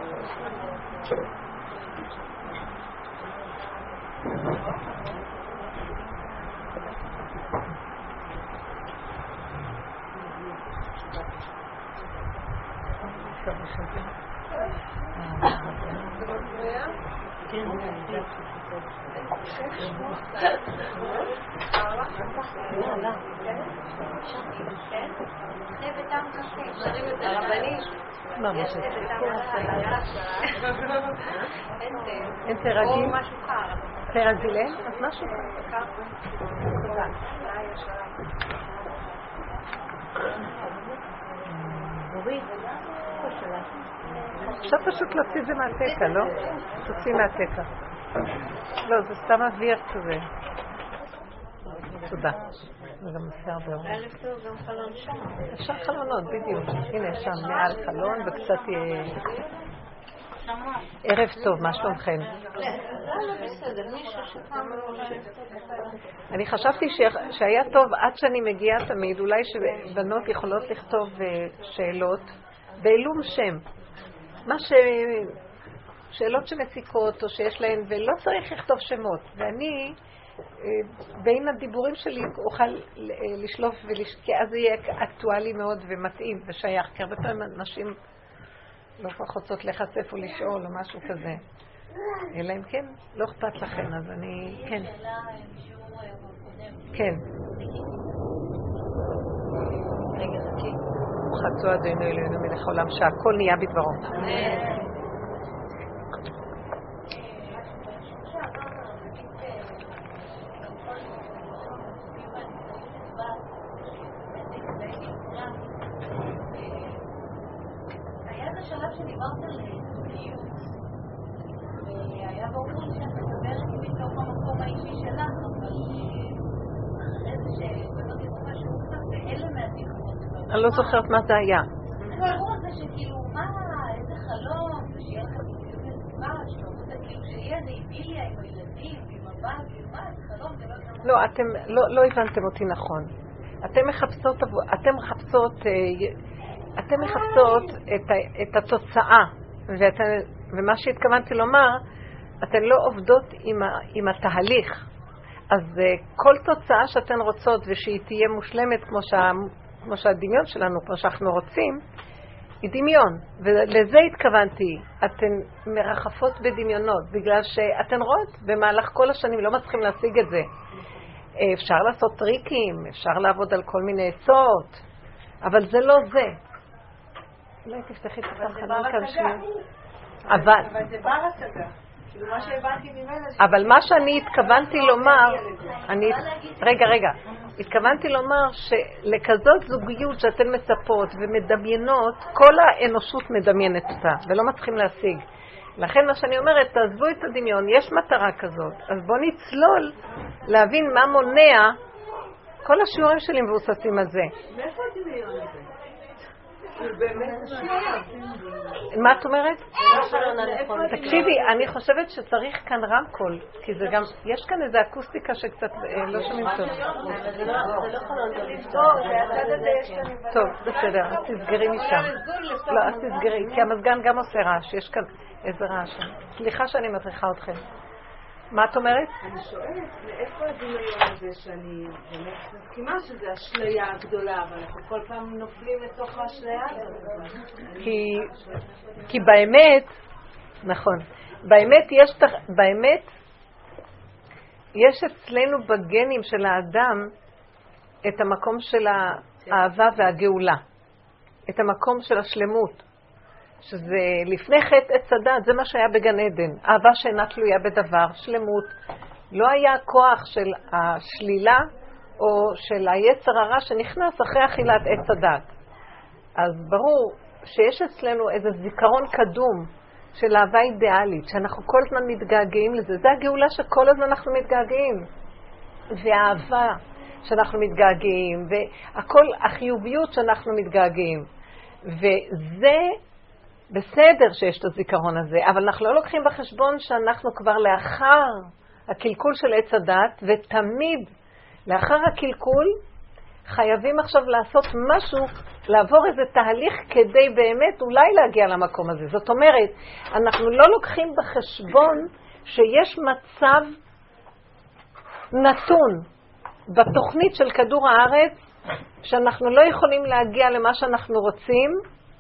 מה משה? אין תרגים? תרגילן? אז משהו קר. עכשיו פשוט להוציא את זה מהתקה, לא? תוציא מהתקה. לא, זה סתם אוויר כזה. תודה. זה גם עושה הרבה אור. גם חלון שם. אפשר חלונות, בדיוק. הנה שם מעל חלון וקצת ערב טוב, מה שלומכם? אני חשבתי שהיה טוב עד שאני מגיעה תמיד, אולי שבנות יכולות לכתוב שאלות בעילום שם. מה שאלות שמציקות או שיש להן, ולא צריך לכתוב שמות. ואני בין הדיבורים שלי אוכל לשלוף כי אז זה יהיה אקטואלי מאוד ומתאים ושייך, כי הרבה פעמים אנשים לא רוצות לחשף או לשאול או משהו כזה, אלא אם כן לא אכפת לכם. אז אני כן כן רגע חכי חצו אדוני אלוהינו מלך העולם שהכל נהיה בדברו. בשלב שדיברת על זוגיות, והיה ברור שאת מדברת מתוך המקום האישי שלך, אבל אחרי זה שבנות יצא משהו קצת ואלה מהזיכרונות. אני לא זוכרת מה זה היה. ברור על זה שכאילו, מה, איזה חלום, ושיהיה לך בדיוק לסביבה, שאומרת כאילו שיהיה איזה אידיליה עם הילדים, עם הבת, עם מה, זה חלום, זה לא... לא, אתם לא הבנתם אותי נכון. אתם מחפשות את התוצאה, ומה שהתכוונתי לומר, אתן לא עובדות עם התהליך. אז כל תוצאה שאתן רוצות ושהיא תהיה מושלמת כמו שהדמיון שלנו, כמו שאנחנו רוצים, היא דמיון. ולזה התכוונתי. אתן מרחפות בדמיונות, בגלל שאתן רואות במהלך כל השנים לא מצליחים להשיג את זה. אפשר לעשות טריקים, אפשר לעבוד על כל מיני עצות, אבל זה לא זה. אולי תפתחי את החלון כאן שנייה. אבל זה בר השגה. כאילו מה שהבנתי ממנה... אבל מה שאני התכוונתי לומר... רגע. התכוונתי לומר שלכזאת זוגיות שאתן מצפות ומדמיינות, כל האנושות מדמיינת אותה, ולא מצליחים להשיג. לכן מה שאני אומרת, תעזבו את הדמיון, יש מטרה כזאת. אז בואו נצלול להבין מה מונע. כל השיעורים שלי מבוססים על זה. מאיפה הדמיון הזה? מה את אומרת? תקשיבי, אני חושבת שצריך כאן רמקול, כי זה גם, יש כאן איזו אקוסטיקה שקצת לא שומעים טוב. טוב, בסדר, אז תסגרי משם. לא, אז תסגרי, כי המזגן גם עושה רעש, יש כאן איזה רעש. סליחה שאני מטריחה אתכם. מה את אומרת? אני שואלת, מאיפה הדמיון הזה שאני באמת מסכימה שזה אשליה הגדולה, אבל אנחנו כל פעם נופלים לתוך האשליה הזאת. כי באמת, נכון, באמת יש אצלנו בגנים של האדם את המקום של האהבה והגאולה, את המקום של השלמות. שזה לפני חטא עץ הדת, זה מה שהיה בגן עדן. אהבה שאינה תלויה בדבר, שלמות. לא היה כוח של השלילה או של היצר הרע שנכנס אחרי אכילת עץ הדת. אז ברור שיש אצלנו איזה זיכרון קדום של אהבה אידיאלית, שאנחנו כל הזמן מתגעגעים לזה. זה הגאולה שכל הזמן אנחנו מתגעגעים. והאהבה שאנחנו מתגעגעים, והכל החיוביות שאנחנו מתגעגעים. וזה בסדר שיש את הזיכרון הזה, אבל אנחנו לא לוקחים בחשבון שאנחנו כבר לאחר הקלקול של עץ הדת, ותמיד לאחר הקלקול חייבים עכשיו לעשות משהו לעבור איזה תהליך כדי באמת אולי להגיע למקום הזה. זאת אומרת, אנחנו לא לוקחים בחשבון שיש מצב נתון בתוכנית של כדור הארץ שאנחנו לא יכולים להגיע למה שאנחנו רוצים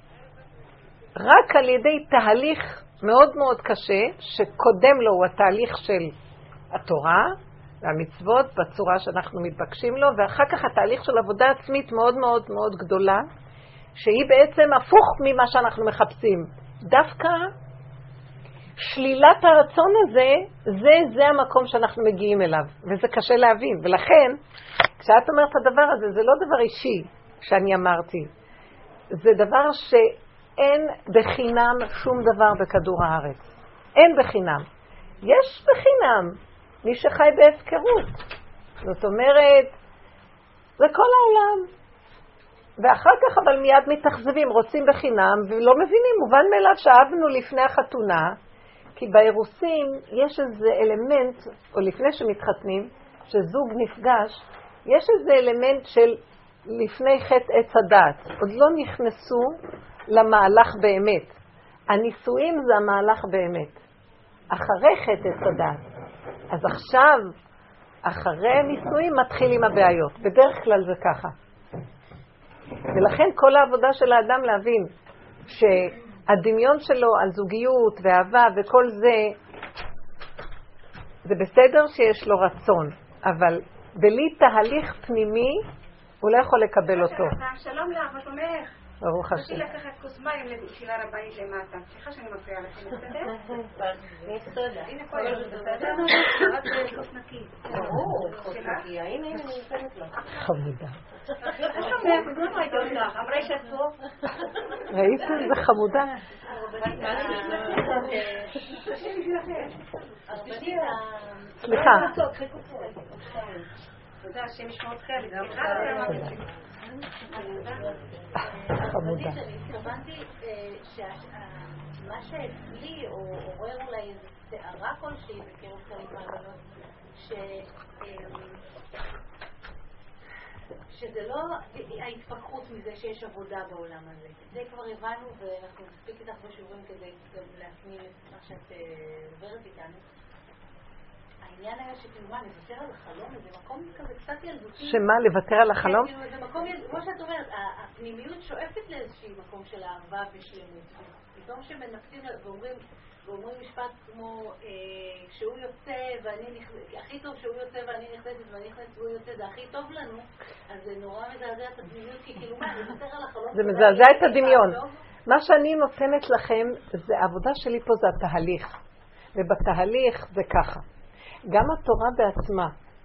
רק על ידי תהליך מאוד מאוד קשה שקודם לו הוא התהליך של התורה והמצוות בצורה שאנחנו מתבקשים לו, ואחר כך התהליך של עבודה עצמית מאוד מאוד מאוד גדולה שהיא בעצם הפוך ממה שאנחנו מחפשים. דווקא שלילת הרצון הזה, זה המקום שאנחנו מגיעים אליו, וזה קשה להבין. ולכן, כשאת אומרת את הדבר הזה, זה לא דבר אישי שאני אמרתי. זה דבר שאין בחינם שום דבר בכדור הארץ. אין בחינם. יש בחינם מי שחי בהפקרות. זאת אומרת, זה כל העולם. ואחר כך אבל מיד מתאכזבים, רוצים בחינם, ולא מבינים, מובן מאליו שאהבנו לפני החתונה, כי באירוסים יש איזה אלמנט, או לפני שמתחתנים, שזוג נפגש, יש איזה אלמנט של לפני חטא עץ הדת. עוד לא נכנסו למהלך באמת. הנישואים זה המהלך באמת. אחרי חטא עץ הדת. אז עכשיו, אחרי הנישואים מתחילים הבעיות. בדרך כלל זה ככה. ולכן כל העבודה של האדם להבין שהדמיון שלו על זוגיות ואהבה וכל זה בסדר שיש לו רצון, אבל בלי תהליך פנימי הוא לא יכול לקבל אותו. שלום לך, מה שלומך? ברוך השם. רציתי לקחת כוס מים לתפילה רבנית למטה. סליחה שאני מפריעה לכם, בסדר? הנה פה יש בסדר? רק כוס נקי. ברור, כוס נקי. הנה, אני נותנת לך. חמודה. מה שלומך? אז לא ראיתי אותך. אמרה שאת פה? ראיתם? זה חמודה. סליחה. תודה, השם ישמע אתכם. חמודה. התכוונתי שמה שאצלי עורר אולי איזו סערה כלשהי בקרב חלק מהבנות, שזה לא ההתפכחות מזה שיש עבודה בעולם הזה. זה כבר הבנו ואנחנו נספיק איתך בשיעורים כדי גם להפנים את מה שאת עוברת איתנו. העניין היה שכאילו מה, לוותר על החלום, זה מקום כזה קצת ילדותי. שמה, לוותר על החלום? כן, זה מקום ילדותי, כמו שאת אומרת, הפנימיות שואפת לאיזשהו מקום של אהבה ושלמות. פתאום שמנקטים ואומרים משפט כמו, כשהוא יוצא ואני נכנסת, הכי טוב שהוא יוצא ואני נכנסת ואני נכנסת והוא יוצא, זה הכי טוב לנו, אז זה נורא מזעזע את הפנימיות, כי כאילו מה, לוותר על החלום. זה מזעזע את הדמיון. מה שאני נותנת לכם, זה העבודה שלי פה, זה התהליך. ובתהליך זה ככה. גם התורה בעצמה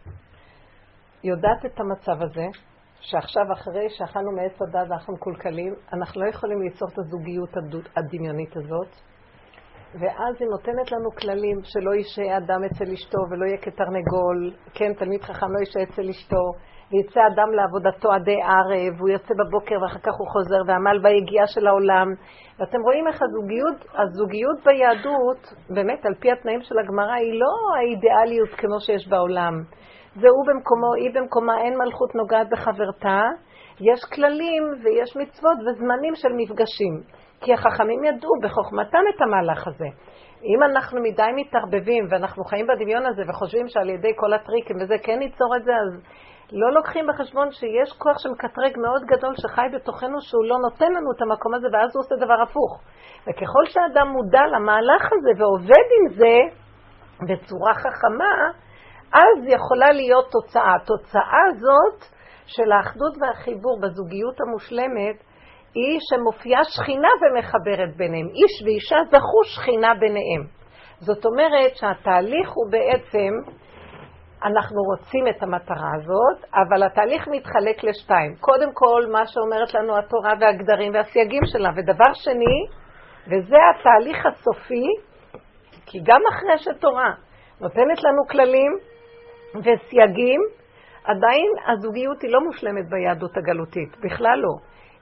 יודעת את המצב הזה, שעכשיו אחרי שאכלנו מעץ הדת ואנחנו מקולקלים, אנחנו לא יכולים ליצור את הזוגיות הדמיונית הזאת, ואז היא נותנת לנו כללים שלא ישעה אדם אצל אשתו ולא יהיה כתרנגול, כן, תלמיד חכם לא ישעה אצל אשתו, ויצא אדם לעבודתו עדי ערב, הוא יוצא בבוקר ואחר כך הוא חוזר, ועמל ביגיעה של העולם. ואתם רואים איך הזוגיות ביהדות, באמת על פי התנאים של הגמרא, היא לא האידיאליות כמו שיש בעולם. זה הוא במקומו, היא במקומה, אין מלכות נוגעת בחברתה, יש כללים ויש מצוות וזמנים של מפגשים. כי החכמים ידעו בחוכמתם את המהלך הזה. אם אנחנו מדי מתערבבים ואנחנו חיים בדמיון הזה וחושבים שעל ידי כל הטריקים וזה כן ניצור את זה, אז לא לוקחים בחשבון שיש כוח שמקטרג מאוד גדול שחי בתוכנו שהוא לא נותן לנו את המקום הזה, ואז הוא עושה דבר הפוך. וככל שאדם מודע למהלך הזה ועובד עם זה בצורה חכמה, אז יכולה להיות תוצאה. התוצאה הזאת של האחדות והחיבור בזוגיות המושלמת היא שמופיעה שכינה ומחברת ביניהם. איש ואישה זכו שכינה ביניהם. זאת אומרת שהתהליך הוא בעצם, אנחנו רוצים את המטרה הזאת, אבל התהליך מתחלק לשתיים. קודם כל, מה שאומרת לנו התורה והגדרים והסייגים שלה. ודבר שני, וזה התהליך הסופי, כי גם אחרי שתורה נותנת לנו כללים וסייגים, עדיין הזוגיות היא לא מושלמת ביהדות הגלותית, בכלל לא.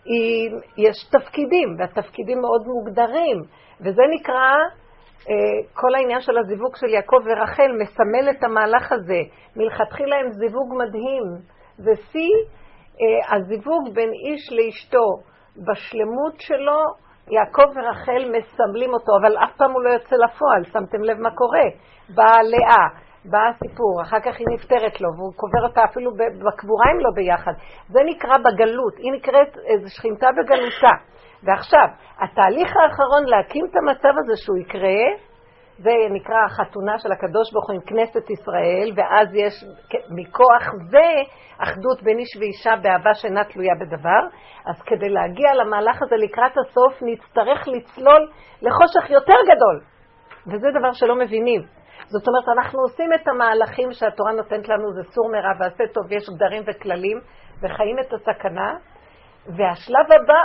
יש תפקידים, והתפקידים מאוד מוגדרים, וזה נקרא, כל העניין של הזיווג של יעקב ורחל מסמל את המהלך הזה. מלכתחילה הם זיווג מדהים, זה שיא הזיווג בין איש לאשתו בשלמות שלו, יעקב ורחל מסמלים אותו, אבל אף פעם הוא לא יוצא לפועל. שמתם לב מה קורה? באה לאה, בא הסיפור, אחר כך היא נפטרת לו, והוא קובר אותה אפילו בקבורה הם לא ביחד. זה נקרא בגלות, היא נקראת איזו שכינתה בגלותה. ועכשיו, התהליך האחרון להקים את המצב הזה שהוא יקרה, זה נקרא החתונה של הקדוש ברוך הוא עם כנסת ישראל, ואז יש מכוח זה אחדות בין איש ואישה באהבה שאינה תלויה בדבר. אז כדי להגיע למהלך הזה לקראת הסוף נצטרך לצלול לחושך יותר גדול, וזה דבר שלא מבינים. זאת אומרת, אנחנו עושים את המהלכים שהתורה נותנת לנו, זה סור מרע ועשה טוב, יש גדרים וכללים, וחיים את הסכנה, והשלב הבא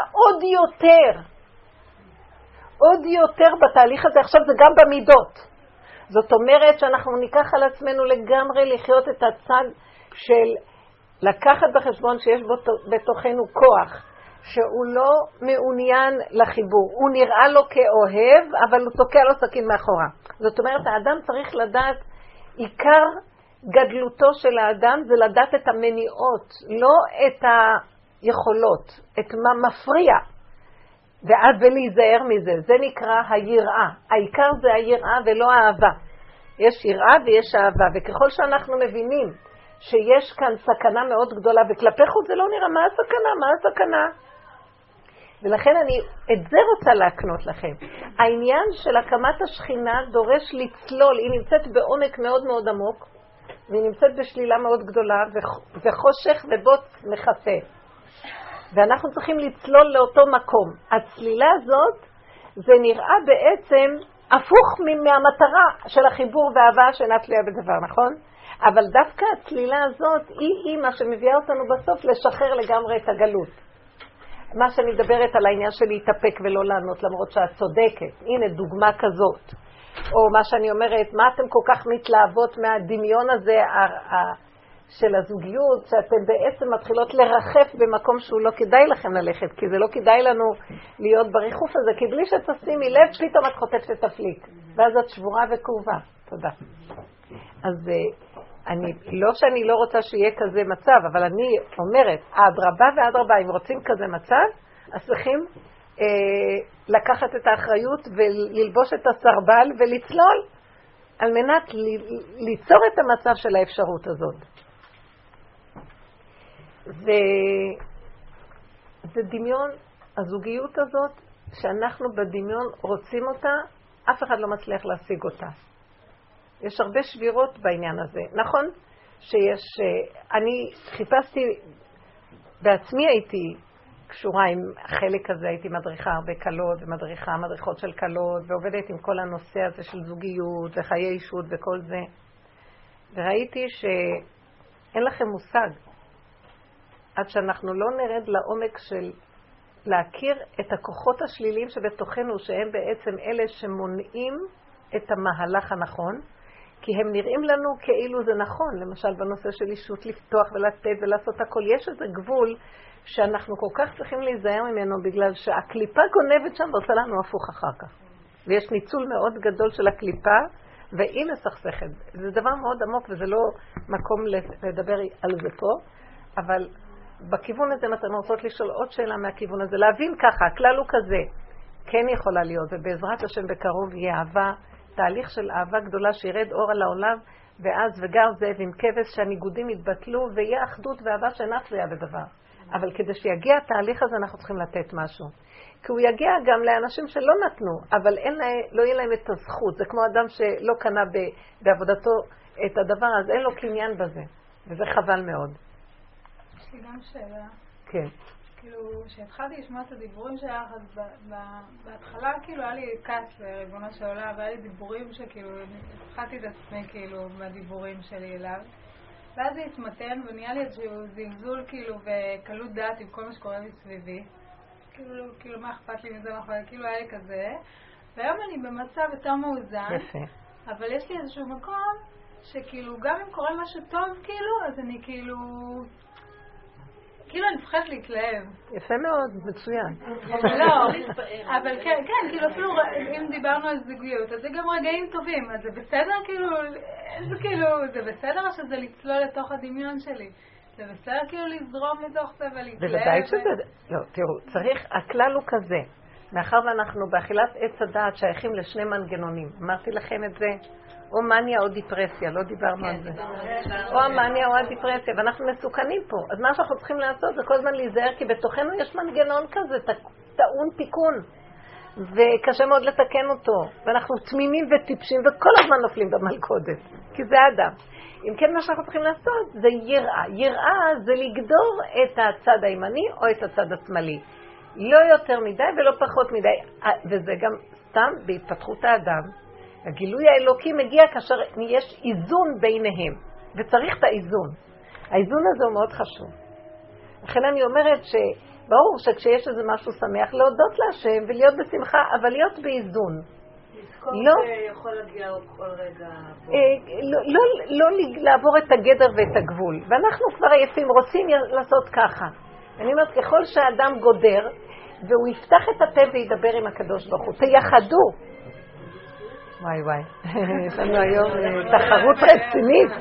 עוד יותר בתהליך הזה, עכשיו זה גם במידות. זאת אומרת שאנחנו ניקח על עצמנו לגמרי לחיות את הצד של לקחת בחשבון שיש בתוכנו כוח, שהוא לא מעוניין לחיבור. הוא נראה לו כאוהב, אבל הוא תוקע לו סכין מאחורה. זאת אומרת, האדם צריך לדעת, עיקר גדלותו של האדם זה לדעת את המניעות, לא את היכולות, את מה מפריע. ואז ולהיזהר מזה, זה נקרא היראה. העיקר זה היראה ולא האהבה. יש יראה ויש אהבה, וככל שאנחנו מבינים שיש כאן סכנה מאוד גדולה, וכלפי חוץ זה לא נראה מה הסכנה. ולכן אני את זה רוצה להקנות לכם. העניין של הקמת השכינה דורש לצלול, היא נמצאת בעומק מאוד מאוד עמוק, והיא נמצאת בשלילה מאוד גדולה, וחושך ובוץ מחפה. ואנחנו צריכים לצלול לאותו מקום. הצלילה הזאת, זה נראה בעצם הפוך מהמטרה של החיבור והאהבה שאינה תלויה בדבר, נכון? אבל דווקא הצלילה הזאת היא מה שמביאה אותנו בסוף לשחרר לגמרי את הגלות. מה שאני מדברת על העניין של להתאפק ולא לענות למרות שאת צודקת. הנה דוגמה כזאת. או מה שאני אומרת, מה אתם כל כך מתלהבות מהדמיון הזה של הזוגיות, שאתם בעצם מתחילות לרחף במקום שהוא לא כדאי לכם ללכת, כי זה לא כדאי לנו להיות בריחוף הזה, כי בלי שתשימי לב, פתאום את חוטפת את הפליק, ואז את שבורה וכאובה. תודה. אז לא שאני לא רוצה שיהיה כזה מצב, אבל אני אומרת, אדרבה, אם רוצים כזה מצב, אז צריכים לקחת את האחריות וללבוש את הסרבל ולצלול, על מנת ליצור את המצב של האפשרות הזאת. זה דמיון, הזוגיות הזאת, שאנחנו בדמיון רוצים אותה, אף אחד לא מצליח להשיג אותה. יש הרבה שבירות בעניין הזה. נכון שיש, אני חיפשתי, בעצמי הייתי קשורה עם החלק הזה, הייתי מדריכה הרבה קלות ומדריכה מדריכות של קלות, ועובדת עם כל הנושא הזה של זוגיות וחיי אישות וכל זה. וראיתי שאין לכם מושג, עד שאנחנו לא נרד לעומק של להכיר את הכוחות השליליים שבתוכנו, שהם בעצם אלה שמונעים את המהלך הנכון, כי הם נראים לנו כאילו זה נכון, למשל בנושא של אישות לפתוח ולתת ולעשות הכל. יש איזה גבול שאנחנו כל כך צריכים להיזהר ממנו, בגלל שהקליפה גונבת שם ועושה לנו הפוך אחר כך. ויש ניצול מאוד גדול של הקליפה, והיא מסכסכת. זה דבר מאוד עמוק וזה לא מקום לדבר על זה פה, אבל בכיוון הזה, אם אתם רוצות לשאול עוד שאלה מהכיוון הזה, להבין ככה, הכלל הוא כזה, כן יכולה להיות, ובעזרת השם בקרוב יהיה אהבה, תהליך של אהבה גדולה שירד אור על העולם, ואז וגר זאב עם כבש שהניגודים יתבטלו, ויהיה אחדות ואהבה שאינה תלויה בדבר. אבל כדי שיגיע התהליך הזה אנחנו צריכים לתת משהו. כי הוא יגיע גם לאנשים שלא נתנו, אבל לא יהיה להם את הזכות. זה כמו אדם שלא קנה בעבודתו את הדבר, אז אין לו קניין בזה. וזה חבל מאוד. יש לי גם שאלה. כן. כאילו, כשהתחלתי לשמוע את הדיבורים שלך, אז בהתחלה כאילו היה לי כעס לריבונו של עולם, והיה לי דיבורים שכאילו, התחלתי את עצמי כאילו מהדיבורים שלי אליו. ואז זה התמתן ונהיה לי איזשהו זלזול כאילו וקלות דעת עם כל מה שקורה מסביבי. כאילו מה אכפת לי מזה, כאילו היה לי כזה. והיום אני במצב יותר מאוזן. יפה. אבל יש לי איזשהו מקום שכאילו גם אם קורה משהו טוב כאילו, אז אני כאילו אני מפחדת להתלהב. יפה מאוד, מצוין. לא, אבל כן, כאילו אפילו אם דיברנו על זוגיות, אז זה גם רגעים טובים, אז זה בסדר כאילו, זה בסדר או שזה לצלול לתוך הדמיון שלי? זה בסדר כאילו לזרום מתוך זה ולהתלהב? בוודאי שזה... לא, תראו, צריך, הכלל הוא כזה. מאחר ואנחנו באכילת עץ הדעת שייכים לשני מנגנונים. אמרתי לכם את זה, או מניה או דיפרסיה, לא דיברנו על זה. או המניה או הדיפרסיה, ואנחנו מסוכנים פה. אז מה שאנחנו צריכים לעשות זה כל הזמן להיזהר, כי בתוכנו יש מנגנון כזה, טעון תיקון. וקשה מאוד לתקן אותו. ואנחנו תמימים וטיפשים וכל הזמן נופלים במלכודת. כי זה האדם. אם כן, מה שאנחנו צריכים לעשות זה יראה. יראה זה לגדור את הצד הימני או את הצד השמאלי. לא יותר מדי ולא פחות מדי. וזה גם סתם בהתפתחות האדם. הגילוי האלוקי מגיע כאשר יש איזון ביניהם. וצריך את האיזון. האיזון הזה הוא מאוד חשוב. לכן אני אומרת שברור שכשיש איזה משהו שמח, להודות להשם ולהיות בשמחה, אבל להיות באיזון. לזכור שיכול להגיע כל רגע. לא לעבור את הגדר ואת הגבול. ואנחנו כבר עייפים, רוצים לעשות ככה. אני אומרת, ככל שהאדם גודר, והוא יפתח את הפה וידבר עם הקדוש ברוך הוא, תייחדו. וואי וואי, יש לנו היום תחרות רצינית.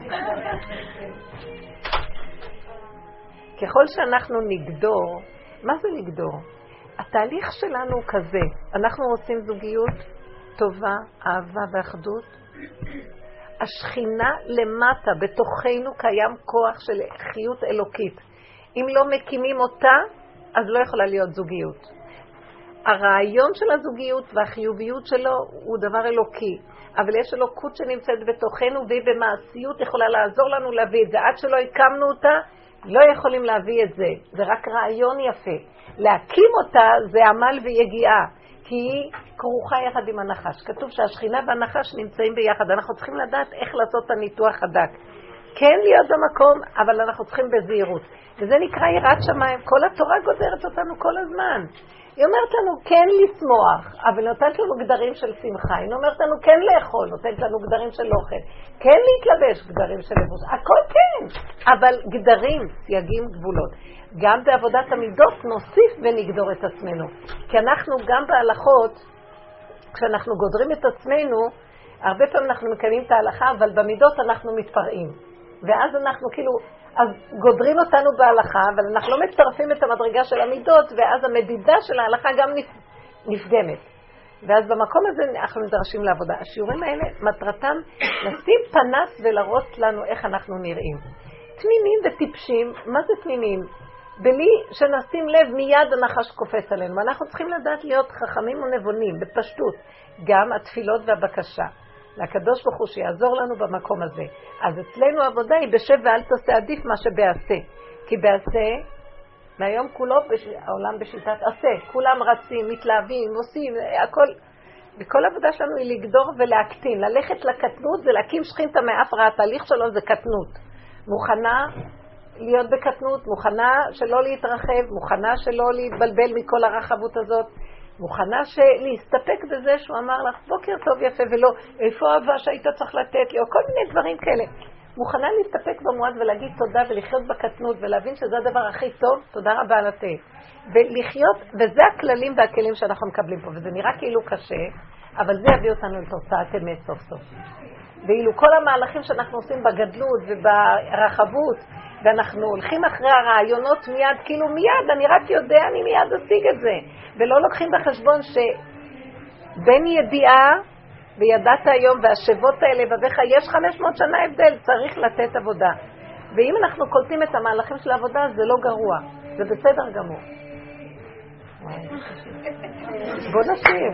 ככל שאנחנו נגדור, מה זה לגדור? התהליך שלנו הוא כזה, אנחנו רוצים זוגיות טובה, אהבה ואחדות. השכינה למטה, בתוכנו קיים כוח של חיות אלוקית. אם לא מקימים אותה, אז לא יכולה להיות זוגיות. הרעיון של הזוגיות והחיוביות שלו הוא דבר אלוקי, אבל יש אלוקות שנמצאת בתוכנו והיא במעשיות יכולה לעזור לנו להביא את זה. עד שלא הקמנו אותה, לא יכולים להביא את זה. זה רק רעיון יפה. להקים אותה זה עמל ויגיעה, כי היא כרוכה יחד עם הנחש. כתוב שהשכינה והנחש נמצאים ביחד. אנחנו צריכים לדעת איך לעשות את הניתוח הדק. כן להיות במקום, אבל אנחנו צריכים בזהירות. וזה נקרא יראת שמיים. כל התורה גודרת אותנו כל הזמן. היא אומרת לנו כן לשמוח, אבל נותנת לנו גדרים של שמחה. היא אומרת לנו כן לאכול, נותנת לנו גדרים של אוכל. כן להתלבש, גדרים של לבוש. הכל כן, אבל גדרים, סייגים, גבולות. גם בעבודת המידות נוסיף ונגדור את עצמנו. כי אנחנו גם בהלכות, כשאנחנו גודרים את עצמנו, הרבה פעמים אנחנו מקיימים את ההלכה, אבל במידות אנחנו מתפרעים. ואז אנחנו כאילו... אז גודרים אותנו בהלכה, אבל אנחנו לא מצטרפים את המדרגה של המידות, ואז המדידה של ההלכה גם נפגמת. ואז במקום הזה אנחנו נדרשים לעבודה. השיעורים האלה, מטרתם לשים פנס ולראות לנו איך אנחנו נראים. תמימים וטיפשים, מה זה תמימים? בלי שנשים לב מיד הנחש קופץ עלינו. אנחנו צריכים לדעת להיות חכמים ונבונים, בפשטות. גם התפילות והבקשה. לקדוש ברוך הוא שיעזור לנו במקום הזה. אז אצלנו העבודה היא בשב ואל תעשה, עדיף מה שבעשה. כי בעשה, מהיום כולו העולם בשיטת עשה. כולם רצים, מתלהבים, עושים, הכל. וכל העבודה שלנו היא לגדור ולהקטין. ללכת לקטנות זה להקים שכינתה מאף רע. התהליך שלו זה קטנות. מוכנה להיות בקטנות, מוכנה שלא להתרחב, מוכנה שלא להתבלבל מכל הרחבות הזאת. מוכנה להסתפק בזה שהוא אמר לך בוקר טוב יפה ולא איפה אהבה שהיית צריך לתת לי או כל מיני דברים כאלה. מוכנה להסתפק במועד ולהגיד תודה ולחיות בקטנות ולהבין שזה הדבר הכי טוב, תודה רבה על התה. ולחיות, וזה הכללים והכלים שאנחנו מקבלים פה, וזה נראה כאילו קשה, אבל זה יביא אותנו לתוצאת אמת סוף סוף. ואילו כל המהלכים שאנחנו עושים בגדלות וברחבות, ואנחנו הולכים אחרי הרעיונות מיד, כאילו מיד, אני רק יודע, אני מיד אשיג את זה. ולא לוקחים בחשבון שבין ידיעה וידעת היום והשבות האלה ובך יש 500 שנה הבדל, צריך לתת עבודה. ואם אנחנו קולטים את המהלכים של העבודה, זה לא גרוע, זה בסדר גמור. בוא נשאיר.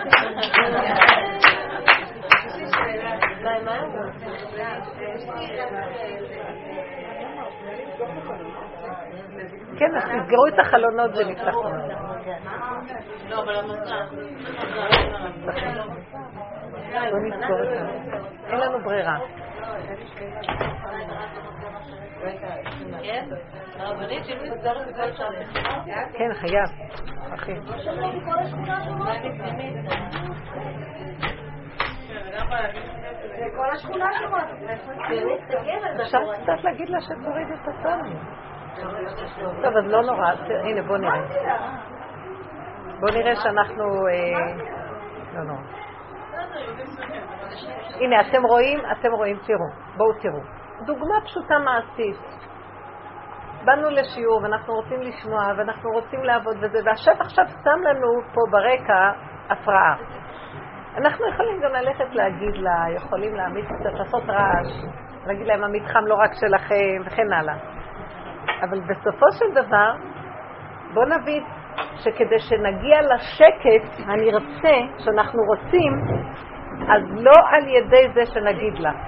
כן, אז תסגרו את החלונות ונפתח אותם. לא, אבל המסך. בוא נסגור את זה. אין לנו ברירה. כן? הרבנית של מסגרת בכל שעה. כן, חייב. אחי. זה כל השכונה שלך. אפשר קצת להגיד לה שתוריד את הטון. טוב, אז לא נורא. הנה, בוא נראה. בוא נראה שאנחנו... לא נורא. הנה, אתם רואים, תראו. בואו תראו. דוגמה פשוטה מעשית. באנו לשיעור ואנחנו רוצים לשמוע ואנחנו רוצים לעבוד וזה, והשם עכשיו שם לנו פה ברקע הפרעה. אנחנו יכולים גם ללכת להגיד לה, יכולים להעמיד קצת, לעשות רעש, להגיד להם המתחם לא רק שלכם וכן הלאה. אבל בסופו של דבר, בוא נבין שכדי שנגיע לשקט הנרצה שאנחנו רוצים, אז לא על ידי זה שנגיד לה.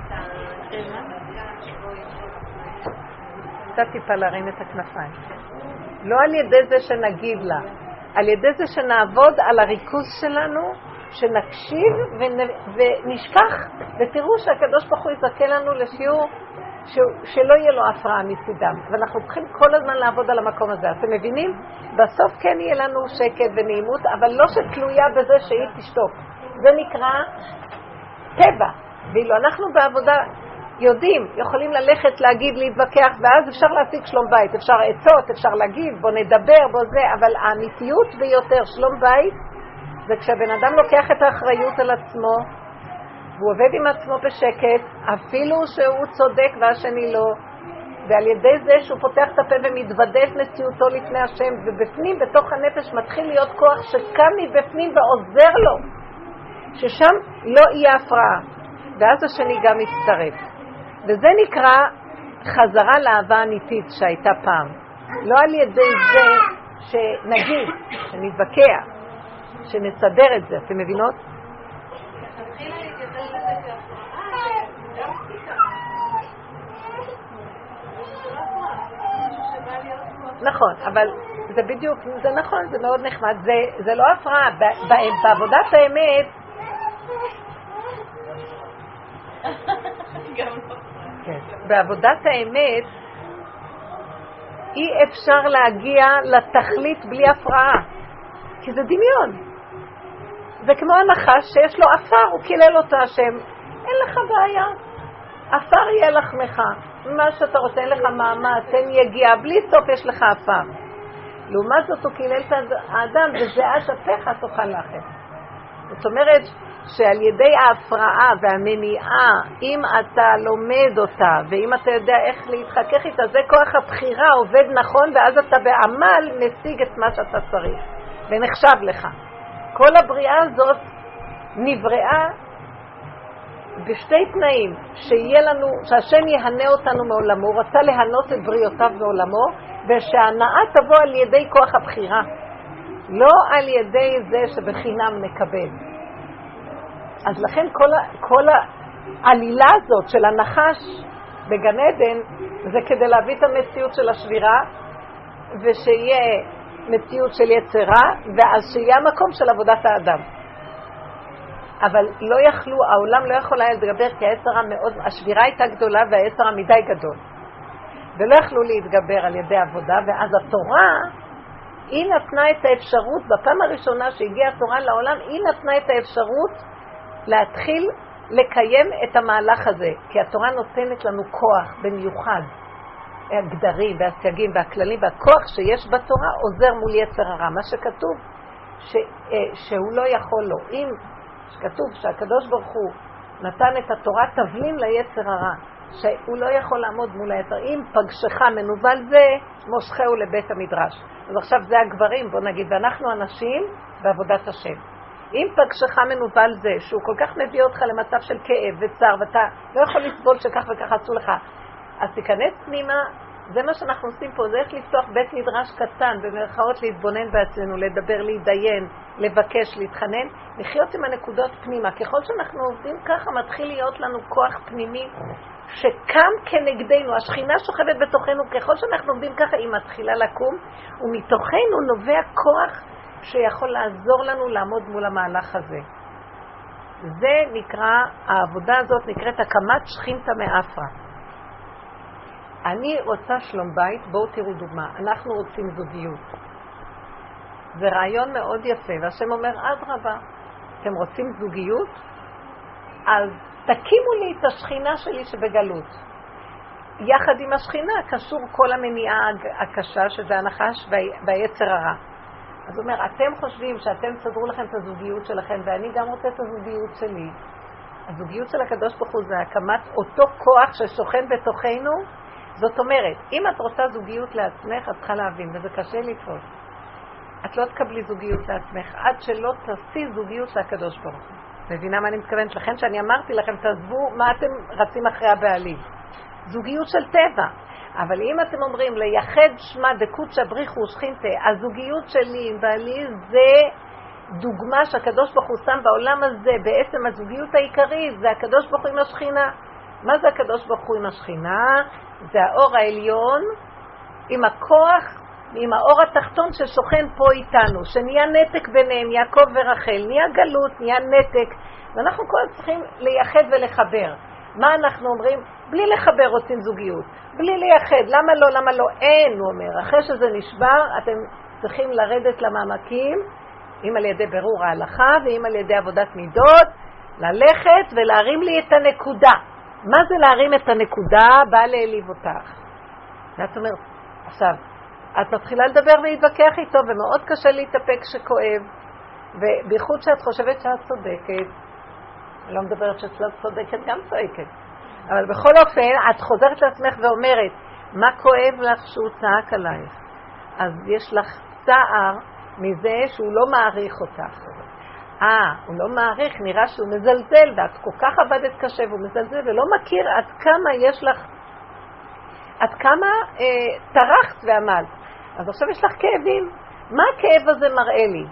קצת טיפה להרים את הכנפיים. לא על ידי זה שנגיד לה, על ידי זה שנעבוד על הריכוז שלנו, שנקשיב ונשכח, ותראו שהקדוש ברוך הוא יזכה לנו לשיעור שלא יהיה לו הפרעה מצידם. ואנחנו צריכים כל הזמן לעבוד על המקום הזה. אתם מבינים? בסוף כן יהיה לנו שקט ונעימות, אבל לא שתלויה בזה שהיא תשתוק. זה נקרא טבע. ואילו אנחנו בעבודה יודעים, יכולים ללכת, להגיד, להתווכח, ואז אפשר להשיג שלום בית. אפשר עצות, אפשר להגיד, בוא נדבר, בוא זה, אבל האמיתיות ביותר שלום בית, זה כשהבן אדם לוקח את האחריות על עצמו, והוא עובד עם עצמו בשקט, אפילו שהוא צודק והשני לא, ועל ידי זה שהוא פותח את הפה ומתוודה את מציאותו לפני השם, ובפנים, בתוך הנפש, מתחיל להיות כוח שקם מבפנים ועוזר לו, ששם לא יהיה הפרעה, ואז השני גם יצטרף. וזה נקרא חזרה לאהבה אמיתית שהייתה פעם. לא על ידי זה שנגיד, שנתווכח, שנסדר את זה, אתם מבינות? נכון, אבל זה בדיוק, זה נכון, זה מאוד נחמד, זה לא הפרעה, בעבודת האמת, בעבודת האמת, אי אפשר להגיע לתכלית בלי הפרעה, כי זה דמיון. זה כמו הנחש שיש לו אפר, הוא קילל אותו השם. אין לך בעיה. אפר יהיה לחמך. מה שאתה רוצה, אין לך מאמץ, אין יגיע, בלי סוף יש לך אפר. לעומת זאת הוא קילל את האדם, וזיעה שפיך תאכל לכם. זאת אומרת שעל ידי ההפרעה והמניעה, אם אתה לומד אותה, ואם אתה יודע איך להתחכך איתה, זה כוח הבחירה עובד נכון, ואז אתה בעמל משיג את מה שאתה צריך. ונחשב לך. כל הבריאה הזאת נבראה בשתי תנאים, שיהיה לנו, שהשם יהנה אותנו מעולמו, הוא רצה להנות את בריאותיו מעולמו, ושההנאה תבוא על ידי כוח הבחירה, לא על ידי זה שבחינם נקבל. אז לכן כל העלילה הזאת של הנחש בגן עדן, זה כדי להביא את המציאות של השבירה, ושיהיה מציאות של יצרה, ואז שיהיה המקום של עבודת האדם. אבל לא יכלו, העולם לא יכול היה לדבר, כי השבירה הייתה גדולה והיצר מדי גדול. ולא יכלו להתגבר על ידי עבודה, ואז התורה, היא נתנה את האפשרות, בפעם הראשונה שהגיעה התורה לעולם, היא נתנה את האפשרות להתחיל לקיים את המהלך הזה, כי התורה נותנת לנו כוח במיוחד, הגדרים והסייגים והכללים, והכוח שיש בתורה עוזר מול יצר הרע. מה שכתוב שהוא לא יכול לו. אם שכתוב שהקדוש ברוך הוא נתן את התורה תבלים ליצר הרע, שהוא לא יכול לעמוד מול היצר. אם פגשך מנובל זה, מושכהו לבית המדרש. אז עכשיו זה הגברים, בוא נגיד, ואנחנו אנשים בעבודת השם. אם פגשך מנובל זה, שהוא כל כך מביא אותך למצב של כאב וצער, ואתה לא יכול לסבול שכך וכך עשו לך, אז תיכנס פנימה, זה מה שאנחנו עושים פה, זה איך לפתוח בית מדרש קטן, במרכאות להתבונן בעצמנו, לדבר, להידיין, לבקש, להתחנן, לחיות עם הנקודות פנימה. ככל שאנחנו עובדים ככה, מתחיל להיות לנו כוח פנימי שקם כנגדנו, השכינה שוכבת בתוכנו, ככל שאנחנו עובדים ככה, היא מתחילה לקום, ומתוכנו נובע כוח שיכול לעזור לנו לעמוד מול המהלך הזה. זה נקרא, העבודה הזאת נקראת הקמת שכינתא מאפרא. אני רוצה שלום בית, בואו תראו דוגמה, אנחנו רוצים זוגיות. זה רעיון מאוד יפה, והשם אומר, אדרבה, אתם רוצים זוגיות? אז תקימו לי את השכינה שלי שבגלות. יחד עם השכינה קשור כל המניעה הקשה, שזה הנחש והיצר הרע. אז הוא אומר, אתם חושבים שאתם תסדרו לכם את הזוגיות שלכם, ואני גם רוצה את הזוגיות שלי. הזוגיות של הקדוש ברוך הוא זה הקמת אותו כוח ששוכן בתוכנו, זאת אומרת, אם את רוצה זוגיות לעצמך, את צריכה להבין, וזה קשה לתפוס. את לא תקבלי זוגיות לעצמך, עד שלא תעשי זוגיות לקדוש ברוך הוא. מבינה מה אני מתכוונת? לכן שאני אמרתי לכם, תעזבו מה אתם רצים אחרי הבעלים. זוגיות של טבע. אבל אם אתם אומרים, לייחד שמה דקודשא בריחו ושכינתה, הזוגיות שלי עם בעלי זה דוגמה שהקדוש ברוך הוא שם בעולם הזה, בעצם הזוגיות העיקרית, זה הקדוש ברוך הוא עם השכינה. מה זה הקדוש ברוך הוא עם השכינה? זה האור העליון עם הכוח, עם האור התחתון ששוכן פה איתנו, שנהיה נתק ביניהם, יעקב ורחל, נהיה גלות, נהיה נתק, ואנחנו כל צריכים לייחד ולחבר. מה אנחנו אומרים? בלי לחבר רוצים זוגיות, בלי לייחד. למה לא? למה לא? אין, הוא אומר. אחרי שזה נשבר, אתם צריכים לרדת למעמקים, אם על ידי ברור ההלכה, ואם על ידי עבודת מידות, ללכת ולהרים לי את הנקודה. מה זה להרים את הנקודה? בא להעליב אותך. ואת אומרת, עכשיו, את מתחילה לדבר ולהתווכח איתו, ומאוד קשה להתאפק שכואב, ובייחוד שאת חושבת שאת צודקת, אני לא מדברת שאת צודקת, גם צועקת, אבל בכל אופן, את חוזרת לעצמך ואומרת, מה כואב לך שהוא צעק עלייך? אז יש לך צער מזה שהוא לא מעריך אותך. הוא לא מעריך, נראה שהוא מזלזל, ואת כל כך עבדת קשה והוא מזלזל, ולא מכיר עד כמה יש לך, עד כמה טרחת ועמלת. אז עכשיו יש לך כאבים. מה הכאב הזה מראה לי?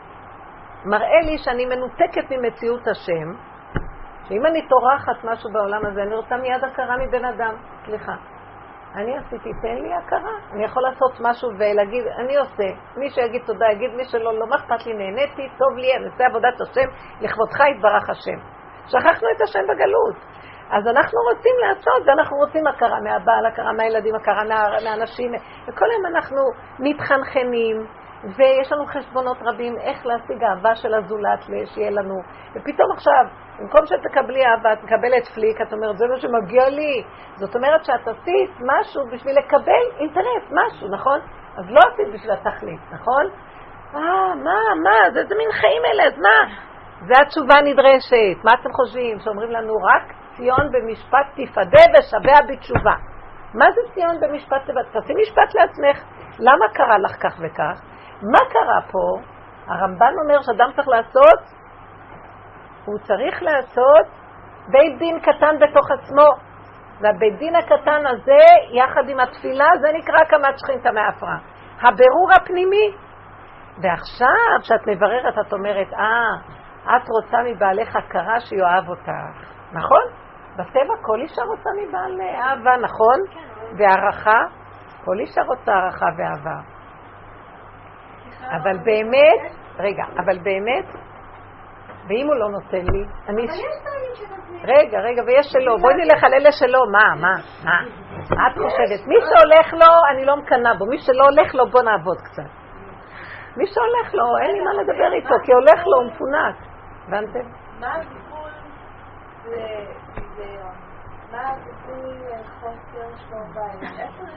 מראה לי שאני מנותקת ממציאות השם, שאם אני טורחת משהו בעולם הזה, אני רוצה מיד הכרה מבן אדם. סליחה, אני עשיתי, תן לי הכרה. אני יכול לעשות משהו ולהגיד, אני עושה. מי שיגיד תודה, יגיד, מי שלא, לא אכפת לי, נהניתי, טוב לי, אני עושה עבודת השם, לכבודך יתברך השם. שכחנו את השם בגלות. אז אנחנו רוצים לעשות, ואנחנו רוצים הכרה מהבעל, הכרה מהילדים, הכרה מהאנשים, וכל יום אנחנו מתחנחנים, ויש לנו חשבונות רבים איך להשיג אהבה של הזולת שיהיה לנו. ופתאום עכשיו, במקום שתקבלי אהבה, את מקבלת פליק, את אומרת, זה מה שמגיע לי. זאת אומרת שאת עשית משהו בשביל לקבל אינטרס, משהו, נכון? אז לא עשית בשביל התכלית, נכון? מה? זה מין חיים אלה, אז מה? זה התשובה נדרשת. מה אתם חושבים? שאומרים לנו רק ציון במשפט תפדה ושבע בתשובה. מה זה ציון במשפט תפדה? תעשי משפט לעצמך. למה קרה לך כך וכך? מה קרה פה? הרמב"ן אומר שאדם צריך לעשות, הוא צריך לעשות בית דין קטן בתוך עצמו. והבית דין הקטן הזה, יחד עם התפילה, זה נקרא הקמת שכינתא מעפרא. הבירור הפנימי. ועכשיו, כשאת מבררת, את אומרת, את רוצה מבעלך הכרה שיואב אותך. נכון? בטבע כל אישה רוצה מבעל אהבה, נכון? והערכה, כל אישה רוצה הערכה ואהבה. אבל באמת, אבל באמת, ואם הוא לא נותן לי, אני... רגע, ויש שלו, בואי נלך על אלה שלו, מה? את חושבת, מי שהולך לו, אני לא מקנה בו, מי שלא הולך לו, בוא נעבוד קצת. מי שהולך לו, אין לי מה לדבר איתו, כי הולך לו, הוא מפונק. הבנתם? מה הטיפול לביזיון? מה הטיפול לחוסר שלום בית?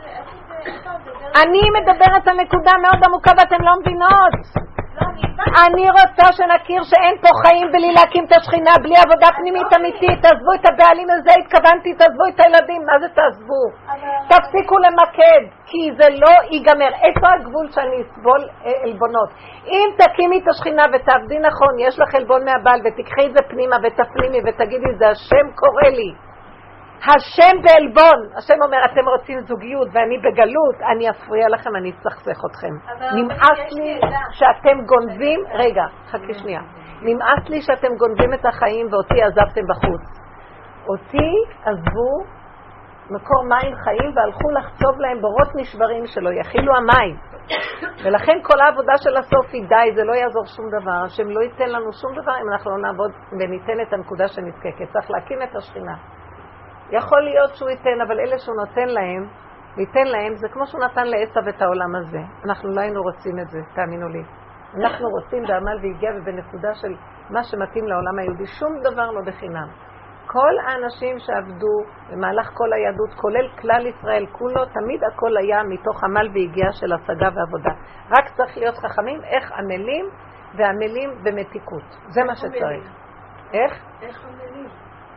אני מדברת על נקודה מאוד עמוקה ואתם לא מבינות. אני רוצה שנכיר שאין פה חיים בלי להקים את השכינה, בלי עבודה פנימית אמיתית. תעזבו את הבעלים הזה, התכוונתי, תעזבו את הילדים. מה זה תעזבו? תפסיקו למקד, כי זה לא ייגמר. איפה הגבול שאני אסבול עלבונות? אם תקימי את השכינה ותעבדי נכון, יש לך עלבון מהבעל ותקחי את זה פנימה ותפנימי ותגידי, זה השם קורא לי. השם בעלבון. השם אומר, אתם רוצים זוגיות ואני בגלות, אני אפריע לכם, אני אסכסך אתכם. נמאס לי שאתם גונבים, רגע, חכי שנייה. נמאס לי שאתם גונבים את החיים ואותי עזבתם בחוץ. אותי עזבו מקור מים חיים והלכו לחצוב להם בורות נשברים שלא יכילו המים. ולכן כל העבודה של הסוף היא די, זה לא יעזור שום דבר. השם לא ייתן לנו שום דבר אם אנחנו לא נעבוד וניתן את הנקודה שנזקקת. צריך להקים את השכינה. יכול להיות שהוא ייתן, אבל אלה שהוא נותן להם, ייתן להם, זה כמו שהוא נתן לעשב את העולם הזה. אנחנו לא היינו רוצים את זה, תאמינו לי. אנחנו רוצים בעמל והגיע ובנקודה של מה שמתאים לעולם היהודי, שום דבר לא בחינם. כל האנשים שעבדו במהלך כל היהדות, כולל כלל ישראל, כולו, תמיד הכל היה מתוך עמל והגיע של השגה ועבודה. רק צריך להיות חכמים איך עמלים ועמלים במתיקות. זה מה שצריך. איך? איך עמלים?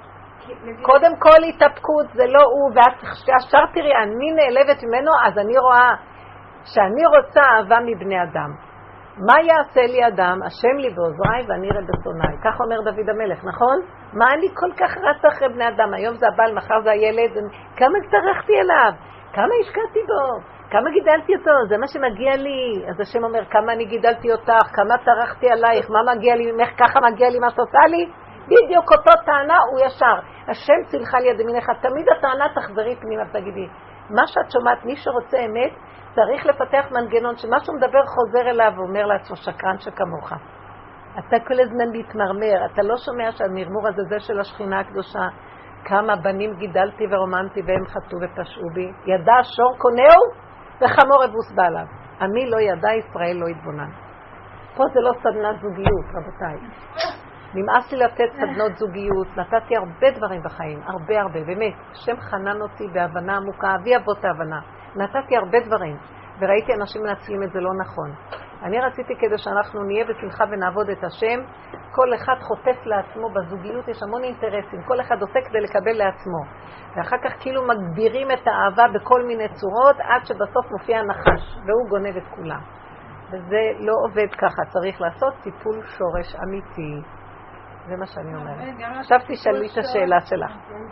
קודם כל התאפקות, זה לא הוא, ואת ישר תראי, אני נעלבת ממנו, אז אני רואה שאני רוצה אהבה מבני אדם. מה יעשה לי אדם? השם לי בעוזריי ואני אראה בשונאי. כך אומר דוד המלך, נכון? מה אני כל כך רצה אחרי בני אדם? היום זה הבעל, מחר זה הילד. כמה הצטרחתי אליו? כמה השקעתי בו? כמה גידלתי אותו? זה מה שמגיע לי. אז השם אומר, כמה אני גידלתי אותך? כמה צרחתי עלייך? מה מגיע לי ממך? ככה מגיע לי מה שעושה לי? בדיוק אותו טענה הוא ישר. השם צילך לי יד ימינך. תמיד הטענה תחזרי פנימה ותגידי. מה שאת שומעת, מי שרוצה אמת, צריך לפתח מנגנון שמה שהוא מדבר חוזר אליו ואומר לעצמו שקרן שכמוך. אתה כל הזמן להתמרמר, אתה לא שומע שהמרמור הזה זה של השכינה הקדושה. כמה בנים גידלתי ורומנתי והם חטאו ופשעו בי. ידע שור קונהו וחמור אבוס בעליו. עמי לא ידע, ישראל לא התבונן. פה זה לא סדנת זוגיות, רבותיי. נמאס לי לתת סדנות זוגיות, נתתי הרבה דברים בחיים, הרבה, באמת. השם חנן אותי בהבנה עמוקה, אבי אבות ההבנה. נתתי הרבה דברים, וראיתי אנשים מנצלים את זה לא נכון. אני רציתי כדי שאנחנו נהיה בשמחה ונעבוד את השם, כל אחד חוטף לעצמו, בזוגיות יש המון אינטרסים, כל אחד עושה כדי לקבל לעצמו. ואחר כך כאילו מגבירים את האהבה בכל מיני צורות, עד שבסוף מופיע הנחש, והוא גונב את כולם. וזה לא עובד ככה, צריך לעשות טיפול שורש אמיתי. זה מה שאני אומרת. עכשיו תשאלי את השאלה שלך.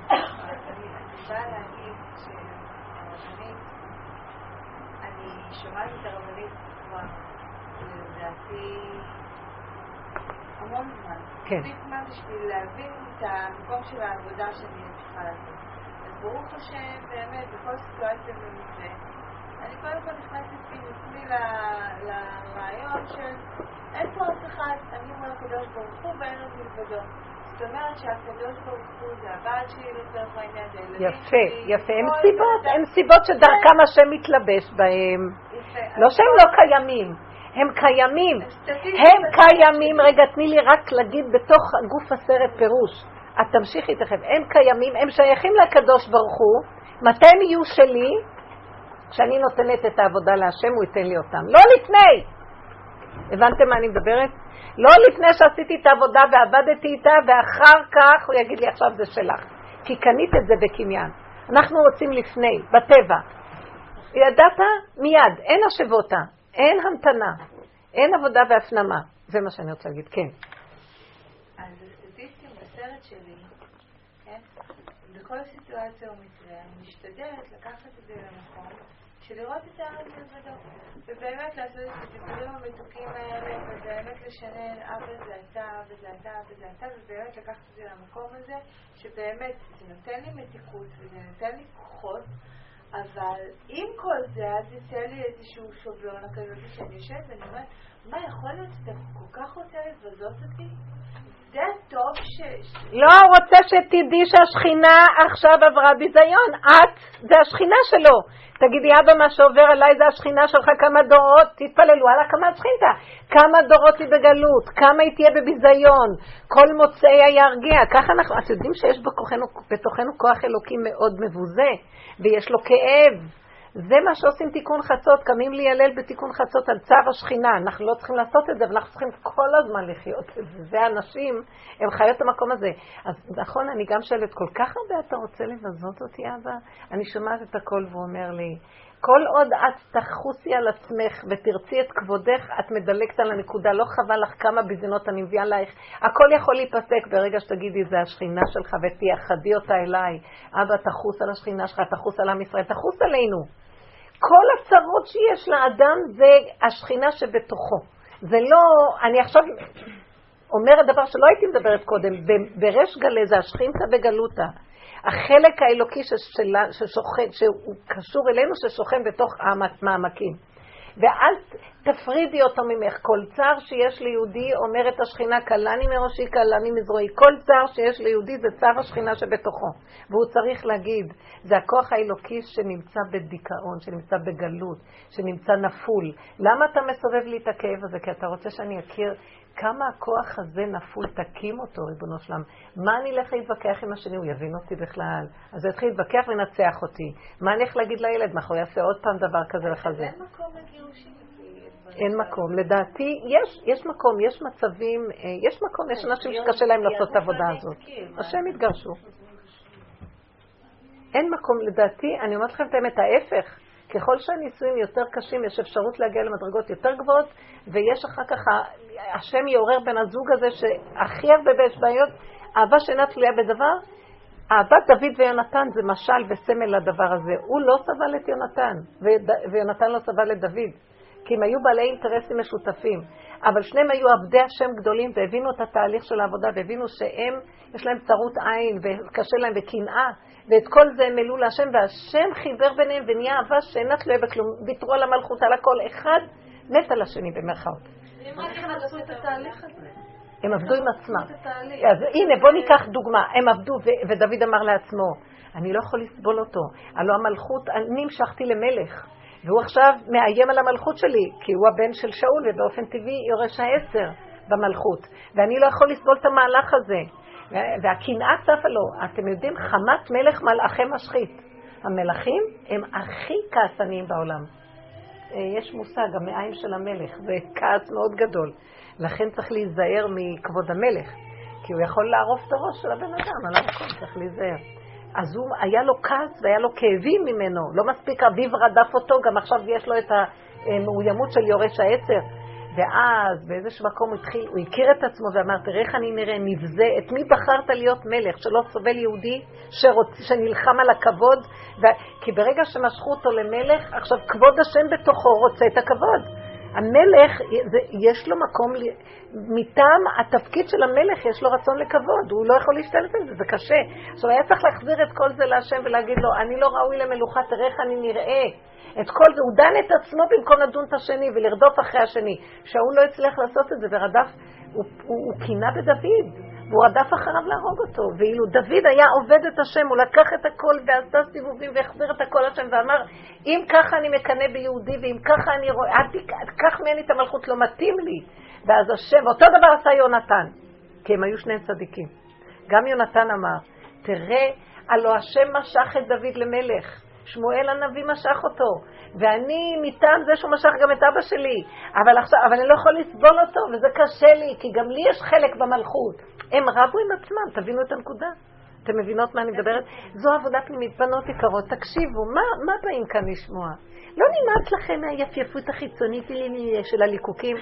שמעתי את הרבנית כבר, לדעתי, המון זמן. כן. זמן בשביל להבין את המקום של העבודה שאני צריכה לעשות. אז ברוך השם, באמת, בכל סיטואציה במקרה, אני קודם כל נכנסת בעצמי לרעיון של איפה אף אחד, אני אומר הקדוש ברוך הוא ואין עוד מלבדו. זאת אומרת שהקדוש ברוך הוא זה הבעל שלי לצורך העניין, זה הילדים שלי. יפה, הם סיבות שדרכם השם מתלבש בהם. לא שהם לא קיימים, הם קיימים. רגע, תני לי רק להגיד בתוך גוף הסרט פירוש. את תמשיכי תכף, הם קיימים, הם שייכים לקדוש ברוך הוא. מתי הם יהיו שלי? כשאני נותנת את העבודה להשם, הוא ייתן לי אותם. לא לפני! הבנתם מה אני מדברת? לא לפני שעשיתי את העבודה ועבדתי איתה, ואחר כך הוא יגיד לי עכשיו זה שלך. כי קנית את זה בקניין. אנחנו רוצים לפני, בטבע. ידעת? מיד. אין השבותה. אין המתנה. אין עבודה והפנמה. זה מה שאני רוצה להגיד. כן. אז הסטטיסטים בסרט שלי, כן? בכל סיטואציה או מקרה, אני משתדלת לקחת את זה למקום, שלראות את הארץ בלבדו. ובאמת לעשות את הדיבורים המתוקים האלה, ובאמת לשנן, אבא זה אתה, וזה אתה, וזה אתה, ובאמת לקחת את זה למקום הזה, שבאמת זה נותן לי מתיקות, וזה נותן לי כוחות, אבל עם כל זה, אז יצא לי איזשהו שובלון כזאת שאני יושבת, ואני אומרת, מה יכול להיות שאתה כל כך רוצה לבזות אותי? זה טוב לא, רוצה שתדעי שהשכינה עכשיו עברה ביזיון. זה השכינה שלו. תגידי, אבא, מה שעובר עליי זה השכינה שלך כמה דורות. תתפללו על כמה שכינתה. כמה דורות היא בגלות. כמה היא תהיה בביזיון. כל מוצאי הירגיע. ככה אנחנו, אתם יודעים שיש בתוכנו כוח אלוקים מאוד מבוזה. ויש לו כאב. זה מה שעושים תיקון חצות, קמים להילל בתיקון חצות על צו השכינה. אנחנו לא צריכים לעשות את זה, אבל אנחנו צריכים כל הזמן לחיות את זה. זה האנשים, הם חיות המקום הזה. אז נכון, אני גם שואלת, כל כך הרבה אתה רוצה לבזות אותי, אבא? אני שומעת את הכל והוא אומר לי, כל עוד את תחוסי על עצמך ותרצי את כבודך, את מדלקת על הנקודה, לא חבל לך כמה ביזיונות אני מביאה עלייך. הכל יכול להיפסק ברגע שתגידי, זה השכינה שלך ותייחדי אותה אליי. אבא, תחוס על השכינה שלך, תחוס על עם ישראל, תחוס עלינו. כל הצרות שיש לאדם זה השכינה שבתוכו. זה לא, אני עכשיו אומרת דבר שלא הייתי מדברת קודם, ברש גלה זה השכינתה בגלותה. החלק האלוקי שהוא קשור אלינו ששוכן בתוך מעמקים. ואל תפרידי אותו ממך. כל צער שיש ליהודי אומרת השכינה, קלני מראשי, קלני מזרועי. כל צער שיש ליהודי זה צער השכינה שבתוכו. והוא צריך להגיד, זה הכוח האלוקי שנמצא בדיכאון, שנמצא בגלות, שנמצא נפול. למה אתה מסובב לי את הכאב הזה? כי אתה רוצה שאני אכיר כמה הכוח הזה נפול, תקים אותו, ריבונו שלם. מה אני אלך להתווכח עם השני? הוא יבין אותי בכלל. אז הוא יתחיל להתווכח ונצח אותי. מה אני אלך להגיד לילד? מה הוא יעשה עוד פעם דבר כזה וכזה? אין מקום לגירושים. אין מקום. לדעתי, יש מקום, יש מצבים, יש מקום, יש אנשים שקשה להם לעשות את העבודה הזאת. השם יתגרשו. אין מקום, לדעתי, אני אומרת לכם את האמת, ההפך. ככל שהניסויים יותר קשים, יש אפשרות להגיע למדרגות יותר גבוהות, ויש אחר כך, השם יעורר בין הזוג הזה שהכי הרבה יש בעיות, אהבה שאינה תלויה בדבר, אהבת דוד ויונתן זה משל וסמל לדבר הזה. הוא לא סבל את יונתן, ויונתן לא סבל את דוד, כי הם היו בעלי אינטרסים משותפים. אבל שניהם היו עבדי השם גדולים, והבינו את התהליך של העבודה, והבינו שהם, יש להם צרות עין, וקשה להם וקנאה, ואת כל זה הם מלאו להשם, והשם חיבר ביניהם, ונהיה אהבה שאינה תלויה בכלום, ויתרו על המלכות, על הכל, אחד מת על השני במרכאות. אם רק הם עשו את התהליך הזה. הם עבדו עם עצמם. אז הנה, בוא ניקח דוגמה. הם עבדו, ודוד אמר לעצמו, אני לא יכול לסבול אותו. הלוא המלכות, אני המשכתי למלך. והוא עכשיו מאיים על המלכות שלי, כי הוא הבן של שאול, ובאופן טבעי יורש 10 במלכות. ואני לא יכול לסבול את המהלך הזה. והקנאה צפה לו. אתם יודעים, חמת מלך מלאכי משחית. המלכים הם הכי כעסניים בעולם. יש מושג, המעיים של המלך, זה כעס מאוד גדול. לכן צריך להיזהר מכבוד המלך, כי הוא יכול לערוף את הראש של הבן אדם, על המקום צריך להיזהר. אז הוא, היה לו כעס והיה לו כאבים ממנו, לא מספיק אביו רדף אותו, גם עכשיו יש לו את המאוימות של יורש 10. ואז באיזשהו מקום הוא הכיר את עצמו ואמר, תראה איך אני נראה נבזה, את מי בחרת להיות מלך, שלא סובל יהודי, שנלחם על הכבוד, כי ברגע שמשכו אותו למלך, עכשיו כבוד השם בתוכו רוצה את הכבוד. המלך, יש לו מקום, מטעם התפקיד של המלך יש לו רצון לכבוד, הוא לא יכול להשתלט על זה, זה קשה. עכשיו היה צריך להחזיר את כל זה להשם ולהגיד לו, אני לא ראוי למלוכה, תראה איך אני נראה. את כל זה, הוא דן את עצמו במקום לדון את השני ולרדוף אחרי השני. שאול לא הצליח לעשות את זה ורדף, הוא קינה בדוד, והוא רדף אחריו להרוג אותו. ואילו דוד היה עובד את השם, הוא לקח את הכל ועשה סיבובים והחזיר את הכל השם ואמר, אם ככה אני מקנה ביהודי ואם ככה אני רואה, קח ממני את המלכות, לא מתאים לי. ואז השם, אותו דבר עשה יונתן, כי הם היו שני צדיקים. גם יונתן אמר, תראה, הלא השם משך את דוד למלך. שמואל הנביא משך אותו, ואני מטעם זה שהוא משך גם את אבא שלי, אבל אני לא יכול לסבול אותו, וזה קשה לי, כי גם לי יש חלק במלכות. הם רבו עם עצמם, תבינו את הנקודה. אתם מבינות מה אני מדברת? זו עבודה פנימית, בנות יקרות, תקשיבו, מה באים כאן לשמוע? לא נמאס לכם מהיפייפות החיצונית של הליקוקים?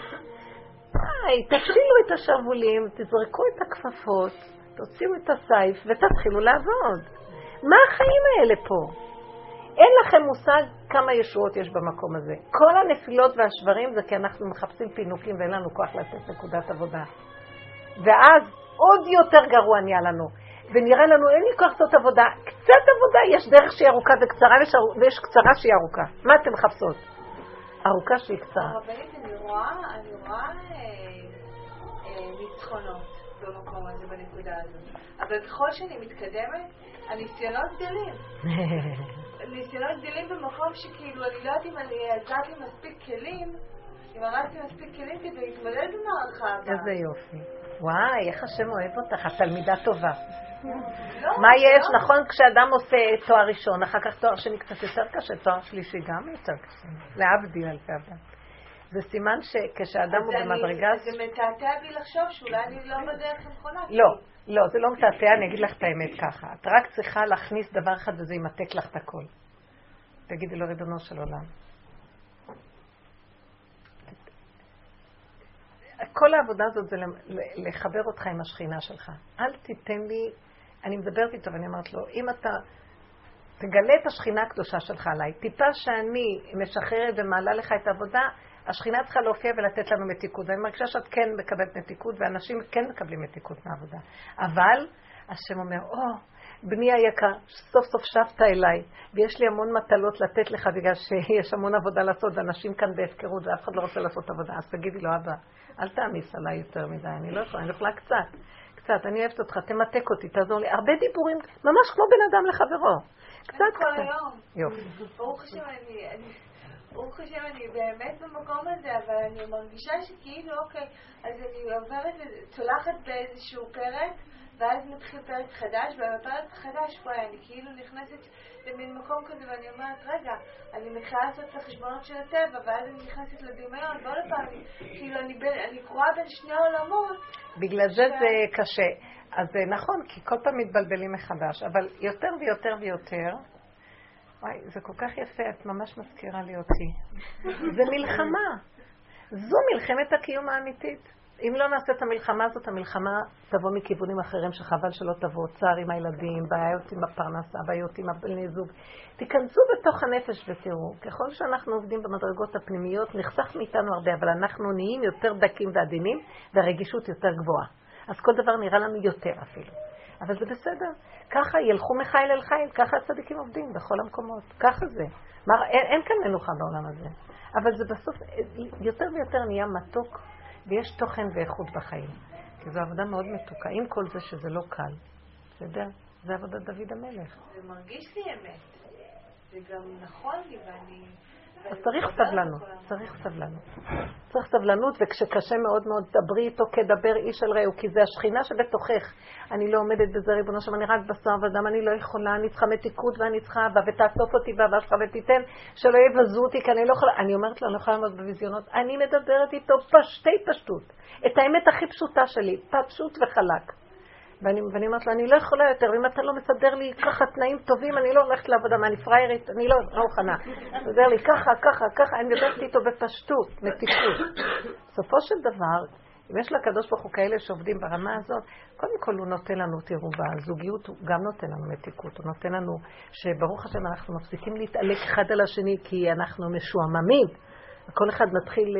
תפשילו את השרבולים, תזרקו את הכפפות, תוציאו את הסייף ותתחילו לעבוד. מה החיים האלה פה? אין לכם מושג כמה ישועות יש במקום הזה. כל הנפילות והשברים זה כי אנחנו מחפשים פינוקים ואין לנו כוח לתת נקודת עבודה. ואז עוד יותר גרוע נהיה לנו. ונראה לנו, אין לי כוח לעשות עבודה. קצת עבודה, יש דרך שהיא ארוכה וקצרה ויש קצרה שהיא ארוכה. מה אתם מחפשות? ארוכה שהיא קצרה. הרבנית, אני רואה ניצחונות במקום הזה, בנקודה הזאת. אבל ככל שאני מתקדמת, הניסיונות גדלים. ניסיונות גדלים במקום שכאילו, אני לא יודעת אם אני עזרתי מספיק כלים, אם ערדתי מספיק כלים כדי להתמודד במערכה הבאה. איזה יופי. וואי, איך השם אוהב אותך, את תלמידה טובה. מה יש? נכון, כשאדם עושה תואר ראשון, אחר כך תואר שני קצת יותר קשה, תואר שלישי גם יותר קשה. להבדיל על זה אדם. זה סימן שכשאדם הוא במדרגה... זה מתעתע בי לחשוב שאולי אני לא בדרך הנכונה. לא, זה לא מתעתע, אני אגיד לך את האמת ככה. את רק צריכה להכניס דבר אחד וזה ימתק לך את הכל. תגידי לו, ריבונו של עולם. כל העבודה הזאת זה לחבר אותך עם השכינה שלך. אל תיתן לי, אני מדברת איתו ואני אומרת לו, אם אתה תגלה את השכינה הקדושה שלך עליי, טיפה שאני משחררת ומעלה לך את העבודה, השכינה צריכה להופיע ולתת לנו מתיקות. ואני מרגישה שאת כן מקבלת מתיקות, ואנשים כן מקבלים מתיקות מהעבודה. אבל השם אומר, בני היקר, סוף סוף שבת אליי, ויש לי המון מטלות לתת לך, בגלל שיש המון עבודה לעשות, ואנשים כאן בהפקרות, ואף אחד לא רוצה לעשות עבודה. אז תגידי לו, אבא, אל תעמיס עליי יותר מדי, אני לא יכולה קצת, אני אוהבת אותך, תמתק אותי, תעזור לי. הרבה דיבורים, ממש כמו בן אדם לחברו. קצת. כל היום. יופי. ברוך השם, אני באמת במקום הזה, אבל אני מרגישה שכאילו, אוקיי, אז אני עוברת, צולחת באיזשהו פרק, ואז מתחיל פרק חדש, ובפרק חדש פה אני כאילו נכנסת למין מקום כזה, ואני אומרת, רגע, אני מתחילה לעשות את החשבונות של הטבע, ואז אני נכנסת לדמיון, ועוד פעם, כאילו אני קרואה בין שני עולמות. בגלל זה זה קשה. אז זה נכון, כי כל פעם מתבלבלים מחדש, אבל יותר ויותר ויותר, וואי, זה כל כך יפה, את ממש מזכירה לי אותי. זה מלחמה. זו מלחמת הקיום האמיתית. אם לא נעשה את המלחמה הזאת, המלחמה תבוא מכיוונים אחרים שחבל שלא תבוא, צער עם הילדים, בעיות עם הפרנסה, בעיות עם הבני זוג. תיכנסו בתוך הנפש ותראו, ככל שאנחנו עובדים במדרגות הפנימיות, נחסך מאיתנו הרבה, אבל אנחנו נהיים יותר דקים ועדינים, והרגישות יותר גבוהה. אז כל דבר נראה לנו יותר אפילו. אבל זה בסדר. ככה ילכו מחיל אל חיל, ככה הצדיקים עובדים בכל המקומות. ככה זה. אין כאן מנוחה בעולם הזה. אבל זה בסוף יותר ויותר נהיה מתוק, ויש תוכן ואיכות בחיים. כי זו עבודה מאוד מתוקה. עם כל זה שזה לא קל. בסדר? זה עבודת דוד המלך. זה מרגיש לי אמת. זה גם נכון לי ואני... אז צריך סבלנות, צריך סבלנות. צריך סבלנות, וכשקשה מאוד מאוד דברי איתו כדבר איש אל רעהו, כי זה השכינה שבתוכך. אני לא עומדת בזה, ריבונו שם, אני רק בשר ודם, אני לא יכולה, אני צריכה מתיקות ואני צריכה אהבה, ותאסוף אותי באהבה שלך ותיתן שלא יבזו אותי, כי אני לא יכולה, אני אומרת לו, אני לא יכולה לעמוד בוויזיונות, אני מדברת איתו פשטי פשטות, את האמת הכי פשוטה שלי, פשוט וחלק. ואני אומרת לו, אני לא יכולה יותר, ואם אתה לא מסדר לי ככה תנאים טובים, אני לא הולכת לעבודה, מה, אני פריירית, אני לא מוכנה. מסדר לי ככה, אני מדברת איתו בפשטות, מתיקות. בסופו של דבר, אם יש לקדוש ברוך הוא כאלה שעובדים ברמה הזאת, קודם כל הוא נותן לנו, תראו, בזוגיות הוא גם נותן לנו מתיקות, הוא נותן לנו שברוך השם אנחנו מפסיקים להתעלק אחד על השני, כי אנחנו משועממים. כל אחד מתחיל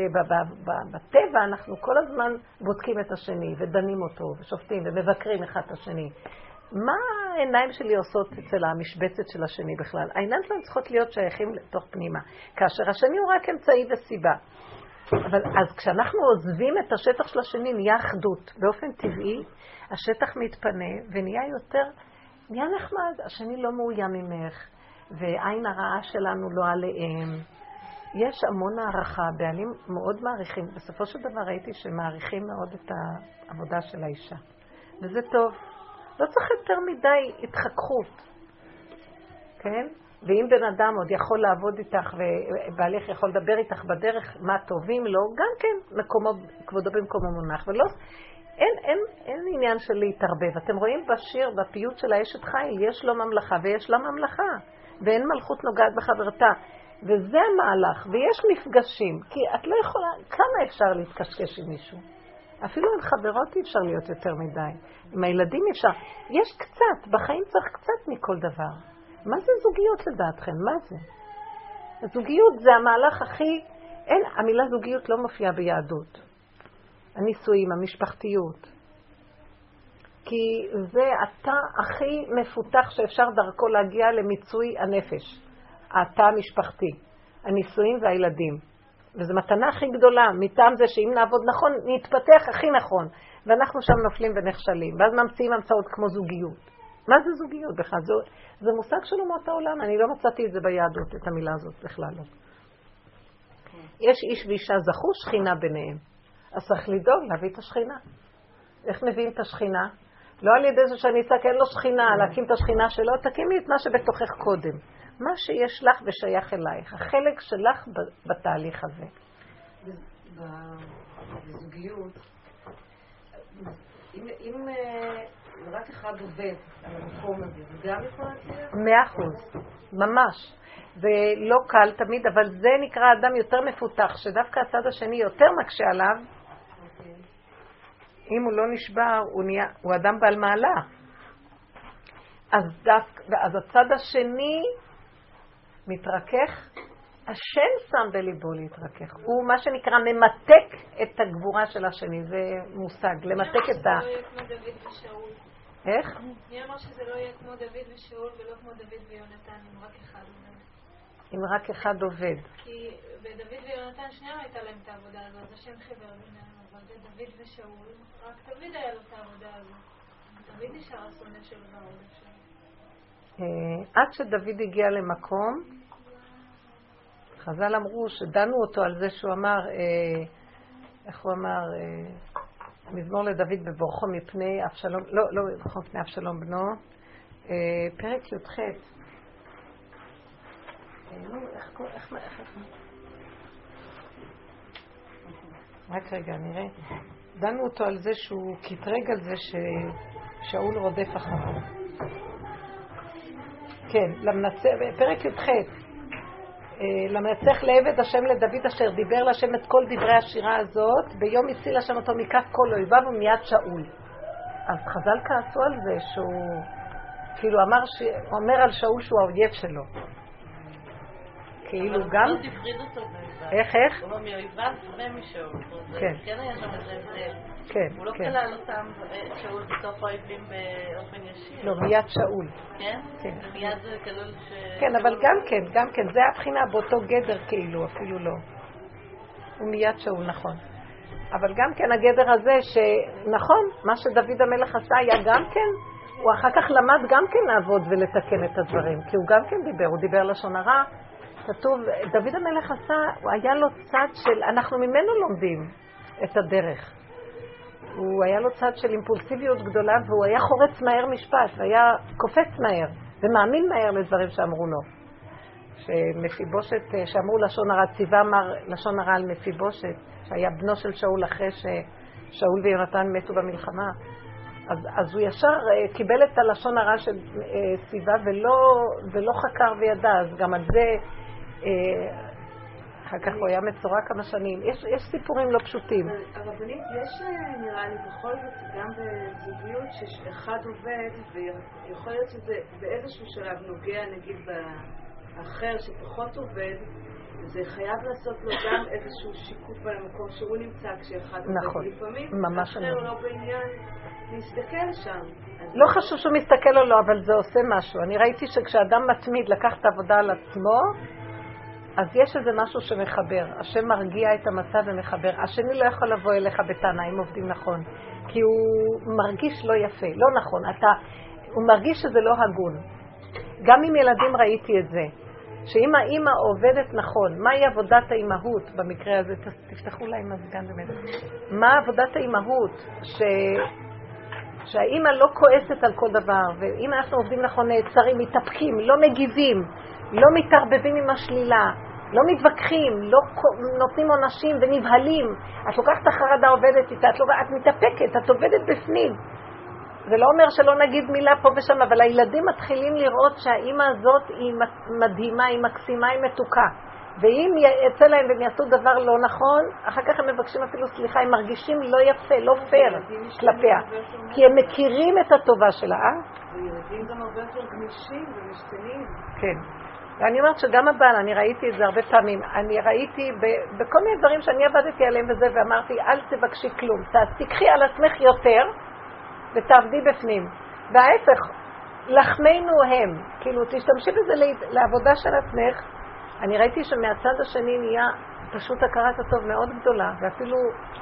בטבע, אנחנו כל הזמן בודקים את השני ודנים אותו ושופטים ומבקרים אחד את השני. מה העיניים שלי עושות אצל המשבצת של השני בכלל? העיניים שלנו צריכות להיות שייכים לתוך פנימה, כאשר השני הוא רק אמצעי וסיבה. אבל אז כשאנחנו עוזבים את השטח של השני נהיה אחדות. באופן טבעי השטח מתפנה ונהיה יותר, נהיה נחמד, השני לא מאוים ממך ועין הרעה שלנו לא עליהם. יש המון הערכה, בעלים מאוד מעריכים. בסופו של דבר ראיתי שמעריכים מאוד את העבודה של האישה. וזה טוב. לא צריך יותר מדי התחככות. כן? ואם בן אדם עוד יכול לעבוד איתך ובעליך יכול לדבר איתך בדרך מה טובים לו, גם כן מקומו, כבודו במקומו מונח. ולא, אין עניין של להתערבב. אתם רואים בשיר, בפיוט של האשת חיל, יש לו ממלכה ויש לה ממלכה. ואין מלכות נוגעת בחברתה. וזה המהלך, ויש מפגשים, כי את לא יכולה, כמה אפשר להתקשקש עם מישהו? אפילו עם חברות אי אפשר להיות יותר מדי, עם הילדים אי אפשר. יש קצת, בחיים צריך קצת מכל דבר. מה זה זוגיות לדעתכם? מה זה? הזוגיות זה המהלך הכי, המילה זוגיות לא מופיעה ביהדות. הנישואים, המשפחתיות. כי זה התא הכי מפותח שאפשר דרכו להגיע למיצוי הנפש. התא המשפחתי, הנישואים והילדים. וזו מתנה הכי גדולה, מטעם זה שאם נעבוד נכון, נתפתח הכי נכון. ואנחנו שם נופלים ונכשלים. ואז ממציאים המצאות כמו זוגיות. מה זה זוגיות בכלל? זה מושג של אומות העולם. אני לא מצאתי את זה ביהדות, את המילה הזאת בכלל לא. יש איש ואישה זכו, שכינה ביניהם. אז צריך לדאוג להביא את השכינה. איך מביאים את השכינה? לא על ידי זה שאני אצעק, אין לו שכינה, להקים את השכינה שלו, תקימי את מה שבתוכך קודם. מה שיש לך ושייך אלייך, החלק שלך בתהליך הזה. בזוגיות, אם רק אחד עובד על המקום הזה, זה גם יכול להצליח? 100%, ממש. זה לא קל תמיד, אבל זה נקרא אדם יותר מפותח, שדווקא הצד השני יותר מקשה עליו. אם הוא לא נשבר, הוא אדם בעל מעלה. אז הצד השני מתרכך, השם שם בליבו להתרכך. הוא מה שנקרא ממתק את הגבורה של השני, זה מושג, למתק את ה... זה לא יהיה כמו דוד ושאול. איך? מי אמר שזה לא יהיה כמו דוד ושאול ולא כמו דוד ויונתן, אם רק אחד עובד? אם רק אחד עובד. כי בדוד ויונתן שניהם הייתה להם את העבודה הזאת, השם חיבר ביניהם, אבל זה דוד ושאול, רק דוד היה לו את העבודה הזאת. דוד נשאר השונא שלו והעבודה שלו. עד שדוד הגיע למקום, חז"ל אמרו שדנו אותו על זה שהוא אמר, איך הוא אמר, מזמור לדוד בבורכו מפני אבשלום, לא בבורכו מפני אבשלום בנו, פרק י"ח. איך רק רגע, נראה. דנו אותו על זה שהוא קטרג על זה ששאול רודף אחריו. כן, פרק י"ח. למנצח לעבד השם לדוד אשר דיבר להשם את כל דברי השירה הזאת, ביום הציל השם אותו מכף כל אויביו ומיד שאול. אז חז"ל כעסו על זה שהוא כאילו אומר על שאול שהוא האויב שלו. כאילו גם... אבל תפריד אותו באויביו. איך? הוא אומר מאויביו ומשאול. כן. כן היה שם איזה הבדל. כן. הוא לא כלל אותם שאול בתוך האויבים באופן ישיר. לא, מיד שאול. כן? כן. מיד זה כלול ש... כן, אבל גם כן, זה הבחינה באותו גדר כאילו, אפילו לא. הוא מיד שאול, נכון. אבל גם כן הגדר הזה שנכון, מה שדוד המלך עשה היה גם כן, הוא אחר כך למד גם כן לעבוד ולתקן את הדברים, כי הוא גם כן הוא דיבר לשון הרע. כתוב, דוד המלך עשה, הוא היה לו צד של, אנחנו ממנו לומדים את הדרך. הוא היה לו צד של אימפולסיביות גדולה, והוא היה חורץ מהר משפט, והיה קופץ מהר, ומאמין מהר לדברים שאמרו לו. שמפיבושת, שאמרו לשון הרע, ציווה אמר לשון הרע על מפיבושת, שהיה בנו של שאול אחרי ששאול ויונתן מתו במלחמה. אז הוא ישר קיבל את הלשון הרע של ציווה ולא חקר וידע, אז גם על זה אחר כך הוא היה מצורע כמה שנים. יש סיפורים לא פשוטים. הרבנית, יש נראה לי בכל זאת גם בזוגיות שאחד עובד, ויכול להיות שזה באיזשהו שלב נוגע נגיד באחר שפחות עובד, זה חייב לעשות לו גם איזשהו שיקוף במקום שהוא נמצא כשאחד עובד. נכון, לפעמים ממש אחר לא בעניין להסתכל שם. לא חשוב שהוא מסתכל או לא, אבל זה עושה משהו. אני ראיתי שכשאדם מתמיד לקח את העבודה על עצמו, אז יש איזה משהו שמחבר. השם מרגיע את המצב ומחבר. השני לא יכול לבוא אליך בטענה, אם עובדים נכון. כי הוא מרגיש לא יפה, לא נכון. הוא מרגיש שזה לא הגון. גם עם ילדים ראיתי את זה. שאם האמא עובדת נכון, מהי עבודת האימהות במקרה הזה? תפתחו לה עם הסגן באמת. מה עבודת האימהות? שהאמא לא כועסת על כל דבר, ואם אנחנו עובדים נכון נעצרים, מתאפקים, לא מגיבים, לא מתערבבים עם השלילה, לא מתווכחים, לא נותנים עונשים ונבהלים. את לוקחת החרדה עובדת איתה, את מתאפקת, את עובדת בפנים. זה לא אומר שלא נגיד מילה פה ושם, אבל הילדים מתחילים לראות שהאמא הזאת היא מדהימה, היא מקסימה, היא מתוקה. ואם יצא להם והם יעשו דבר לא נכון, אחר כך הם מבקשים אפילו סליחה, הם מרגישים לא יפה, לא פייר כלפיה. כי הם מכירים את הטובה שלה, וילדים גם הרבה יותר גמישים ומשתנים. כן. ואני אומרת שגם הבעל, אני ראיתי את זה הרבה פעמים, אני ראיתי בכל מיני דברים שאני עבדתי עליהם וזה, ואמרתי, אל תבקשי כלום, תקחי על עצמך יותר, ותעבדי בפנים. וההפך, לחמנו הם, כאילו תשתמשי בזה לעבודה של עצמך. אני ראיתי שמהצד השני נהיה פשוט הכרת הטוב מאוד גדולה, ואפילו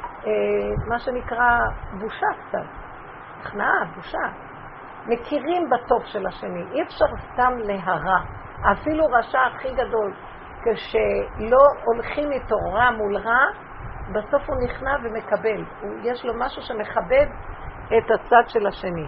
מה שנקרא בושה קצת, הכנעה, בושה. מכירים בטוב של השני, אי אפשר סתם להרע. אפילו רשע הכי גדול, כשלא הולכים איתו רע מול רע, בסוף הוא נכנע ומקבל. יש לו משהו שמכבד את הצד של השני.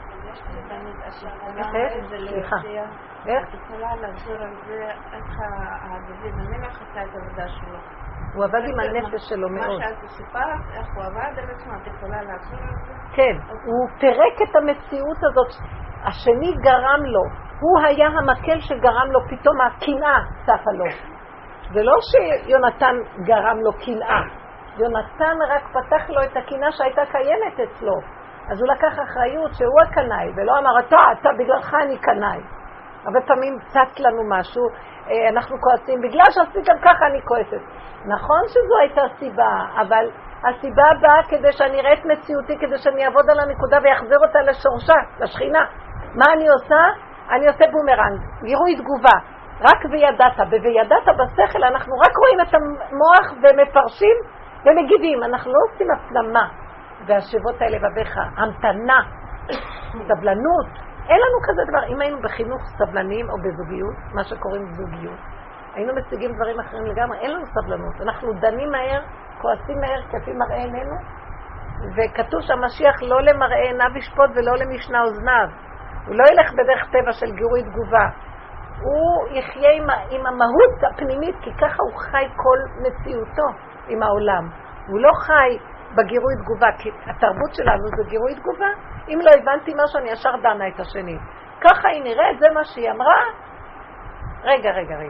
סליחה. איך? את יכולה לחזור על זה, איך דוד המלך עשה את העבודה שלו. הוא עבד עם הנפש שלו מאוד. מה שאת סיפרת, איך הוא עבד על עצמו, את יכולה לחזור על זה? כן, הוא פירק את המציאות הזאת. השני גרם לו. הוא היה המקל שגרם לו, פתאום הקנאה צפה לו. זה לא שיונתן גרם לו קנאה. יונתן רק פתח לו את הקנאה שהייתה קיימת אצלו. אז הוא לקח אחריות שהוא הקנאי, ולא אמר, אתה בגללך אני קנאי. הרבה פעמים צץ לנו משהו, אנחנו כועסים, בגלל שעשיתם ככה אני כועסת. נכון שזו הייתה סיבה, אבל הסיבה באה כדי שאני אראה את מציאותי, כדי שאני אעבוד על הנקודה ויחזיר אותה לשורשה, לשכינה. מה אני עושה? אני עושה בומרנג, גירוי תגובה. רק וידעת, וידעת בשכל, אנחנו רק רואים את המוח ומפרשים ומגיבים. אנחנו לא עושים הפנמה. והשבות האלה בבך, המתנה, סבלנות. אין לנו כזה דבר. אם היינו בחינוך סבלניים או בזוגיות, מה שקוראים זוגיות, היינו משיגים דברים אחרים לגמרי. אין לנו סבלנות. אנחנו דנים מהר, כועסים מהר כפי מראה עינינו, וכתוב שהמשיח לא למראה עיניו ישפוט ולא למשנה אוזניו. הוא לא ילך בדרך טבע של גירוי תגובה. הוא יחיה עם המהות הפנימית, כי ככה הוא חי כל מציאותו עם העולם. הוא לא חי בגירוי תגובה, כי התרבות שלנו זה גירוי תגובה. אם לא הבנתי משהו, אני ישר דנה את השני. ככה היא נראית, זה מה שהיא אמרה. רגע.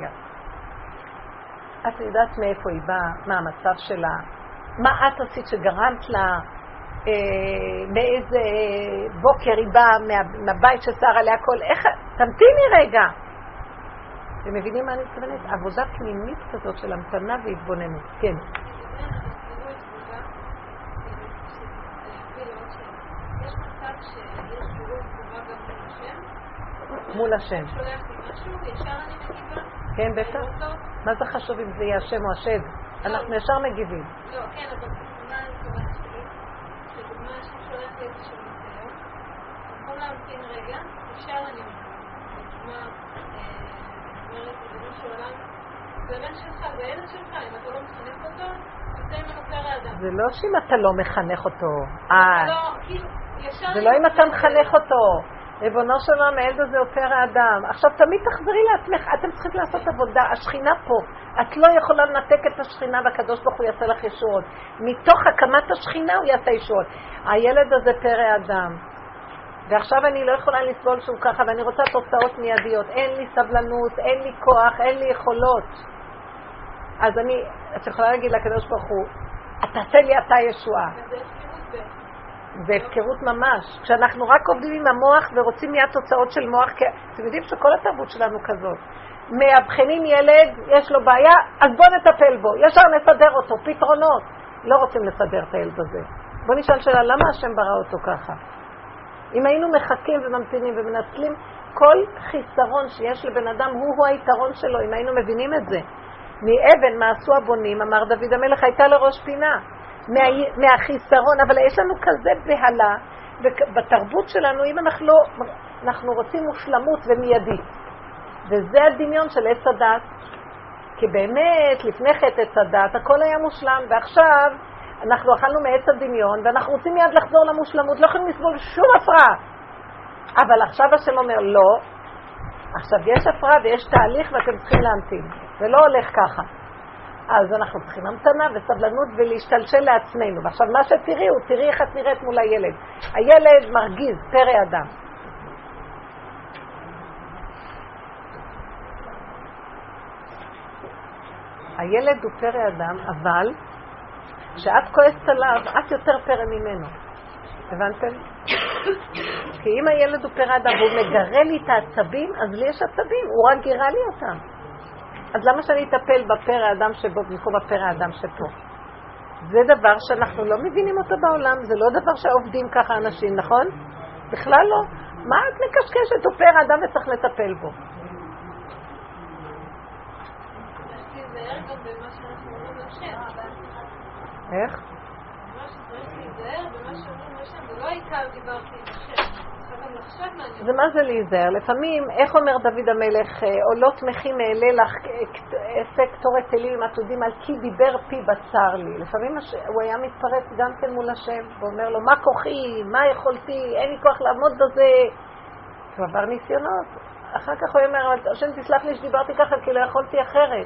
את יודעת מאיפה היא באה, מה המצב שלה, מה את עשית שגרמת לה, מאיזה בוקר היא באה מהבית ששר עליה הכל, איך, תמתיני רגע. אתם מבינים מה אני מתכוונת? עבודה פנימית כזאת של המתנה והתבוננות. כן. יש מצב שיש גירוי תגובה גם מול השם? מול השם. שולח לי משהו וישר אני מגיבה? כן, בטח. מה זה חשוב אם זה יהיה השם או השד? אנחנו ישר מגיבים. לא, כן, אבל מה אני מתכוונת שלי? שדוגמה השם שולח לי איזשהו ניסיון, במקום להמתין רגע, ישר אני מגיבה. דוגמה, אומרת, ריבונו של עולם, זה הבן שלך, זה הילד שלך, אם אתה לא מחנך אותו, יוצא ממנו פרא אדם. זה לא שאם אתה לא מחנך אותו. זה לא אם אתה מחנך אותו. ריבונו של עולם, הילד הזה הוא פרא אדם. עכשיו תמיד תחזרי לעצמך, אתם צריכים לעשות עבודה, השכינה פה. את לא יכולה לנתק את השכינה והקדוש ברוך הוא יעשה לך ישועות. מתוך הקמת השכינה הוא יעשה ישועות. הילד הזה פרא אדם. ועכשיו אני לא יכולה לסבול שהוא ככה, ואני רוצה תוצאות מיידיות. אין לי סבלנות, אין לי כוח, אין לי יכולות. אז את יכולה להגיד לקדוש ברוך הוא, תעשה לי אתה ישועה. זה הפקרות ממש. כשאנחנו רק עובדים עם המוח ורוצים מיד תוצאות של מוח, אתם יודעים שכל התרבות שלנו כזאת. מאבחנים ילד, יש לו בעיה, אז בוא נטפל בו. ישר נסדר אותו, פתרונות. לא רוצים לסדר את הילד הזה. בוא נשאל שאלה, למה השם ברא אותו ככה? אם היינו מחכים וממתינים ומנצלים, כל חיסרון שיש לבן אדם הוא היתרון שלו, אם היינו מבינים את זה. מאבן מה עשו הבונים, אמר דוד המלך, הייתה לראש פינה. מהחיסרון, אבל יש לנו כזה בהלה, ובתרבות שלנו, אם אנחנו רוצים מושלמות ומיידית. וזה הדמיון של עץ הדת. כי באמת, לפני חטא עץ הדת, הכל היה מושלם, ועכשיו אנחנו אכלנו מעץ הדמיון, ואנחנו רוצים מיד לחזור למושלמות, לא יכולים לסבול שום הפרעה. אבל עכשיו השם אומר, לא, עכשיו יש הפרעה ויש תהליך ואתם צריכים להמתין. זה לא הולך ככה. אז אנחנו צריכים המתנה וסבלנות ולהשתלשל לעצמנו. ועכשיו מה שתראו, תראי איך את נראית מול הילד. הילד מרגיז, פרא אדם. הילד הוא פרא אדם, אבל כשאת כועסת עליו, את יותר פרא ממנו. הבנתם? כי אם הילד הוא פרא אדם והוא מגרה לי את העצבים, אז לי יש עצבים, הוא רק גירה לי אותם. אז למה שאני אטפל בפרא אדם שבו במקום בפרא אדם שפה? זה דבר שאנחנו לא מבינים אותו בעולם, זה לא דבר שעובדים ככה אנשים, נכון? בכלל לא. מה את מקשקשת? הוא פרא אדם וצריך לטפל בו. איך? זה מה זה להיזהר? לפעמים, איך אומר דוד המלך, עולות מחי מעלה לך עשה קטורת אלים עתודים על כי דיבר פי בצר לי. לפעמים הוא היה מתפרץ גם כן מול השם ואומר לו, מה כוחי, מה יכולתי, אין לי כוח לעמוד בזה. הוא עבר ניסיונות. אחר כך הוא אומר, השם תסלח לי שדיברתי ככה כי לא יכולתי אחרת.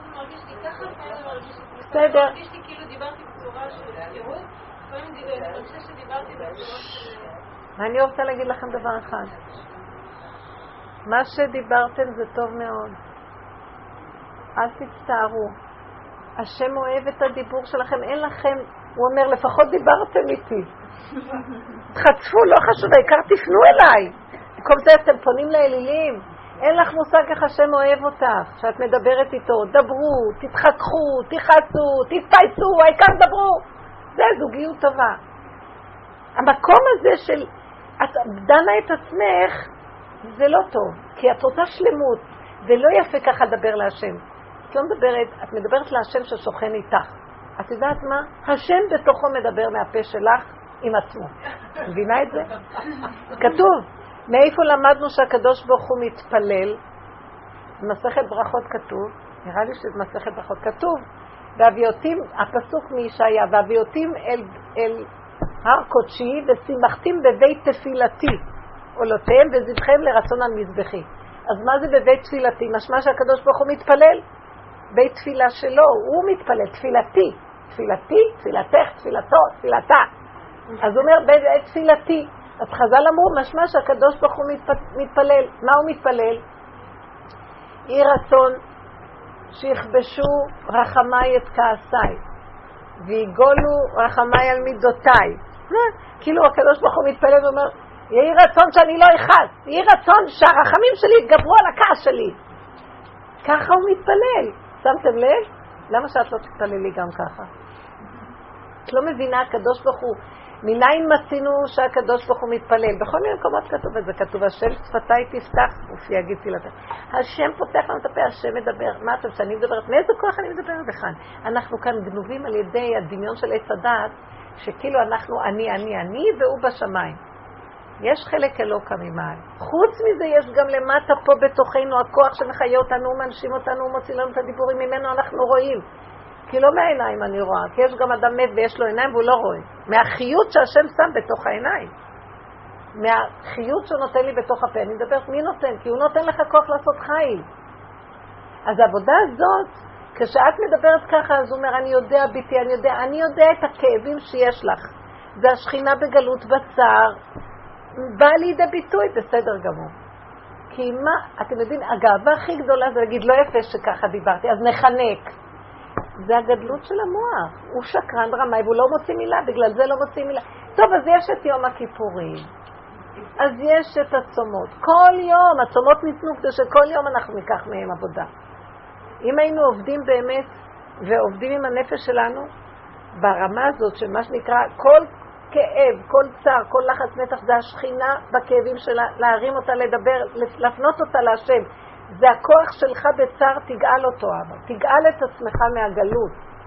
בסדר. מרגיש לי כאילו דיברתי בצורה של הפקרות, לפעמים אני חושב שדיברתי בצורה של... אני רוצה להגיד לכם דבר אחד. מה שדיברתם זה טוב מאוד. אל תצטערו. השם אוהב את הדיבור שלכם, אין לכם, הוא אומר, לפחות דיברתם איתי. תחצפו, לא חשוב, העיקר תפנו אליי. במקום זה אתם פונים לאלילים. אין לך מושג איך השם אוהב אותך, שאת מדברת איתו, דברו, תתחככו, תחסו, תתפייסו, העיקר דברו. זה זוגיות טובה. המקום הזה של את דנה את עצמך, זה לא טוב, כי את רוצה שלמות, ולא יפה ככה לדבר להשם. את לא מדברת, את מדברת להשם ששוכן איתך. את יודעת מה? השם בתוכו מדבר מהפה שלך עם עצמו. מבינה את זה? כתוב. מאיפה למדנו שהקדוש ברוך הוא מתפלל? במסכת ברכות כתוב, נראה לי שזה מסכת ברכות כתוב, והביאותים, הפסוק מישעיה, והביאותים אל הר קודשי ושימחתים בבית תפילתי, עולותיהם וזבחיהם לרצון על מזבחי. אז מה זה בבית תפילתי? משמע שהקדוש ברוך הוא מתפלל. בית תפילה שלו, הוא מתפלל, תפילתי, תפילתך, תפילתו, תפילתה. אז הוא אומר בבית תפילתי. אז חז"ל אמרו, משמע שהקדוש ברוך הוא מתפלל. מה הוא מתפלל? יהי רצון שיכבשו רחמי את כעסי ויגולו רחמי על מידותיי. כאילו הקדוש ברוך הוא מתפלל ואומר, יהי רצון שאני לא אכעס, יהי רצון שהרחמים שלי יתגברו על הכעס שלי. ככה הוא מתפלל. שמתם לב? למה שאת לא תתפללי גם ככה? את לא מבינה, הקדוש ברוך הוא, מניין מצינו שהקדוש ברוך הוא מתפלל? בכל מיני מקומות כתוב את זה, כתוב השם שפתיי תפתח ופי יגיד תפילתה. השם פותח לנו את הפה, השם מדבר. מה אתם, שאני מדברת? מאיזה כוח אני מדברת בכאן? אנחנו כאן גנובים על ידי הדמיון של עץ הדעת, שכאילו אנחנו אני והוא בשמיים. יש חלק אלוקה ממעל. חוץ מזה יש גם למטה פה בתוכנו הכוח שמחיה אותנו, הוא מנשים אותנו, הוא מוציא לנו את הדיבורים, ממנו אנחנו רואים. כי לא מהעיניים אני רואה, כי יש גם אדם מת ויש לו עיניים והוא לא רואה. מהחיות שהשם שם בתוך העיניים. מהחיות שהוא נותן לי בתוך הפה. אני מדברת מי נותן? כי הוא נותן לך כוח לעשות חיל. אז העבודה הזאת, כשאת מדברת ככה, אז הוא אומר, אני יודע ביתי, אני יודע את הכאבים שיש לך. זה השכינה בגלות בצער. בא לידי ביטוי, בסדר גמור. כי מה, אתם יודעים, הגאווה הכי גדולה זה להגיד, לא יפה שככה דיברתי, אז נחנק. זה הגדלות של המוח. הוא שקרן ברמאי והוא לא מוציא מילה, בגלל זה לא מוציא מילה. טוב, אז יש את יום הכיפורים. אז יש את הצומות. כל יום, הצומות ניתנו כדי שכל יום אנחנו ניקח מהם עבודה. אם היינו עובדים באמת, ועובדים עם הנפש שלנו, ברמה הזאת, שמה שנקרא, כל כאב, כל צער, כל לחץ מתח, זה השכינה בכאבים שלה, להרים אותה, לדבר, לפנות אותה להשם. זה הכוח שלך בצער, תגאל אותו, אבא. תגאל את עצמך מהגלות.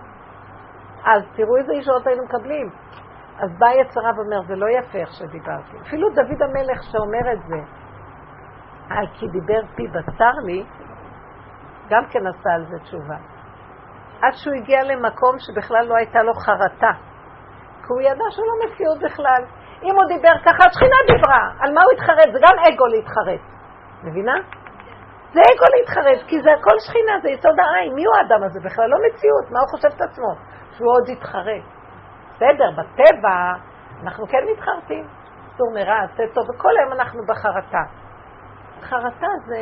אז תראו איזה ישועות היינו מקבלים. אז בא יצרה ואומר, זה לא יפה איך שדיברתי. אפילו דוד המלך שאומר את זה, כי דיבר פי בצר לי, גם כן עשה על זה תשובה. עד שהוא הגיע למקום שבכלל לא הייתה לו חרטה. כי הוא ידע שהוא לא מציאות בכלל. אם הוא דיבר ככה, השכינה דיברה. על מה הוא התחרט? זה גם אגו להתחרט. מבינה? זה אגו להתחרט, כי זה הכל שכינה, זה יסוד העין. מי הוא האדם הזה? בכלל לא מציאות. מה הוא חושב את עצמו? שהוא עוד יתחרט. בסדר, בטבע אנחנו כן מתחרטים. סור מרע, עשה טוב, וכל היום אנחנו בחרטה. חרטה זה...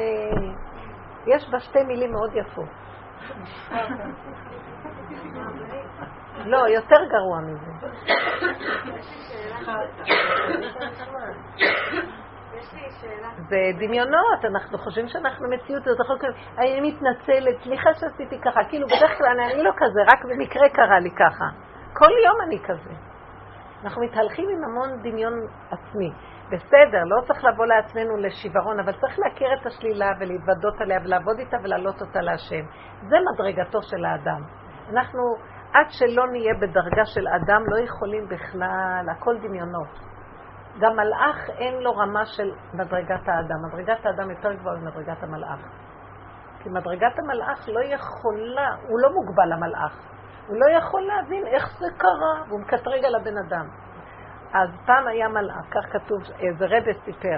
יש בה שתי מילים מאוד יפות. לא, יותר גרוע מזה. זה דמיונות, אנחנו חושבים שאנחנו מציאות, אני מתנצלת, סליחה שעשיתי ככה, כאילו בדרך כלל אני לא כזה, רק במקרה קרה לי ככה. כל יום אני כזה. אנחנו מתהלכים עם המון דמיון עצמי. בסדר, לא צריך לבוא לעצמנו לשברון, אבל צריך להכיר את השלילה ולהתוודות עליה ולעבוד איתה ולעלות אותה להשם. זה מדרגתו של האדם. אנחנו, עד שלא נהיה בדרגה של אדם, לא יכולים בכלל, הכל דמיונות. גם מלאך אין לו רמה של מדרגת האדם. מדרגת האדם יותר גבוהה ממדרגת המלאך. כי מדרגת המלאך לא יכולה, הוא לא מוגבל למלאך. הוא לא יכול להבין איך זה קרה, והוא מקטרג על הבן אדם. אז פעם היה מלאך, כך כתוב, איזה רבי סיפר.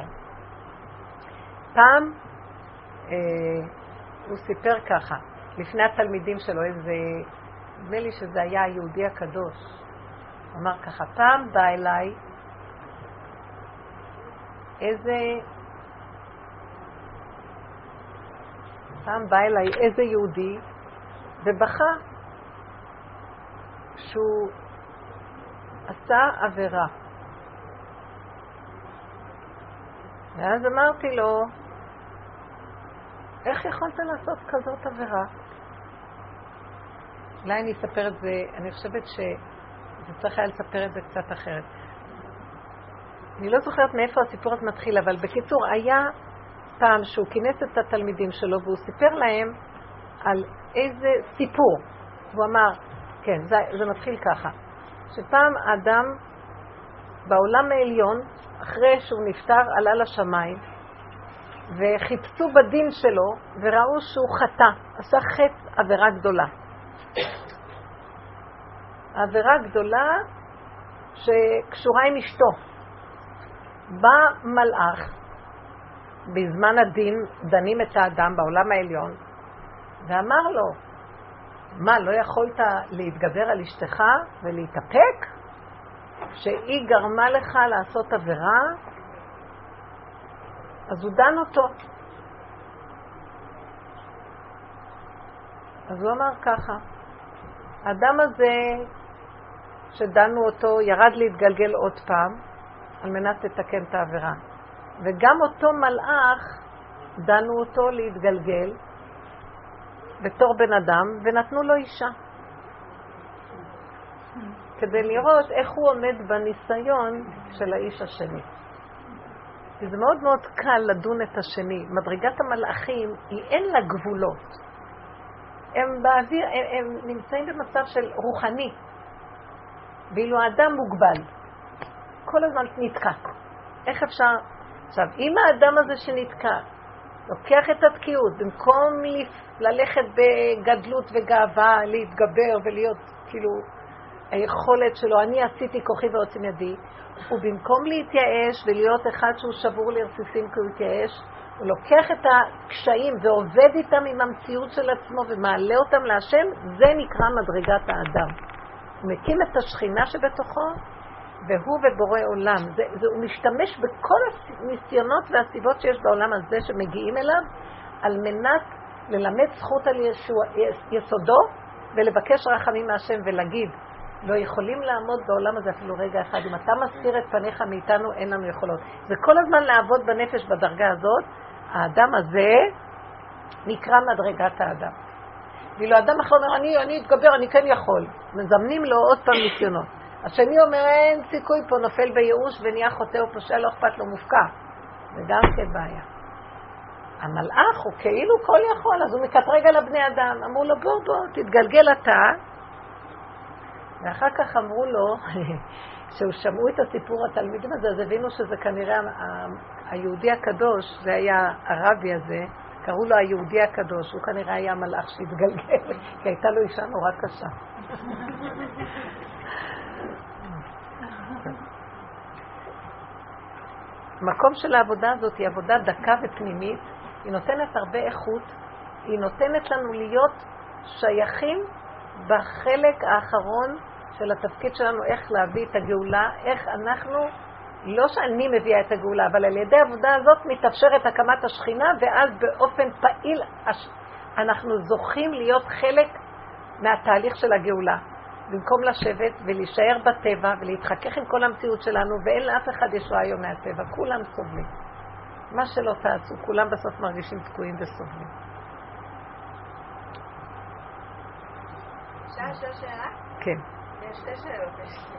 פעם הוא סיפר ככה, לפני התלמידים שלו, נדמה לי שזה היה היהודי הקדוש. הוא אמר ככה, פעם בא אליי איזה יהודי ובכה שהוא עשה עבירה. ואז אמרתי לו, איך יכולת לעשות כזאת עבירה? אולי אני אספר את זה, אני חושבת שזה צריך היה לספר את זה קצת אחרת. אני לא זוכרת מאיפה הסיפור הזה מתחיל, אבל בקיצור, היה פעם שהוא כינס את התלמידים שלו, והוא סיפר להם על איזה סיפור. הוא אמר, כן, זה מתחיל ככה. שפעם אדם בעולם העליון, אחרי שהוא נפטר, עלה לשמיים, וחיפשו בדין שלו, וראו שהוא חטא, עשה חטא, עבירה גדולה. העבירה גדולה שקשורה עם אשתו. בא מלאך, בזמן הדין דנים את האדם בעולם העליון, ואמר לו, מה, לא יכולת להתגבר על אשתך ולהתאפק? שהיא גרמה לך לעשות עבירה? אז הוא דן אותו. אז הוא אמר ככה, האדם הזה שדנו אותו ירד להתגלגל עוד פעם על מנת לתקן את העבירה. וגם אותו מלאך דנו אותו להתגלגל בתור בן אדם ונתנו לו אישה. כדי לראות איך הוא עומד בניסיון של האיש השני. זה מאוד מאוד קל לדון את השני. מדרגת המלאכים היא אין לה גבולות. הם באוויר, הם נמצאים במצב של רוחני. ואילו האדם מוגבל. כל הזמן נתקע. איך אפשר? עכשיו, אם האדם הזה שנתקע, לוקח את התקיעות, במקום ללכת בגדלות וגאווה, להתגבר ולהיות כאילו היכולת שלו, אני עשיתי כוחי ועוצם ידי, ובמקום להתייאש ולהיות אחד שהוא שבור לרסיסים כי הוא התייאש, הוא לוקח את הקשיים ועובד איתם עם המציאות של עצמו ומעלה אותם להשם, זה נקרא מדרגת האדם. הוא מקים את השכינה שבתוכו, והוא ובורא עולם. הוא משתמש בכל הניסיונות והסיבות שיש בעולם הזה שמגיעים אליו, על מנת ללמד זכות על יסודו, ולבקש רחמים מהשם ולהגיד, לא יכולים לעמוד בעולם הזה אפילו רגע אחד. אם אתה מסתיר את פניך מאיתנו, אין לנו יכולות. זה כל הזמן לעבוד בנפש בדרגה הזאת. האדם הזה נקרא מדרגת האדם. ואילו האדם אחר אומר, אני אתגבר, אני כן יכול. מזמנים לו עוד פעם ניסיונות. השני אומר, אין סיכוי פה, נופל בייאוש ונהיה חוטא או פושע, לא אכפת לו, מופקע. זה גם כן בעיה. המלאך הוא כאילו כל יכול, אז הוא מקטרג על הבני אדם. אמרו לו, בוא, תתגלגל אתה. ואחר כך אמרו לו, כשהוא שמעו את הסיפור התלמידים הזה, אז הבינו שזה כנראה היהודי הקדוש, זה היה הרבי הזה, קראו לו היהודי הקדוש, הוא כנראה היה מלאך שהתגלגל, כי הייתה לו אישה נורא קשה. המקום של העבודה הזאת היא עבודה דקה ופנימית, היא נותנת הרבה איכות, היא נותנת לנו להיות שייכים בחלק האחרון של התפקיד שלנו, איך להביא את הגאולה, איך אנחנו, לא שאני מביאה את הגאולה, אבל על ידי העבודה הזאת מתאפשרת הקמת השכינה, ואז באופן פעיל אנחנו זוכים להיות חלק מהתהליך של הגאולה. במקום לשבת ולהישאר בטבע ולהתחכך עם כל המציאות שלנו, ואין לאף אחד ישועה היום מהטבע, כולם סובלים. מה שלא תעשו, כולם בסוף מרגישים תקועים וסובלים. אפשר שאלה? כן. יש שתי שאלות.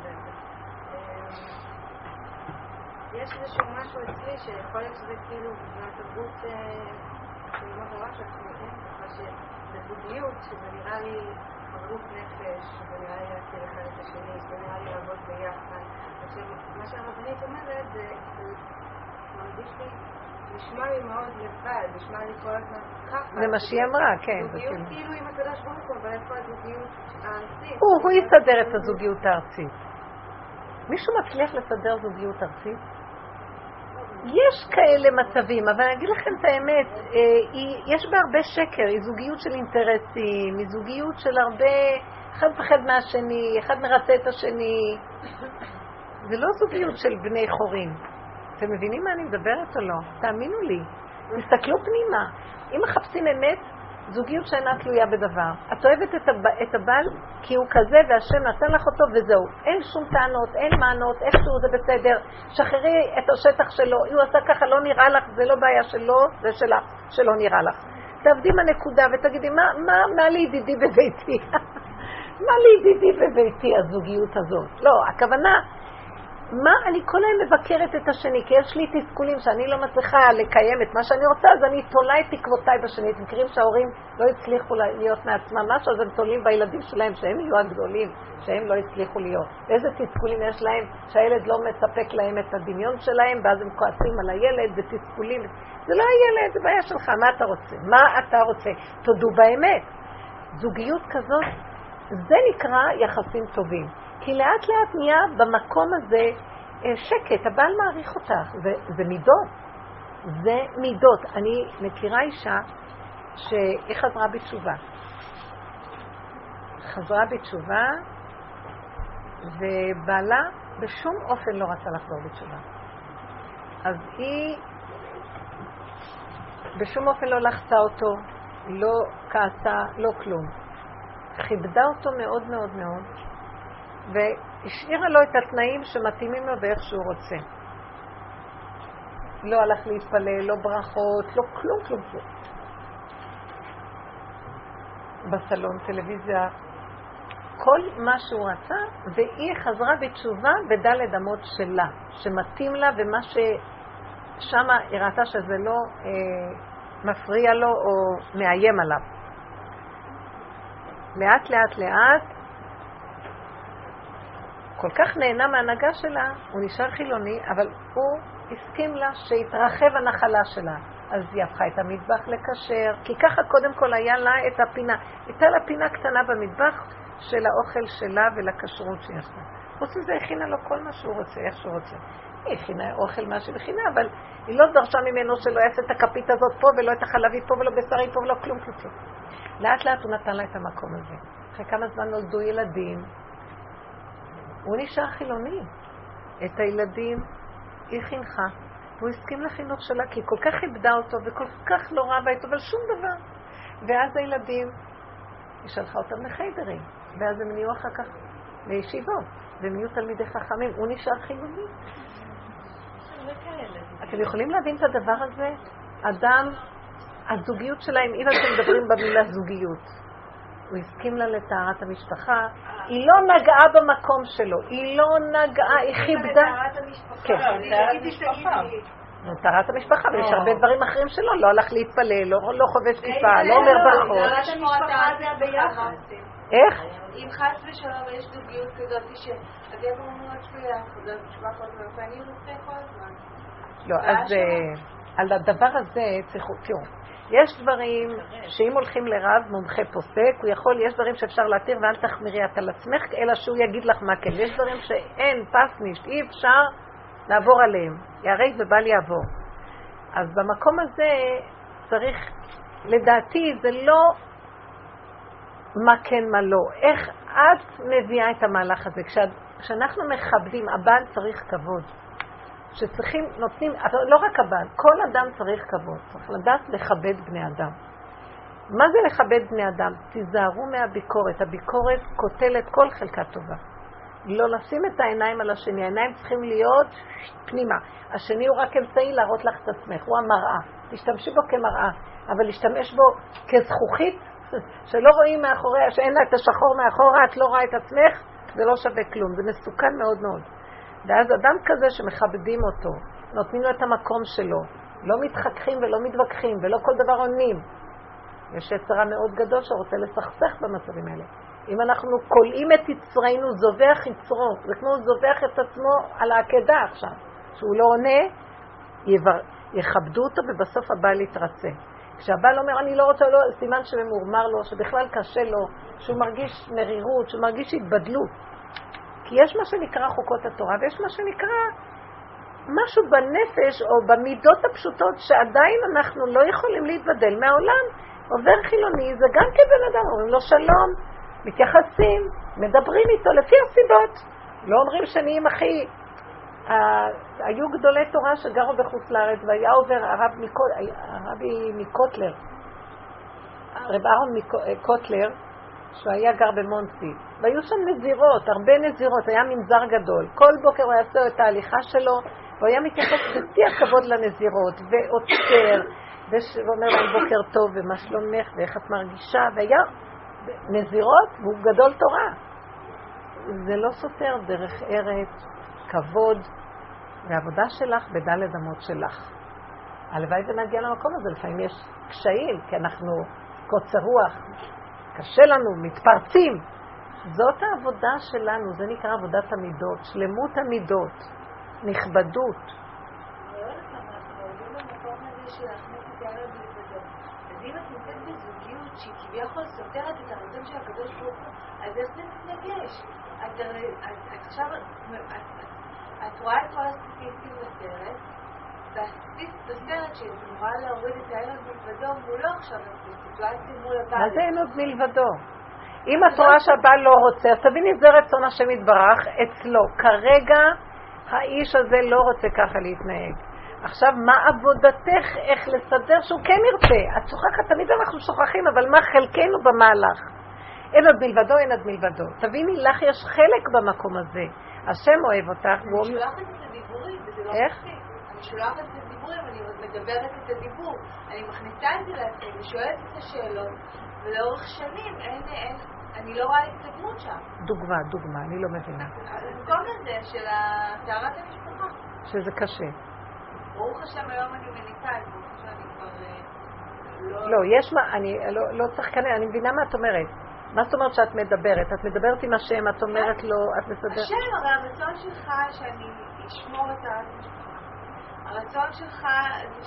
יש איזשהו משהו אצלי שיכול להיות שזה כאילו מהתרבות שלמות הרב שאנחנו יודעים, ככה שבזוגיות, שזה נראה לי חברות נפש, שזה נראה לי להכיר אחד את השני, שזה נראה לי לעבוד ביחד. מה שהרבנית אומרת זה מרגיש לי, נשמע לי מאוד לבד, נשמע לי כל הזמן ככה. זה מה שהיא אמרה, כן. זוגיות כאילו עם הקדוש ברוך הוא, אבל איפה הזוגיות הארצית? הוא יסדר את הזוגיות הארצית. מישהו מצליח לסדר זוגיות ארצית? יש כאלה מצבים, אבל אני אגיד לכם את האמת, יש בה הרבה שקר, היא זוגיות של אינטרסים, היא זוגיות של הרבה, אחד מפחד מהשני, אחד מרצה את השני. זה לא זוגיות של בני חורים. אתם מבינים מה אני מדברת או לא? תאמינו לי. תסתכלו פנימה. אם מחפשים אמת, זוגיות שאינה תלויה בדבר. את אוהבת את הבעל כי הוא כזה והשם נתן לך אותו וזהו. אין שום טענות, אין מענות, איכשהו זה בסדר. שחררי את השטח שלו. הוא עשה ככה, לא נראה לך, זה לא בעיה שלו, זה שלך, שלא נראה לך. תעבדי מהנקודה ותגידי, מה לי ידידי בביתי? מה לי ידידי בביתי הזוגיות הזאת? לא, הכוונה... מה אני כל היום מבקרת את השני, כי יש לי תסכולים שאני לא מצליחה לקיים את מה שאני רוצה, אז אני תולה את תקוותיי בשני. אתם מכירים שההורים לא הצליחו להיות מעצמם משהו, אז הם תולים בילדים שלהם שהם יהיו הגדולים, שהם לא הצליחו להיות. ואיזה תסכולים יש להם שהילד לא מספק להם את הדמיון שלהם, ואז הם כועסים על הילד ותסכולים. זה לא הילד, זה בעיה שלך, מה אתה רוצה? מה אתה רוצה? תודו באמת. זוגיות כזאת, זה נקרא יחסים טובים. כי לאט לאט נהיה במקום הזה שקט, הבעל מעריך אותך, זה מידות, זה מידות. אני מכירה אישה שהיא חזרה בתשובה. חזרה בתשובה, ובעלה בשום אופן לא רצה לחזור בתשובה. אז היא בשום אופן לא לחצה אותו, לא כעסה, לא כלום. כיבדה אותו מאוד מאוד מאוד, והשאירה לו את התנאים שמתאימים לו באיך שהוא רוצה. לא הלך להתפלל, לא ברכות, לא כלום כלום כלום. בסלון, טלוויזיה, כל מה שהוא רצה, והיא חזרה בתשובה בדלת אמות שלה, שמתאים לה, ומה ששמה היא ראתה שזה לא מפריע לו או מאיים עליו. לאט לאט לאט, כל כך נהנה מהנהגה שלה, הוא נשאר חילוני, אבל הוא הסכים לה שהתרחב הנחלה שלה. אז היא הפכה את המטבח לקשר, כי ככה קודם כל היה לה את הפינה. הייתה לה פינה קטנה במטבח של האוכל שלה ולקשרות שיש לה. חוץ מזה הכינה לו כל מה שהוא רוצה, איך שהוא רוצה. היא הכינה אוכל מה שבכינה, אבל היא לא דרשה ממנו שלא יעשה את הכפית הזאת פה ולא את החלבית פה ולא בשרי פה ולא כלום כלום כלום. לאט לאט הוא נתן לה את המקום הזה. אחרי כמה זמן נולדו ילדים, הוא נשאר חילוני. את הילדים היא חינכה. והוא הסכים לחינוך שלה, כי היא כל כך איבדה אותו, וכל כך לא רבה איתו, אבל שום דבר. ואז הילדים, היא שלחה אותם לחיידרים, ואז הם נהיו אחר כך לישיבות, והם נהיו תלמידי חכמים. הוא נשאר חילוני. אתם יכולים להבין את הדבר הזה? אדם, הזוגיות שלהם, אם אתם מדברים במילה זוגיות, הוא הסכים לה לטהרת המשפחה, היא לא נגעה במקום שלו, היא לא נגעה, היא כיבדה. טהרת המשפחה. כן. טהרת המשפחה, ויש הרבה דברים אחרים שלו, לא הלך להתפלל, לא חובש כיפה, לא אומר ברכות. טהרת המשפחה זה ביחד. איך? אם חס ושלום יש זוגיות כזאת שהגבר אומר תפילה, חוזר בתשובה כל הזמן, ואני רוצה כל הזמן. לא, אז על הדבר הזה צריכו, תראו. יש דברים שאם הולכים לרב, מומחה פוסק, הוא יכול, יש דברים שאפשר להתיר ואל תחמירי את על עצמך, אלא שהוא יגיד לך מה כן. יש דברים שאין, פס נישט, אי אפשר לעבור עליהם. יהרג ובל יעבור. אז במקום הזה צריך, לדעתי, זה לא מה כן מה לא. איך את מביאה את המהלך הזה? כשאנחנו מכבדים, הבעל צריך כבוד. שצריכים, נותנים, לא רק הבעל, כל אדם צריך כבוד, צריך לדעת לכבד בני אדם. מה זה לכבד בני אדם? תיזהרו מהביקורת, הביקורת קוטלת כל חלקה טובה. לא לשים את העיניים על השני, העיניים צריכים להיות פנימה. השני הוא רק אמצעי להראות לך את עצמך, הוא המראה. תשתמשי בו כמראה, אבל להשתמש בו כזכוכית, שלא רואים מאחוריה, שאין לה את השחור מאחורה, את לא רואה את עצמך, זה לא שווה כלום, זה מסוכן מאוד מאוד. ואז אדם כזה שמכבדים אותו, נותנים לו את המקום שלו, לא מתחככים ולא מתווכחים ולא כל דבר עונים. יש יצרה מאוד גדול שרוצה לסכסך במצבים האלה. אם אנחנו קולעים את יצרנו, זובח יצרו, זה כמו זובח את עצמו על העקדה עכשיו. שהוא לא עונה, יכבדו אותו ובסוף הבעל יתרצה. כשהבעל אומר אני לא רוצה, לא, סימן שממורמר לו, שבכלל קשה לו, שהוא מרגיש מרירות, שהוא מרגיש התבדלות. כי יש מה שנקרא חוקות התורה, ויש מה שנקרא משהו בנפש או במידות הפשוטות שעדיין אנחנו לא יכולים להתבדל מהעולם. עובר חילוני, זה גם כבן אדם, אומרים לו שלום, מתייחסים, מדברים איתו לפי הסיבות. לא אומרים שנהיים אחי. היו גדולי תורה שגרו בחוץ לארץ, והיה עובר הרבי מקוטלר, רב אהרון מקוטלר, שהוא היה גר במונסי, והיו שם נזירות, הרבה נזירות, היה מנזר גדול. כל בוקר הוא יעשה את ההליכה שלו, והוא היה מתייחס בשיא הכבוד לנזירות, ועוצר, ואומר להם בוקר טוב, ומה שלומך, ואיך את מרגישה, והיה נזירות, והוא גדול תורה. זה לא סותר דרך ארץ, כבוד, והעבודה שלך בדלת אמות שלך. הלוואי ונגיע למקום הזה, לפעמים יש קשיים, כי אנחנו קוצר רוח, קשה לנו, מתפרצים. זאת העבודה שלנו, זה נקרא עבודת המידות, שלמות המידות, נכבדות. אז אם את נמצאת בזוגיות שהיא כביכול סותרת את הרצון של הקדוש ברוך הוא, אז איך זה מתנגש? את עכשיו, את רואה את כל הסטטיסטים בסרט, והסטטיסט בסרט שאמורה להוריד את אין עוד מלבדו מולו עכשיו, בסיטואציה מול הבעל. מה זה אין עוד מלבדו? אם את רואה שהבעל לא רוצה, אז תביני, זה רצון השם יתברך אצלו. כרגע האיש הזה לא רוצה ככה להתנהג. עכשיו, מה עבודתך איך לסדר שהוא כן ירצה? את שוכחת, תמיד אנחנו שוכחים, אבל מה חלקנו במהלך? אין עוד מלבדו, אין עוד מלבדו. תביני, לך יש חלק במקום הזה. השם אוהב אותך. אני שולחת את הדיבורים, וזה לא איך? מספיק. אני שולחת את הדיבורים, אני מדברת את הדיבור. אני מכניסה את זה לעצמי, אני שואלת את השאלות, ולאורך שנים אני לא רואה התקדמות שם. דוגמה, אני לא מבינה. המקום הזה של טהרת המשפחה. שזה קשה. ברוך השם היום אני מניחה, ברוך השם אני כבר לא, יש מה, אני לא צריך כנראה, אני מבינה מה את אומרת. מה זאת אומרת שאת מדברת? את מדברת עם השם, את אומרת לו, את מסדרת. השם, הרי הרצון שלך שאני אשמור את המשפחה. הרצון שלך זה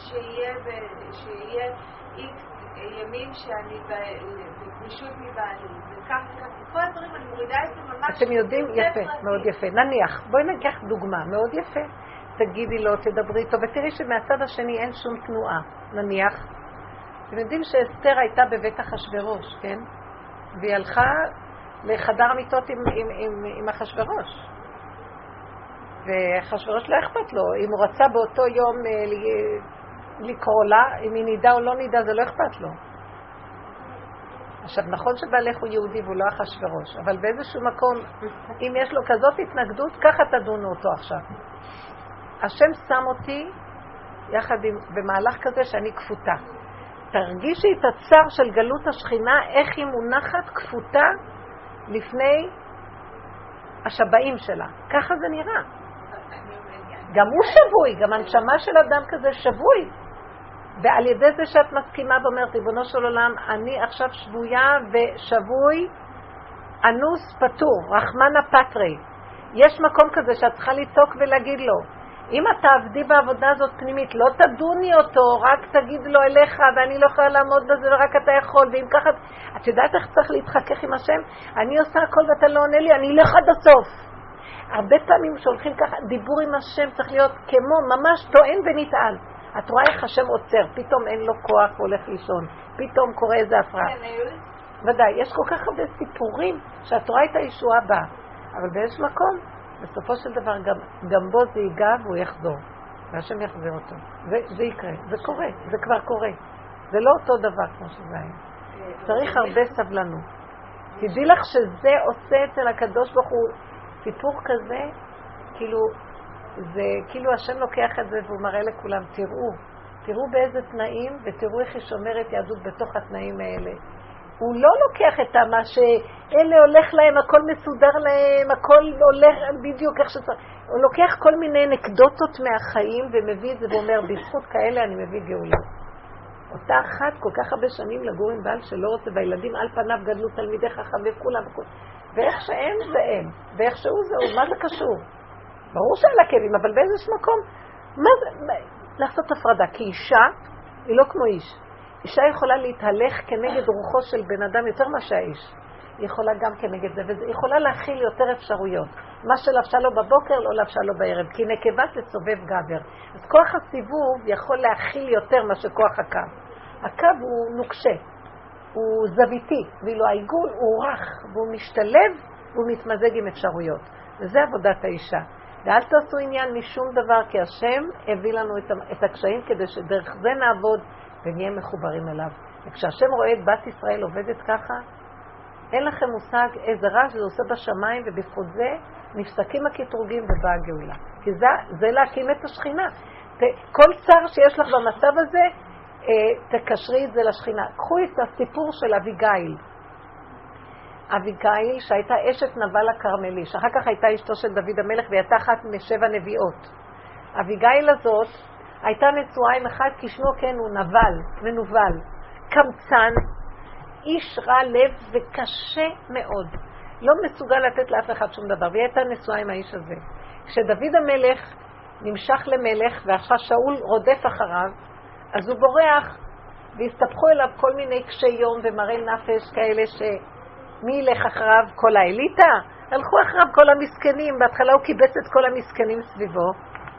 שיהיה איקס ימים שאני בגמישות מבעלי. וכך, כל הדברים, אני מורידה את זה ממש. אתם יודעים? יפה, מאוד יפה. נניח, בואי ניקח דוגמה, מאוד יפה. תגידי לו, תדברי איתו, ותראי שמהצד השני אין שום תנועה. נניח, אתם יודעים שאסתר הייתה בבית אחשוורוש, כן? והיא הלכה לחדר המיטות עם אחשוורוש. ואחשוורוש לא אכפת לו. אם הוא רצה באותו יום לקרוא לה, אם היא נידה או לא נידה, זה לא אכפת לו. עכשיו, נכון שבעלך הוא יהודי והוא לא אחשוורוש, אבל באיזשהו מקום, אם יש לו כזאת התנגדות, ככה תדונו אותו עכשיו. השם שם אותי יחד במהלך כזה שאני כפותה. תרגישי את הצער של גלות השכינה, איך היא מונחת כפותה לפני השבעים שלה. ככה זה נראה. גם הוא שבוי, גם הנשמה של אדם כזה שבוי. ועל ידי זה שאת מסכימה ואומרת, ריבונו של עולם, אני עכשיו שבויה ושבוי, אנוס פטור, רחמנה פטרי. יש מקום כזה שאת צריכה לצעוק ולהגיד לו, אם את תעבדי בעבודה הזאת פנימית, לא תדוני אותו, רק תגיד לו אליך, ואני לא יכולה לעמוד בזה ורק אתה יכול, ואם ככה, את יודעת איך צריך להתחכך עם השם? אני עושה הכל ואתה לא עונה לי, אני אלך עד הסוף. הרבה פעמים שהולכים ככה, דיבור עם השם צריך להיות כמו, ממש טוען ונתעל. את רואה איך השם עוצר, פתאום אין לו כוח והולך לישון, פתאום קורה איזה הפרעה. ודאי, יש כל כך הרבה סיפורים שאת רואה את הישועה בה, אבל באיזשהו מקום, בסופו של דבר גם בו זה ייגע והוא יחזור, והשם יחזיר אותו. זה יקרה, זה קורה, זה כבר קורה. זה לא אותו דבר כמו שזה היה. צריך הרבה סבלנות. תדעי לך שזה עושה אצל הקדוש ברוך הוא סיפור כזה, כאילו השם לוקח את זה והוא מראה לכולם, תראו באיזה תנאים ותראו איך היא שומרת יהדות בתוך התנאים האלה. הוא לא לוקח את מה שאלה הולך להם, הכל מסודר להם, הכל הולך בדיוק איך שצריך. הוא לוקח כל מיני אנקדוטות מהחיים ומביא את זה ואומר, בזכות כאלה אני מביא גאולה. אותה אחת כל כך הרבה שנים לגור עם בעל שלא רוצה, והילדים על פניו גדלו תלמידי חכם וכולם, ואיך שהם זה הם, ואיך שהוא זה הוא, מה זה קשור? ברור שאין לה כאבים, אבל באיזשהו מקום, מה זה? לעשות הפרדה, כי אישה היא לא כמו איש. אישה יכולה להתהלך כנגד רוחו של בן אדם יותר מה שהאיש. היא יכולה גם כנגד זה, והיא יכולה להכיל יותר אפשרויות. מה שלבשה לו בבוקר, לא לבשה לו בערב, כי נקבה תסובב גבר. אז כוח הסיבוב יכול להכיל יותר מה שכוח הקו. הקו הוא נוקשה, הוא זוויתי, ואילו העיגול הוא רך, והוא משתלב, והוא מתמזג עם אפשרויות. וזה עבודת האישה. ואל תעשו עניין משום דבר, כי השם הביא לנו את הקשיים כדי שדרך זה נעבוד ונהיה מחוברים אליו. וכשהשם רואה את בת ישראל עובדת ככה, אין לכם מושג איזה רעש זה עושה בשמיים, ובזכות זה נפסקים הקטרוגים ובאה הגאולה. כי זה להקים את השכינה. כל צער שיש לך במצב הזה, תקשרי את זה לשכינה. קחו את הסיפור של אביגיל. אביגיל שהייתה אשת נבל הכרמלי, שאחר כך הייתה אשתו של דוד המלך והיא הייתה אחת משבע נביאות. אביגיל הזאת הייתה נשואה עם אחד כשמו כן הוא מנוול, קמצן, איש רע לב וקשה מאוד. לא מסוגל לתת לאף אחד שום דבר, והיא הייתה נשואה עם האיש הזה. כשדוד המלך נמשך למלך ועכשיו שאול רודף אחריו, אז הוא בורח והסתבכו אליו כל מיני קשי יום ומראה נפש כאלה מי ילך אחריו? כל האליטה? הלכו אחריו כל המסכנים, בהתחלה הוא קיבץ את כל המסכנים סביבו,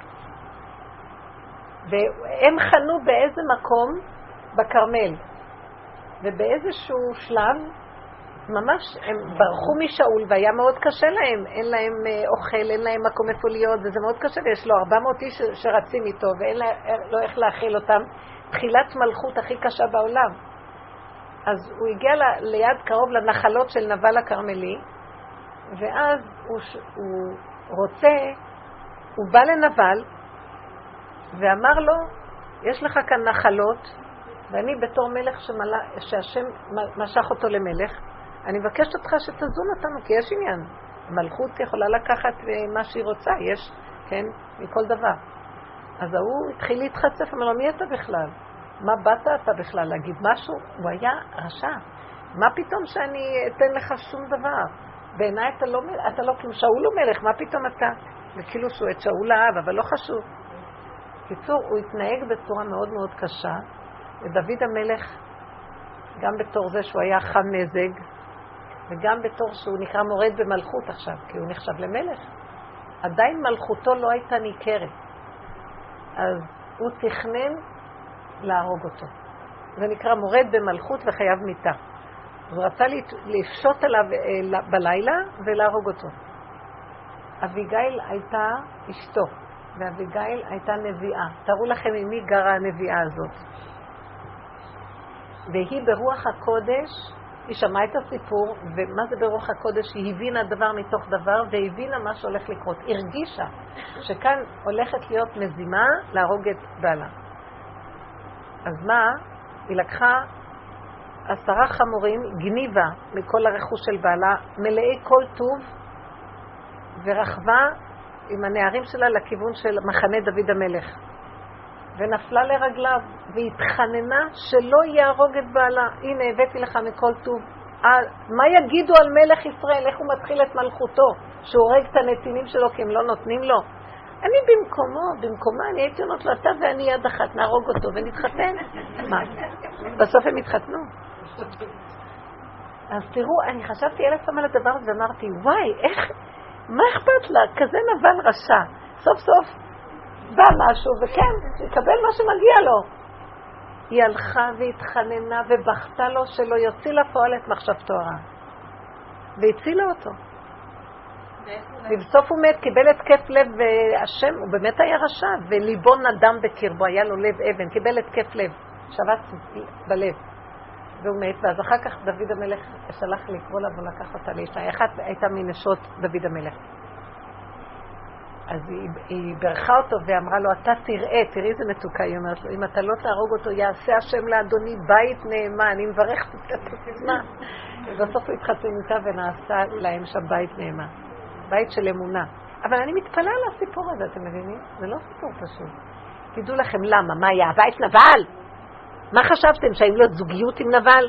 והם חנו באיזה מקום בכרמל, ובאיזשהו שלב ממש הם ברחו משאול והיה מאוד קשה להם, אין להם אוכל, אין להם מקום איפה להיות, וזה מאוד קשה, ויש לו 400 איש שרצים איתו ואין לו איך להכיל אותם, תחילת מלכות הכי קשה בעולם. אז הוא הגיע ליד קרוב לנחלות של נבל הכרמלי, ואז הוא רוצה, הוא בא לנבל ואמר לו, יש לך כאן נחלות, ואני בתור מלך שהשם משך אותו למלך, אני מבקשת אותך שתזון אותנו, כי יש עניין. מלכות יכולה לקחת מה שהיא רוצה, יש, כן, מכל דבר. אז הוא התחיל להתחצף, אמר לו, מי אתה בכלל? מה באת אתה בכלל להגיד משהו? הוא היה רשע. מה פתאום שאני אתן לך שום דבר? בעיניי אתה לא כמו שאול הוא מלך, מה פתאום אתה? וכאילו שהוא את שאול האב, אבל לא חשוב. קיצור, הוא התנהג בצורה מאוד מאוד קשה, ודוד המלך, גם בתור זה שהוא היה חם מזג, וגם בתור שהוא נקרא מורד במלכות עכשיו, כי הוא נחשב למלך, עדיין מלכותו לא הייתה ניכרת. אז הוא תכנן להרוג אותו. זה נקרא מורד במלכות וחייב מיתה. אז הוא רצה לפשוט עליו בלילה ולהרוג אותו. אביגיל הייתה אשתו, ואביגיל הייתה נביאה. תראו לכם עם מי גרה הנביאה הזאת. והיא ברוח הקודש, היא שמעה את הסיפור, ומה זה ברוח הקודש? היא הבינה דבר מתוך דבר, והבינה מה שהולך לקרות. הרגישה שכאן הולכת להיות מזימה להרוג את בעלה. אז מה? היא לקחה 10 חמורים, גניבה מכל הרכוש של בעלה, מלאי כל טוב, ורחבה עם הנערים שלה לכיוון של מחנה דוד המלך. ונפלה לרגליו, והתחננה שלא יהרוג את בעלה. הנה, הבאתי לך מכל טוב. מה יגידו על מלך ישראל? איך הוא מתחיל את מלכותו? שהוא הורג את הנתינים שלו כי הם לא נותנים לו? אני במקומה, אני הייתי עונות לו, אתה ואני יד אחת, נהרוג אותו ונתחתן. מה? בסוף הם התחתנו. אז תראו, אני חשבתי 1000 פעם על הדבר הזה ואמרתי, וואי, איך, מה אכפת לה? כזה נבל רשע. סוף סוף בא משהו, וכן, יקבל מה שמגיע לו. היא הלכה והתחננה ובכתה לו שלא יוציא לפועל את מחשבתו הרע. והצילה אותו. ובסוף הוא מת, קיבל התקף לב, והשם, הוא באמת היה רשע, וליבו נדם בקרבו, היה לו לב אבן, קיבל התקף לב, שבץ בלב. והוא מת, ואז אחר כך דוד המלך שלח לקרוא לה ולקח אותה לאישה. אחת הייתה מנשות דוד המלך. אז היא ברכה אותו ואמרה לו, אתה תראה, תראי איזה מתוקה, היא אומרת לו, אם אתה לא תהרוג אותו, יעשה השם לאדוני בית נאמן, אני מברכת את עצמה. ובסוף הוא התחתן איתה ונעשה להם שם בית נאמן, בית של אמונה. אבל אני מתפלאה על הסיפור הזה, אתם מבינים? זה לא סיפור פשוט. תדעו לכם למה, מה היה? בית נבל? מה חשבתם, שהיו לו זוגיות עם נבל?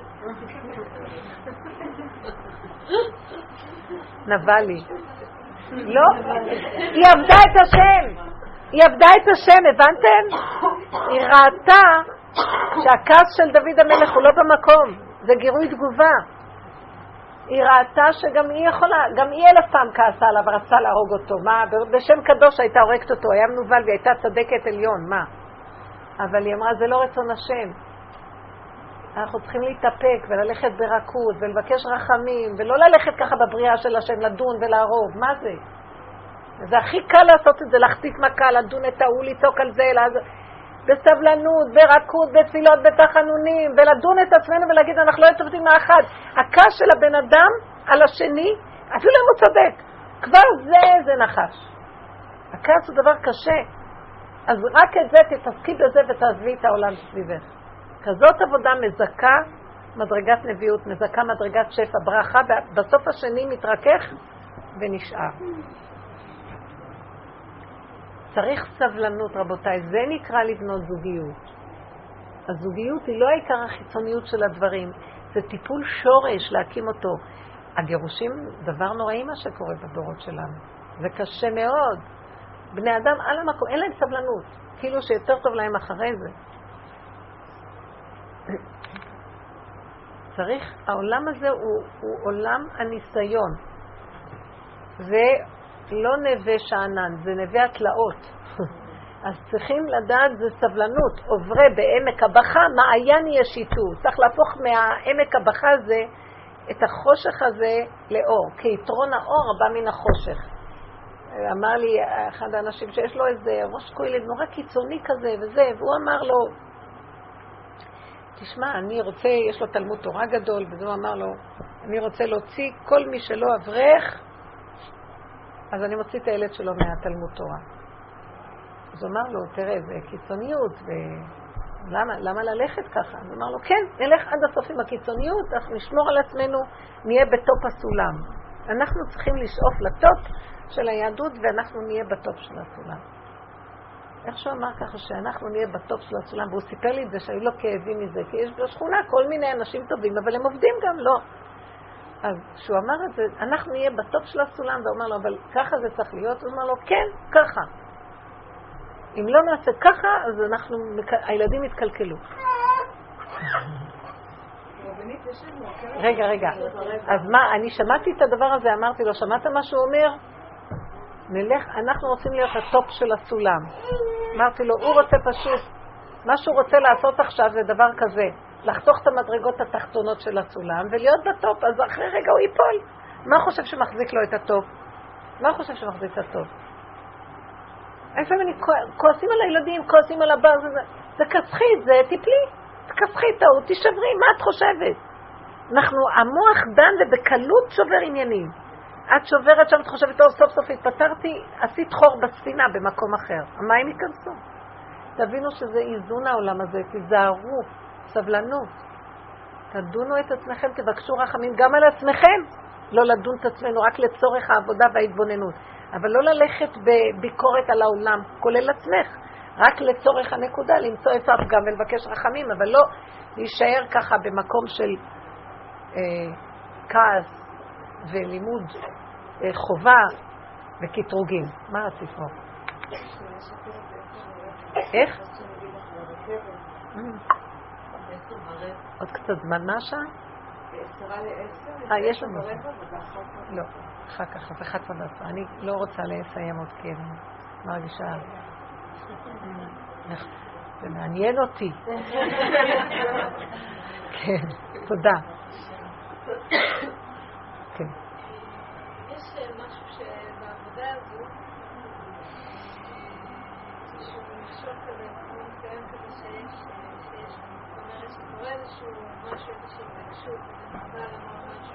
נבלי. לא, היא עבדה את השם. היא עבדה את השם, הבנתם? היא ראתה שהכעס של דוד המלך הוא לא במקום, זה גירוי תגובה. היא ראתה שגם היא יכולה, גם היא 1000 פעם כעסה עליו ורצה להרוג אותו. מה? בשם קדוש הייתה הורגת אותו, היה מנוול והיא הייתה צדקת עליון, מה? אבל היא אמרה, זה לא רצון השם. אנחנו צריכים להתאפק וללכת ברכות ולבקש רחמים ולא ללכת ככה בבריאה של השם, לדון ולהרוג. מה זה? זה הכי קל לעשות את זה, להחטיף מכה, לדון את ההוא, לצעוק על זה, בסבלנות, ברכות, בתפילות, בתחנונים, ולדון את עצמנו ולהגיד, אנחנו לא יוצאים מאחד. הכעס של הבן אדם על השני, אפילו אם הוא צודק, כבר זה נחש. הכעס הוא דבר קשה. אז רק את זה תתעסקי בזה ותעזבי את העולם סביבך. כזאת עבודה מזכה מדרגת נביאות, מזכה מדרגת שפע, ברכה, בסוף השני מתרכך ונשאר. צריך סבלנות, רבותיי, זה נקרא לבנות זוגיות. הזוגיות היא לא העיקר החיצוניות של הדברים, זה טיפול שורש להקים אותו. הגירושים, דבר נוראי מה שקורה בדורות שלנו. זה קשה מאוד. בני אדם על המקום, אין להם סבלנות, כאילו שיותר טוב להם אחרי זה. צריך, העולם הזה הוא עולם הניסיון. זה לא נווה שאנן, זה נווה התלאות. אז צריכים לדעת, זה סבלנות. עוברי בעמק הבכה, מעיין ישיתו. צריך להפוך מהעמק הבכה הזה, את החושך הזה לאור. כי יתרון האור בא מן החושך. אמר לי אחד האנשים שיש לו איזה ראש כהילת נורא קיצוני כזה וזה, והוא אמר לו, תשמע, אני רוצה, יש לו תלמוד תורה גדול, והוא אמר לו, אני רוצה להוציא כל מי שלא אברך, אז אני מוציא את הילד שלו מהתלמוד תורה. אז הוא אמר לו, תראה, זה קיצוניות, למה ללכת ככה? אז הוא אמר לו, כן, נלך עד הסוף עם הקיצוניות, אז נשמור על עצמנו, נהיה בטופ הסולם. אנחנו צריכים לשאוף לטופ של היהדות, ואנחנו נהיה בטופ של הסולם. איך שהוא אמר ככה, שאנחנו נהיה בטופ של הסולם, והוא סיפר לי את זה, שהיו לו כאבים מזה, כי יש בשכונה כל מיני אנשים טובים, אבל הם עובדים גם, לא. אז כשהוא אמר את זה, אנחנו נהיה בטופ של הסולם, והוא אומר לו, אבל ככה זה צריך להיות? הוא אומר לו, כן, ככה. אם לא נעשה ככה, אז הילדים יתקלקלו. רגע. אז מה, אני שמעתי את הדבר הזה, אמרתי לו, שמעת מה שהוא אומר? אנחנו רוצים להיות הטופ של הסולם. אמרתי לו, הוא רוצה פשוט, מה שהוא רוצה לעשות עכשיו זה דבר כזה, לחתוך את המדרגות התחתונות של הסולם ולהיות בטופ, אז אחרי רגע הוא ייפול. מה חושב שמחזיק לו את הטופ? מה חושב שמחזיק את הטופ? איפה אני כועסים על הילדים, כועסים על הבא, זה כסחית, זה טיפלי, כסחית, תשברי, מה את חושבת? המוח דן ובקלות שובר עניינים. את שוברת שם, את חושבת, סוף סוף התפטרתי, עשית חור בספינה במקום אחר. המים ייכנסו. תבינו שזה איזון העולם הזה, תיזהרו, סבלנות. תדונו את עצמכם, תבקשו רחמים גם על עצמכם. לא לדון את עצמנו רק לצורך העבודה וההתבוננות. אבל לא ללכת בביקורת על העולם, כולל עצמך. רק לצורך הנקודה, למצוא איפה הפגם ולבקש רחמים, אבל לא להישאר ככה במקום של כעס ולימוד חובה וכתרוגים. מה רצית פה? איך? עוד קצת זמן, מה השעה? 10:50. יש לנו. לא, אחר כך, אז 11:10. אני לא רוצה לסיים עוד כי אני מרגישה. זה מעניין אותי. כן, תודה. כן. יש משהו שבעבודה הזו, איזשהו מכשול כזה, כמו ניסיון כזה שיש, זאת אומרת שקורה איזשהו משהו, איזושהי התרגשות, וזה אמר משהו,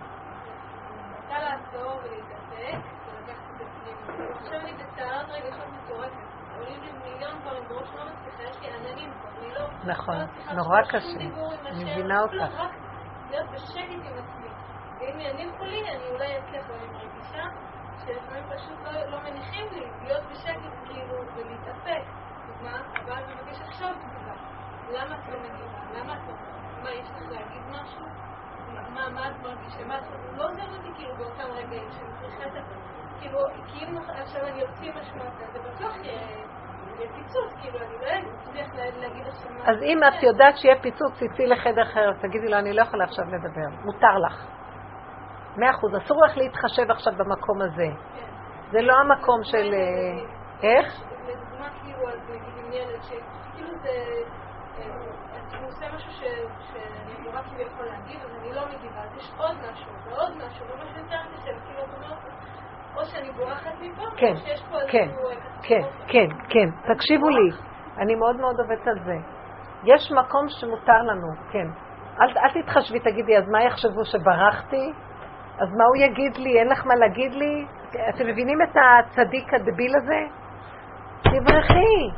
רוצה לעצור ולהתעסק, ולקחת את זה פנימה. עכשיו אני בצערת רגשות מטורפת. עולים לי מיליון דברים בראש, לא מצליחה, יש לי עננים פה, אני לא... נכון, נורא קשה, אני מבינה אותך. רק להיות בשקט עם עצמי. ואם יניחו לי, אני אולי אצליח, ואני מרגישה שלפעמים פשוט לא מניחים לי להיות בשקט כאילו ולהתאפק. דוגמה, אבל אני מבקש עכשיו תגובה. למה את לא מניחה? למה את לא מניחה? מה, יש לך להגיד משהו? מה את מרגישה? מה את לא עוזר אותי כאילו באותם רגעים שמפריחת כאילו, כי אם עכשיו אני אוציא משמעות, זה בטוח יהיה פיצוץ, כאילו, אני לא אצליח להגיד עכשיו מה... אז אם את יודעת שיהיה פיצוץ, תצאי לחדר אחר, תגידי לו, אני לא יכולה עכשיו לדבר. מותר לך. 100%. אסור לך להתחשב עכשיו במקום הזה. זה לא המקום של... איך? לדוגמה, כאילו, אז נגיד עם ילד, שכאילו זה... הוא עושה משהו שאני אמורה כאילו יכול להגיב, אז אני לא מגיבה, אז יש עוד משהו, ועוד משהו, ומשהו יותר קשה, כאילו, את אומרת... או שאני בורחת מפה, כן, או שיש פה כן, כן, כן, תקשיבו לי, אני מאוד מאוד עובדת על זה. יש מקום שמותר לנו, כן. אל תתחשבי, תגידי, אז מה יחשבו שברחתי? אז מה הוא יגיד לי? אין לך מה להגיד לי? אתם מבינים את הצדיק הדביל הזה? תברחי.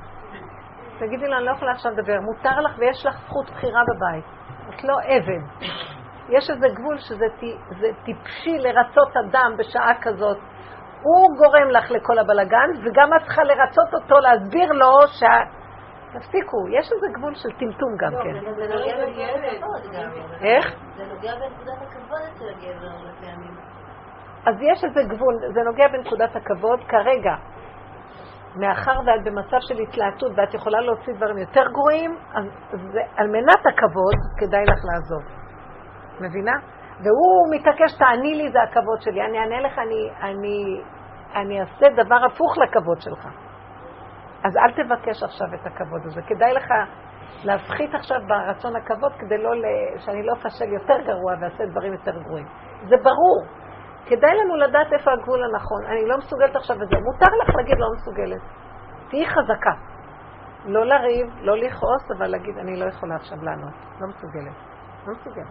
תגידי לו, אני לא יכולה עכשיו לדבר. מותר לך ויש לך זכות בחירה בבית. את לא עבד. יש איזה גבול שזה טיפשי לרצות אדם בשעה כזאת. הוא גורם לך לכל הבלגן, וגם את צריכה לרצות אותו, להסביר לו תפסיקו, יש איזה גבול של טמטום גם כן. זה נוגע בנקודת הכבוד גם. איך? זה נוגע בנקודת הכבוד אצל הגבר לפעמים. אז יש איזה גבול, זה נוגע בנקודת הכבוד כרגע. מאחר ואת במצב של התלהטות ואת יכולה להוציא דברים יותר גרועים, אז על מנת הכבוד כדאי לך לעזוב. מבינה? והוא מתעקש, תעני לי, זה הכבוד שלי. אני אענה לך, אני אעשה דבר הפוך לכבוד שלך. אז אל תבקש עכשיו את הכבוד הזה. כדאי לך להפחית עכשיו ברצון הכבוד, כדי שאני לא אפשל יותר גרוע ואעשה דברים יותר גרועים. זה ברור. כדאי לנו לדעת איפה הגבול הנכון. אני לא מסוגלת עכשיו וזה. מותר לך להגיד לא מסוגלת. תהי חזקה. לא לריב, לא לכעוס, אבל להגיד, אני לא יכולה עכשיו לענות. לא מסוגלת. לא מסוגלת.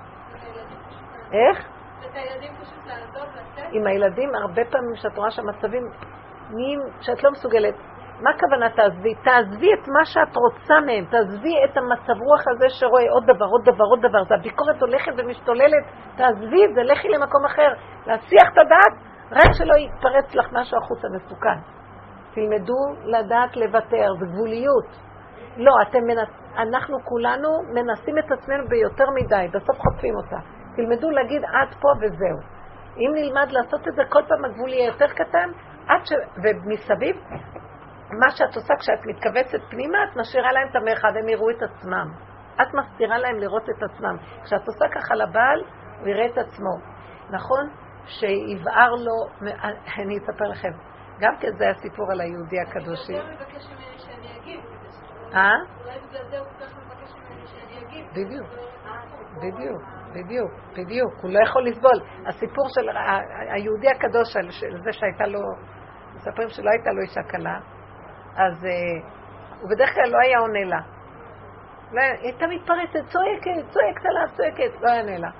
איך? את הילדים פשוט לעזוב, לצאת? עם הילדים, הרבה פעמים שאת רואה שהמצבים נהיים, שאת לא מסוגלת. מה הכוונה תעזבי? תעזבי את מה שאת רוצה מהם. תעזבי את המצב רוח הזה שרואה עוד דבר, עוד דבר, עוד דבר. זה הביקורת הולכת ומשתוללת. תעזבי את זה, לכי למקום אחר. להסיח את הדעת, רק שלא יתפרץ לך משהו החוצה מסוכן. תלמדו לדעת לוותר, זה גבוליות. לא, אנחנו כולנו מנסים את עצמנו ביותר מדי, בסוף חוטפים אותה. תלמדו להגיד עד פה וזהו. אם נלמד לעשות את זה, כל פעם הגבול יהיה יותר קטן, ומסביב, מה שאת עושה כשאת מתכווצת פנימה, את משאירה להם את המרחב, הם יראו את עצמם. את מסתירה להם לראות את עצמם. כשאת עושה ככה לבעל, הוא יראה את עצמו. נכון? שיבער לו, אני אספר לכם, גם כן זה הסיפור על היהודי הקדושי. הוא מבקש ממני שאני אגיב. אולי בגלל זה הוא כל כך מבקש ממני שאני אגיב. בדיוק. בדיוק, בדיוק, בדיוק, הוא לא יכול לסבול. הסיפור של היהודי הקדוש, של זה שהייתה לו, מספרים שלא הייתה לו אישה קלה, אז הוא בדרך כלל לא היה עונה לה. היא הייתה מתפרצת, צועקת עליו, צועקת, לא ענה לה.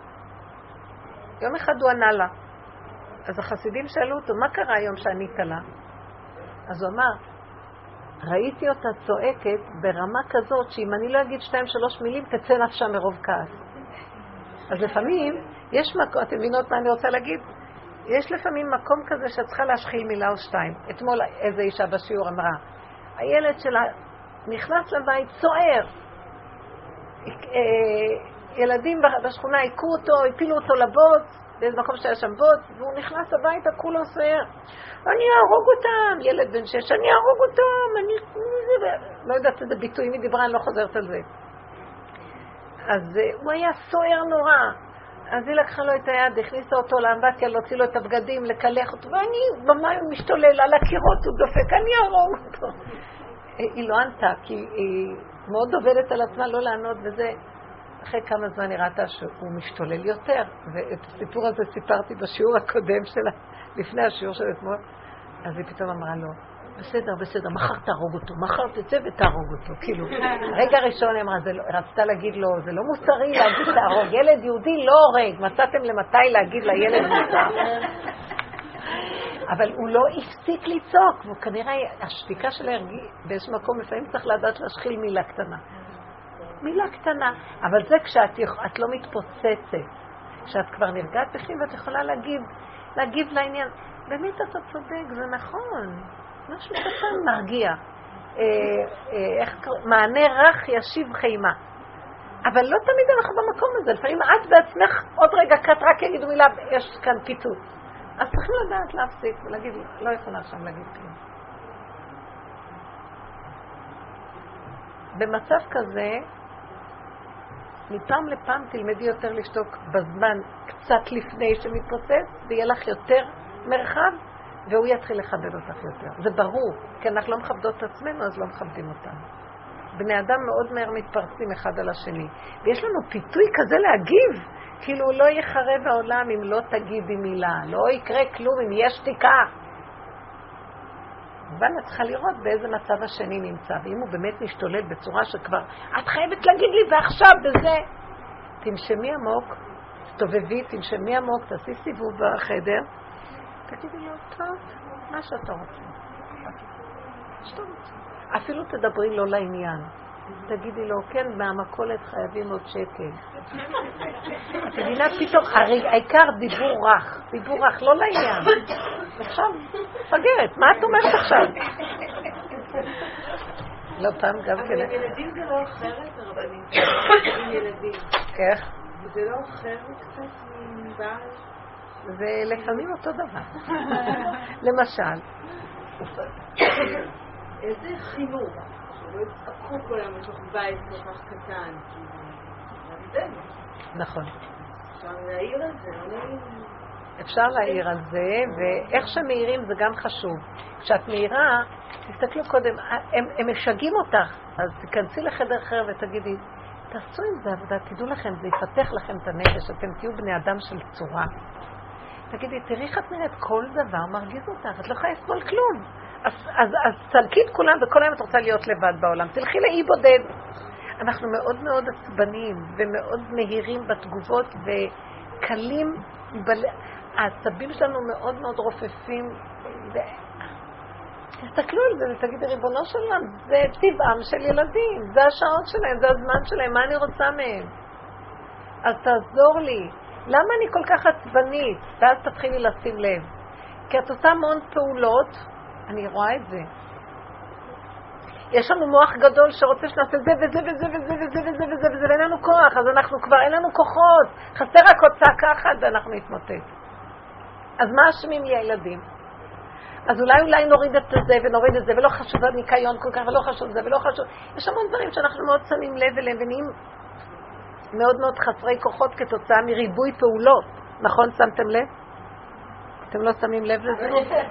יום אחד הוא ענה לה. אז החסידים שאלו אותו, מה קרה היום שענית לה? אז הוא אמר, ראיתי אותה צועקת ברמה כזאת שאם אני לא אגיד 2-3 מילים תצא נפשה מרוב כעס. אז לפעמים יש מקום, אתם מבינות מה אני רוצה להגיד? יש לפעמים מקום כזה שאת צריכה להשחיל מילה או 2. אתמול איזו אישה בשיעור אמרה, הילד שלה נכנס לבית צוער. ילדים בשכונה עיקו אותו, הפילו אותו לבוץ, באיזה מקום שהיה שם בוץ, והוא נכנס הביתה כולו סוער. אני אהרוג אותם, ילד בן 6, אני אהרוג אותם, לא יודעת איזה ביטוי, מי דיברה, אני לא חוזרת על זה. אז הוא היה סוער נורא. אז היא לקחה לו את היד, הכניסה אותו לאמבטיה, להוציא לו את הבגדים, לקלח אותו, ואני במים משתולל על הקירות, הוא דופק, אני אהרוג אותו. היא לא ענתה, כי היא מאוד עובדת על עצמה לא לענות, וזה אחרי כמה זמן היא ראתה שהוא משתולל יותר. ואת הסיפור הזה סיפרתי בשיעור הקודם שלה, לפני השיעור של אתמול. אז היא פתאום אמרה לו, בסדר, מחר תהרוג אותו, מחר תצא ותהרוג אותו. כאילו, רגע ראשון אמרה, רצתה להגיד לו, זה לא מוסרי להגיד תהרוג, ילד יהודי לא הורג, מצאתם למתי להגיד לילד מוסר. אבל הוא לא הפסיק לצעוק, וכנראה השתיקה שלה הרגיעה, באיזשהו מקום לפעמים צריך לדעת להשחיל מילה קטנה. מילה קטנה, אבל זה כשאת לא מתפוצצת, כשאת כבר נרגעת בפנים ואת יכולה להגיב לעניין. באמת אתה צודק, זה נכון. משהו קטן מרגיע. מענה רך ישיב חיימה. אבל לא תמיד אנחנו במקום הזה. לפעמים את בעצמך עוד רגע קט רק יגידו מילה, יש כאן פיתות. אז צריכים לדעת להפסיק ולהגיד, לא יכולה עכשיו להגיד כלום. במצב כזה, מפעם לפעם תלמדי יותר לשתוק בזמן קצת לפני שמתפוצץ, ויהיה לך יותר מרחב, והוא יתחיל לכבד אותך יותר. זה ברור, כי אנחנו לא מכבדות את עצמנו, אז לא מכבדים אותנו. בני אדם מאוד מהר מתפרצים אחד על השני. ויש לנו פיתוי כזה להגיב, כאילו לא יחרב העולם אם לא תגידי מילה, לא יקרה כלום אם יש שתיקה. אבל את צריכה לראות באיזה מצב השני נמצא, ואם הוא באמת משתולל בצורה שכבר, את חייבת להגיד לי ועכשיו בזה. תנשמי עמוק, תסתובבי, תנשמי עמוק, תעשי סיבוב בחדר, תגידי לו, טוב, מה שאתה רוצה. שאתה רוצה. אפילו תדברי לו לעניין. תגידי לו, כן, מהמכולת חייבים עוד שקל. את מבינה פתאום, העיקר דיבור רך, לא לעניין. עכשיו, פגרת, מה את אומרת עכשיו? לא פעם גם כן. אבל ילדים זה לא אחרת, הרבנים. עם ילדים. איך? זה לא אחרת קצת מבעל? זה לפעמים אותו דבר. למשל. איזה חינוך. שלא יצטרכו כל היום לתוך בית כל כך קטן. נכון. אפשר להעיר על זה, אפשר להעיר על זה, ואיך שמאירים זה גם חשוב. כשאת מאירה, תסתכלו קודם, הם משגעים אותך, אז תיכנסי לחדר אחר ותגידי, תעשו עם זה עבודה, תדעו לכם, זה יפתח לכם את הנפש, אתם תהיו בני אדם של צורה. תגידי, תראי איך את נראית, כל דבר מרגיז אותך, את לא יכולה לסבול כלום. אז תלכי את כולם, וכל היום את רוצה להיות לבד בעולם. תלכי לאי בודד. אנחנו מאוד מאוד עצבניים, ומאוד מהירים בתגובות, וקלים, העצבים שלנו מאוד מאוד רופפים. תסתכלו על זה ותגידי, ריבונו של עולם, זה טבעם של ילדים, זה השעות שלהם, זה הזמן שלהם, מה אני רוצה מהם? אז תעזור לי. למה אני כל כך עצבנית? ואז תתחילי לשים לב. כי את עושה המון פעולות, אני רואה את זה. יש לנו מוח גדול שרוצה שנעשה זה וזה וזה וזה וזה וזה וזה וזה, ואין לנו כוח, אז אנחנו כבר אין לנו כוחות. חסר רק עוד צעקה אחת ואנחנו נתמוטט. אז מה אשמים לי הילדים? אז אולי נוריד את זה ונוריד את זה, ולא חשוב הניקיון כל כך, ולא חשוב זה, ולא חשוב. יש המון דברים שאנחנו מאוד שמים לב אליהם, ונהיים מאוד מאוד חסרי כוחות כתוצאה מריבוי פעולות. נכון, שמתם לב? אתם לא שמים לב לזה?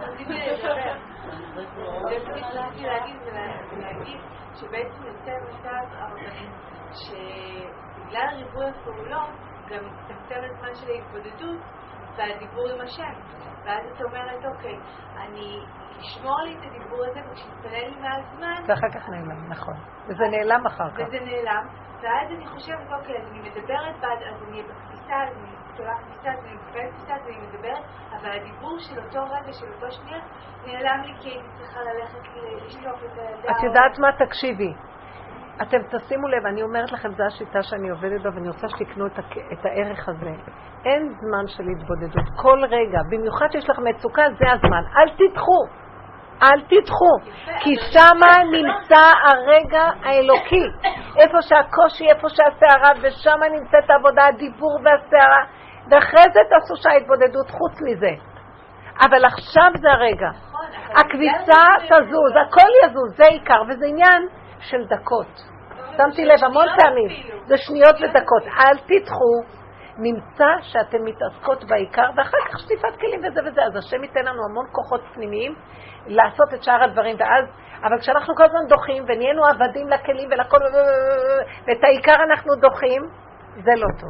להגיד שבעצם יותר מצד הרבנים, שבגלל ריבוי הפעולות גם תמצא לזמן של ההתבודדות והדיבור עם השם. ואז את אומרת, אוקיי, אני אשמור לי את הדיבור הזה וכשתפלל לי מהזמן ואחר כך נעלם, נכון. וזה נעלם אחר כך. וזה נעלם, ואז אני חושבת, אוקיי, אז אני מדברת בעד, אז אני בכביסה, אז אני תולה כביסה, אז אני מקבלת כביסה, אז אני מדברת, אבל הדיבור של אותו רגע, של אותו שנייה, נעלם לי כי הייתי צריכה ללכת לשלוף את הידע. את יודעת מה? תקשיבי. אתם תשימו לב, אני אומרת לכם, זו השיטה שאני עובדת בה, ואני רוצה שתקנו את הערך הזה. אין זמן של התבודדות. כל רגע, במיוחד שיש לך מצוקה, זה הזמן. אל תדחו. אל תדחו. כי שמה נמצא הרגע האלוקי. איפה שהקושי, איפה שהסערה, ושמה נמצאת העבודה, הדיבור והסערה. ואחרי זה תעשו שההתבודדות חוץ מזה. אבל עכשיו זה הרגע. הקביצה תזוז, הכל יזוז, זה עיקר, וזה עניין של דקות. שמתי לב המון פעמים, זה שניות ודקות. אל תדחו, נמצא שאתם מתעסקות בעיקר, ואחר כך שטיפת כלים וזה וזה. אז השם ייתן לנו המון כוחות פנימיים לעשות את שאר הדברים. אבל כשאנחנו כל הזמן דוחים ונהיינו עבדים לכלים ולכל, ואת העיקר אנחנו דוחים, זה לא טוב.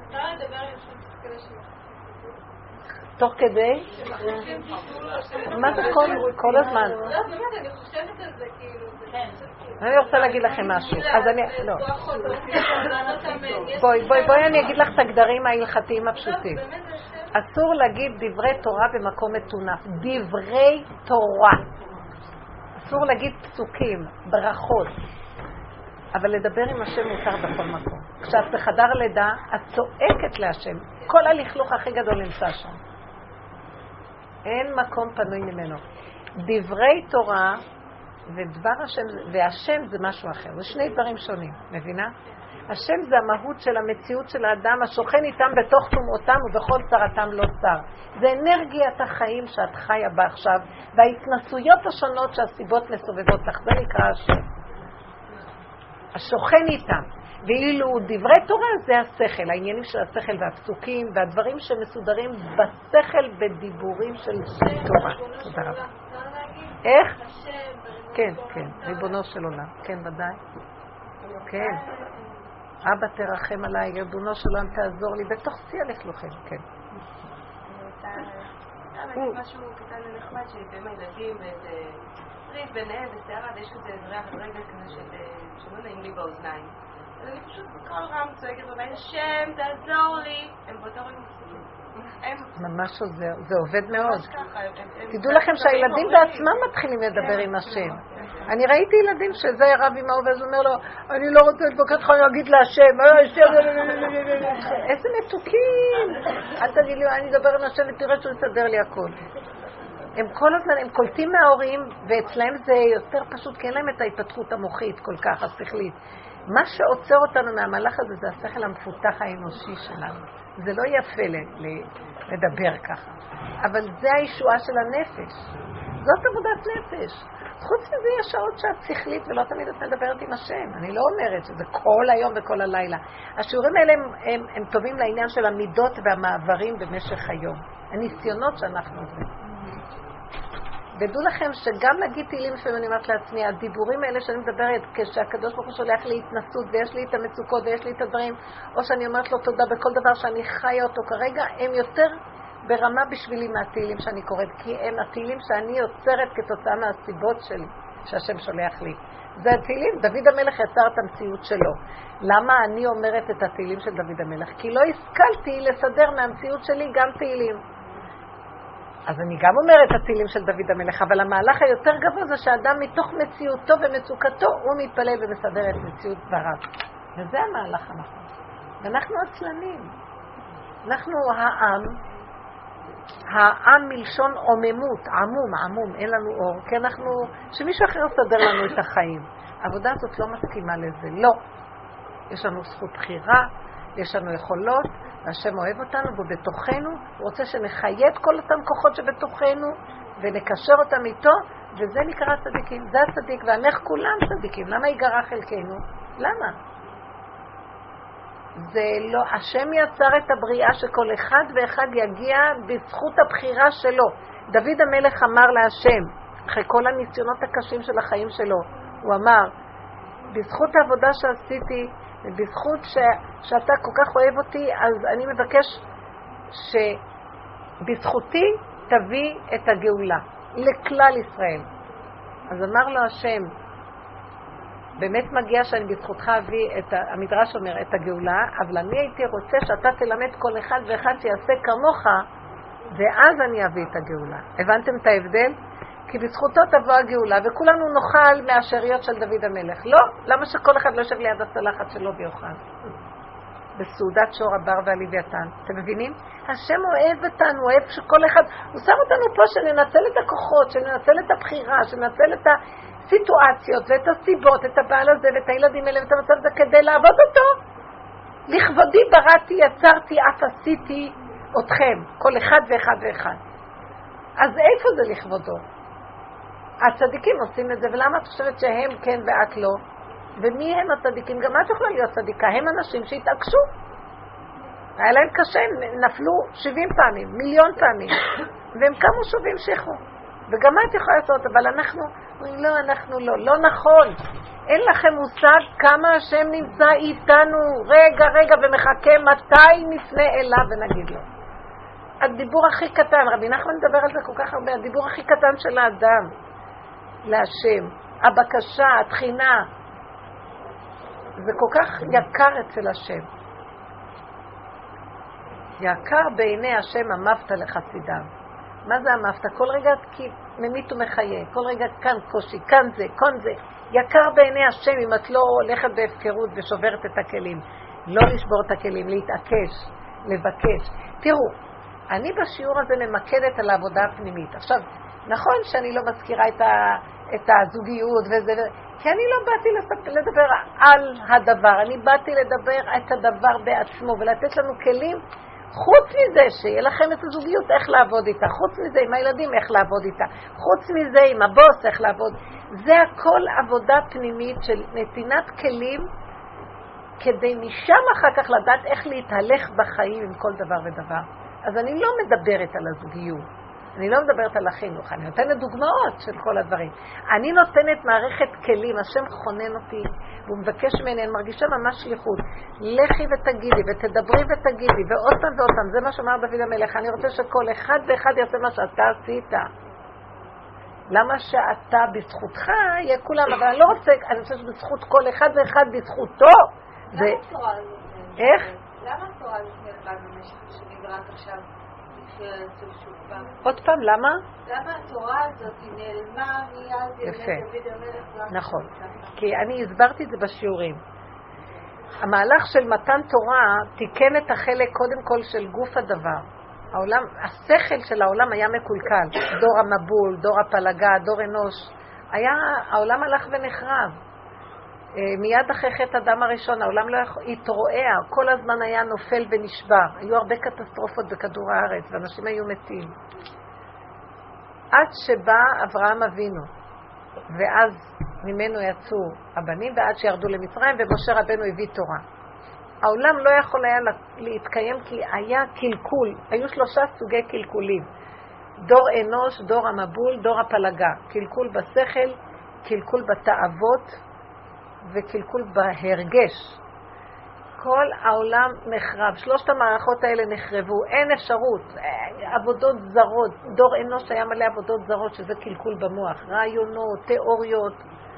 תוך כדי? מה זה כל הזמן? אני חושבת על זה כאילו... אני רוצה להגיד לכם משהו. אז אני... לא. בואי אני אגיד לך את הגדרים ההלכתיים הפשוטים. אסור להגיד דברי תורה במקום מטונף. דברי תורה. אסור להגיד פסוקים, ברכות. אבל לדבר עם השם מותר בכל מקום. כשאת בחדר לידה, את צועקת להשם. כל הלכלוך הכי גדול נמצא שם. אין מקום פנוי ממנו. דברי תורה ודבר השם, והשם זה משהו אחר. זה שני דברים שונים, מבינה? השם זה המהות של המציאות של האדם, השוכן איתם בתוך תומאותם ובכל צרתם לא צר. זה אנרגיית החיים שאת חיה בה עכשיו, וההתנסויות השונות שהסיבות מסובבות לך, זה נקרא השם. השוכן איתם. ואילו דברי תורה זה השכל, העניינים של השכל והפסוקים והדברים שמסודרים בשכל בדיבורים של תורה. תודה רבה. איך? כן, כן, ריבונו של עולם. כן, ודאי. כן. אבא תרחם עליי, ריבונו של עולם תעזור לי, בתוך שיא הלכלוכים, כן. משהו קטן ונחמד שבאמת ילדים ואיזה פריט ביניהם וסערה ויש כזה רגע כזה שלא נעים לי באוזניים. אז אני פשוט בכל רם צועקת בבית, השם תעזור לי, הם באותו רגע מפסיקים. ממש זה עובד מאוד. תדעו לכם שהילדים בעצמם מתחילים לדבר עם השם. אני ראיתי ילדים שזה רב עם ההוא ואז אומר לו, אני לא רוצה להתבקש לך, אני אגיד להשם. איזה מתוקים. אל תגיד לי, אני אדבר עם השם ותראה שהוא יסדר לי הכל. הם כל הזמן, הם קולטים מההורים, ואצלהם זה יותר פשוט, כי אין להם את ההתפתחות המוחית כל כך, השכלית. מה שעוצר אותנו מהמהלך הזה זה השכל המפותח האנושי שלנו. זה לא יפה לדבר ככה. אבל זה הישועה של הנפש. זאת עבודת נפש. חוץ מזה יש שעות שאת שכלית ולא תמיד את מדברת עם השם. אני לא אומרת שזה כל היום וכל הלילה. השיעורים האלה הם טובים לעניין של המידות והמעברים במשך היום. הניסיונות שאנחנו עושים. ודעו לכם שגם להגיד תהילים לפעמים אני אומרת לעצמי, הדיבורים האלה שאני מדברת כשהקדוש ברוך הוא שולח לי התנסות ויש לי את המצוקות ויש לי את הדברים, או שאני אומרת לו תודה בכל דבר שאני חיה אותו כרגע, הם יותר ברמה בשבילי מהתהילים שאני קוראת, כי הם התהילים שאני יוצרת כתוצאה מהסיבות שלי שהשם שולח לי. זה התהילים, דוד המלך יצר את המציאות שלו. למה אני אומרת את התהילים של דוד המלך? כי לא השכלתי לסדר מהמציאות שלי גם תהילים. אז אני גם אומרת את התהילים של דוד המלך, אבל המהלך היותר גבוה זה שהאדם מתוך מציאותו ומצוקתו הוא מתפלל ומסדר את מציאות דבריו. וזה המהלך הנכון. ואנחנו עצלנים. אנחנו העם מלשון עוממות, עמום, אין לנו אור, כי שמישהו אחר יסדר לנו את החיים. העבודה הזאת לא מסכימה לזה, לא. יש לנו זכות בחירה, יש לנו יכולות, והשם אוהב אותנו, ובתוכנו הוא רוצה שנחיה את כל אותם כוחות שבתוכנו, ונקשר אותם איתו, וזה נקרא צדיקים. זה הצדיק, ואנחנו כולם צדיקים. למה ייגרע חלקנו? למה? זה לא, השם יצר את הבריאה שכל אחד ואחד יגיע בזכות הבחירה שלו. דוד המלך אמר להשם, אחרי כל הניסיונות הקשים של החיים שלו, הוא אמר, בזכות העבודה שעשיתי, ובזכות שאתה כל כך אוהב אותי, אז אני מבקש שבזכותי תביא את הגאולה לכלל ישראל. אז אמר לו השם, באמת מגיע שאני בזכותך אביא המדרש אומר את הגאולה, אבל אני הייתי רוצה שאתה תלמד כל אחד ואחד שיעשה כמוך, ואז אני אביא את הגאולה. הבנתם את ההבדל? כי בזכותו תבוא הגאולה, וכולנו נאכל מהשאריות של דוד המלך. לא, למה שכל אחד לא יושב ליד הצלחת שלו ויאכל? בסעודת שור הבר והלוויתן. אתם מבינים? השם אוהב אותנו, אוהב שכל אחד, הוא שם אותנו פה שננצל את הכוחות, שננצל את הבחירה, שננצל את הסיטואציות ואת הסיבות, את הבעל הזה ואת הילדים האלה ואת המצב הזה כדי לעבוד אותו. לכבודי בראתי, יצרתי, אף עשיתי אתכם, כל אחד ואחד ואחד. אז איפה זה לכבודו? הצדיקים עושים את זה, ולמה את חושבת שהם כן ואת לא? ומי הם הצדיקים? גם את יכולה להיות צדיקה, הם אנשים שהתעקשו. היה להם קשה, הם נפלו 70 פעמים, מיליון פעמים, והם קמו שוב והמשיכו. וגם את יכולה לעשות, אבל אנחנו לא נכון. אין לכם מושג כמה השם נמצא איתנו, רגע, ומחכה מתי נפנה אליו ונגיד לו. הדיבור הכי קטן, רבי נחמן מדבר על זה כל כך הרבה, הדיבור הכי קטן של האדם להשם, הבקשה, התחינה, זה כל כך יקר אצל השם. יקר בעיני השם המפת לחסידיו. מה זה המפת? כל רגע כי ממית ומחיה, כל רגע כאן קושי, כאן זה. יקר בעיני השם אם את לא הולכת בהפקרות ושוברת את הכלים. לא לשבור את הכלים, להתעקש, לבקש. תראו, אני בשיעור הזה ממקדת על העבודה הפנימית. עכשיו, נכון שאני לא מזכירה את הזוגיות וזה, כי אני לא באתי לדבר על הדבר, אני באתי לדבר את הדבר בעצמו ולתת לנו כלים, חוץ מזה שיהיה לכם את הזוגיות איך לעבוד איתה, חוץ מזה עם הילדים איך לעבוד איתה, חוץ מזה עם הבוס איך לעבוד. זה הכל עבודה פנימית של נתינת כלים, כדי משם אחר כך לדעת איך להתהלך בחיים עם כל דבר ודבר. אז אני לא מדברת על הזוגיות, אני לא מדברת על החינוך, אני נותנת דוגמאות של כל הדברים. אני נותנת מערכת כלים, השם חונן אותי, והוא מבקש ממני, אני מרגישה ממש שליחות. לכי ותגידי, ותדברי ותגידי, ועוד פעם, זה מה שאמר דוד המלך. אני רוצה שכל אחד ואחד יעשה מה שאתה עשית. למה שאתה בזכותך יהיה כולם, אבל אני לא רוצה, אני רוצה שבזכות כל אחד ואחד בזכותו. למה התורה הזאת? איך? למה התורה הזאת נלמד במשך שנים ורק עכשיו? עוד פעם, למה? למה התורה הזאת נעלמה מיד דוד המלך? נכון, כי אני הסברתי את זה בשיעורים. המהלך של מתן תורה תיקן את החלק קודם כל של גוף הדבר. השכל של העולם היה מקולקל, דור המבול, דור הפלגה, דור אנוש. העולם הלך ונחרב. מיד אחרי חטא אדם הראשון, העולם לא התרועע, כל הזמן היה נופל ונשבר. היו הרבה קטסטרופות בכדור הארץ, ואנשים היו מתים. עד שבא אברהם אבינו, ואז ממנו יצאו הבנים ועד שירדו למצרים, ומשה רבנו הביא תורה. העולם לא יכול היה להתקיים כי היה קלקול, היו 3 סוגי קלקולים. דור אנוש, דור המבול, דור הפלגה. קלקול בשכל, קלקול בתאוות וקלקול בהרגש. כל העולם נחרב, 3 המערכות האלה נחרבו, אין אפשרות, עבודות זרות, דור אנוש היה מלא עבודות זרות שזה קלקול במוח, רעיונות, תיאוריות,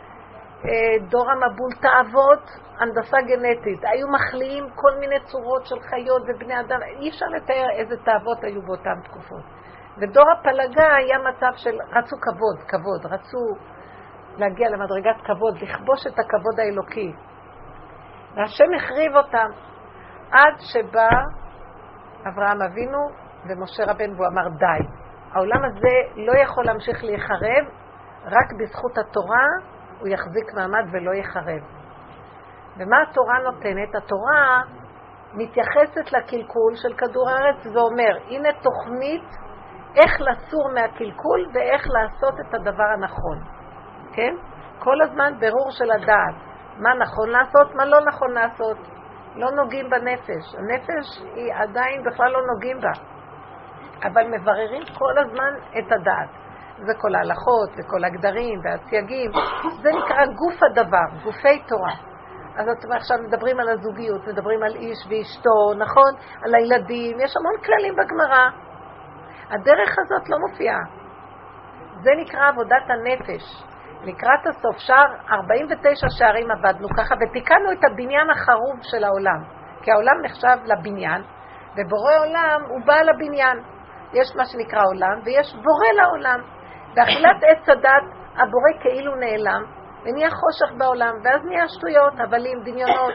דור המבול תאוות, הנדסה גנטית, היו מחליאים כל מיני צורות של חיות ובני אדם, אי אפשר לתאר איזה תאוות היו באותן תקופות. ודור הפלגה היה מצב של רצו כבוד, רצו להגיע למדרגת כבוד, לכבוש את הכבוד האלוקי. והשם החריב אותם עד שבא אברהם אבינו ומשה רבנו והוא אמר די. העולם הזה לא יכול להמשיך להיחרב, רק בזכות התורה הוא יחזיק מעמד ולא יחרב. ומה התורה נותנת? התורה מתייחסת לקלקול של כדור הארץ ואומר, הנה תוכנית איך לסור מהקלקול ואיך לעשות את הדבר הנכון. כן? כל הזמן ברור של הדעת. מה נכון לעשות, מה לא נכון לעשות. לא נוגעים בנפש. הנפש היא עדיין בכלל לא נוגעים בה. אבל מבררים כל הזמן את הדעת. זה כל ההלכות וכל הגדרים והסייגים. זה נקרא גוף הדבר, גופי תורה. אז אתם עכשיו מדברים על הזוגיות, מדברים על איש ואשתו, נכון? על הילדים, יש המון כללים בגמרא. הדרך הזאת לא מופיעה. זה נקרא עבודת הנפש. לקראת הסוף שער 49 שערים עבדנו ככה ותיקנו את הבניין החרוב של העולם. כי העולם נחשב לבניין, ובורא עולם הוא בא לבניין. יש מה שנקרא עולם ויש בורא לעולם. באכילת עץ הדת הבורא כאילו נעלם ונהיה חושך בעולם, ואז נהיה שטויות, הבלים, דמיונות.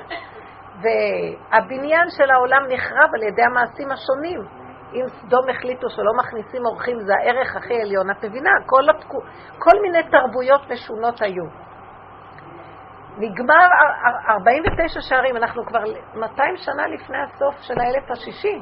והבניין של העולם נחרב על ידי המעשים השונים. אם סדום החליטו שלא מכניסים אורחים, זה הערך הכי עליון. את מבינה? כל מיני תרבויות משונות היו. נגמר 49 שערים, אנחנו כבר 200 שנה לפני הסוף של האלף השישי.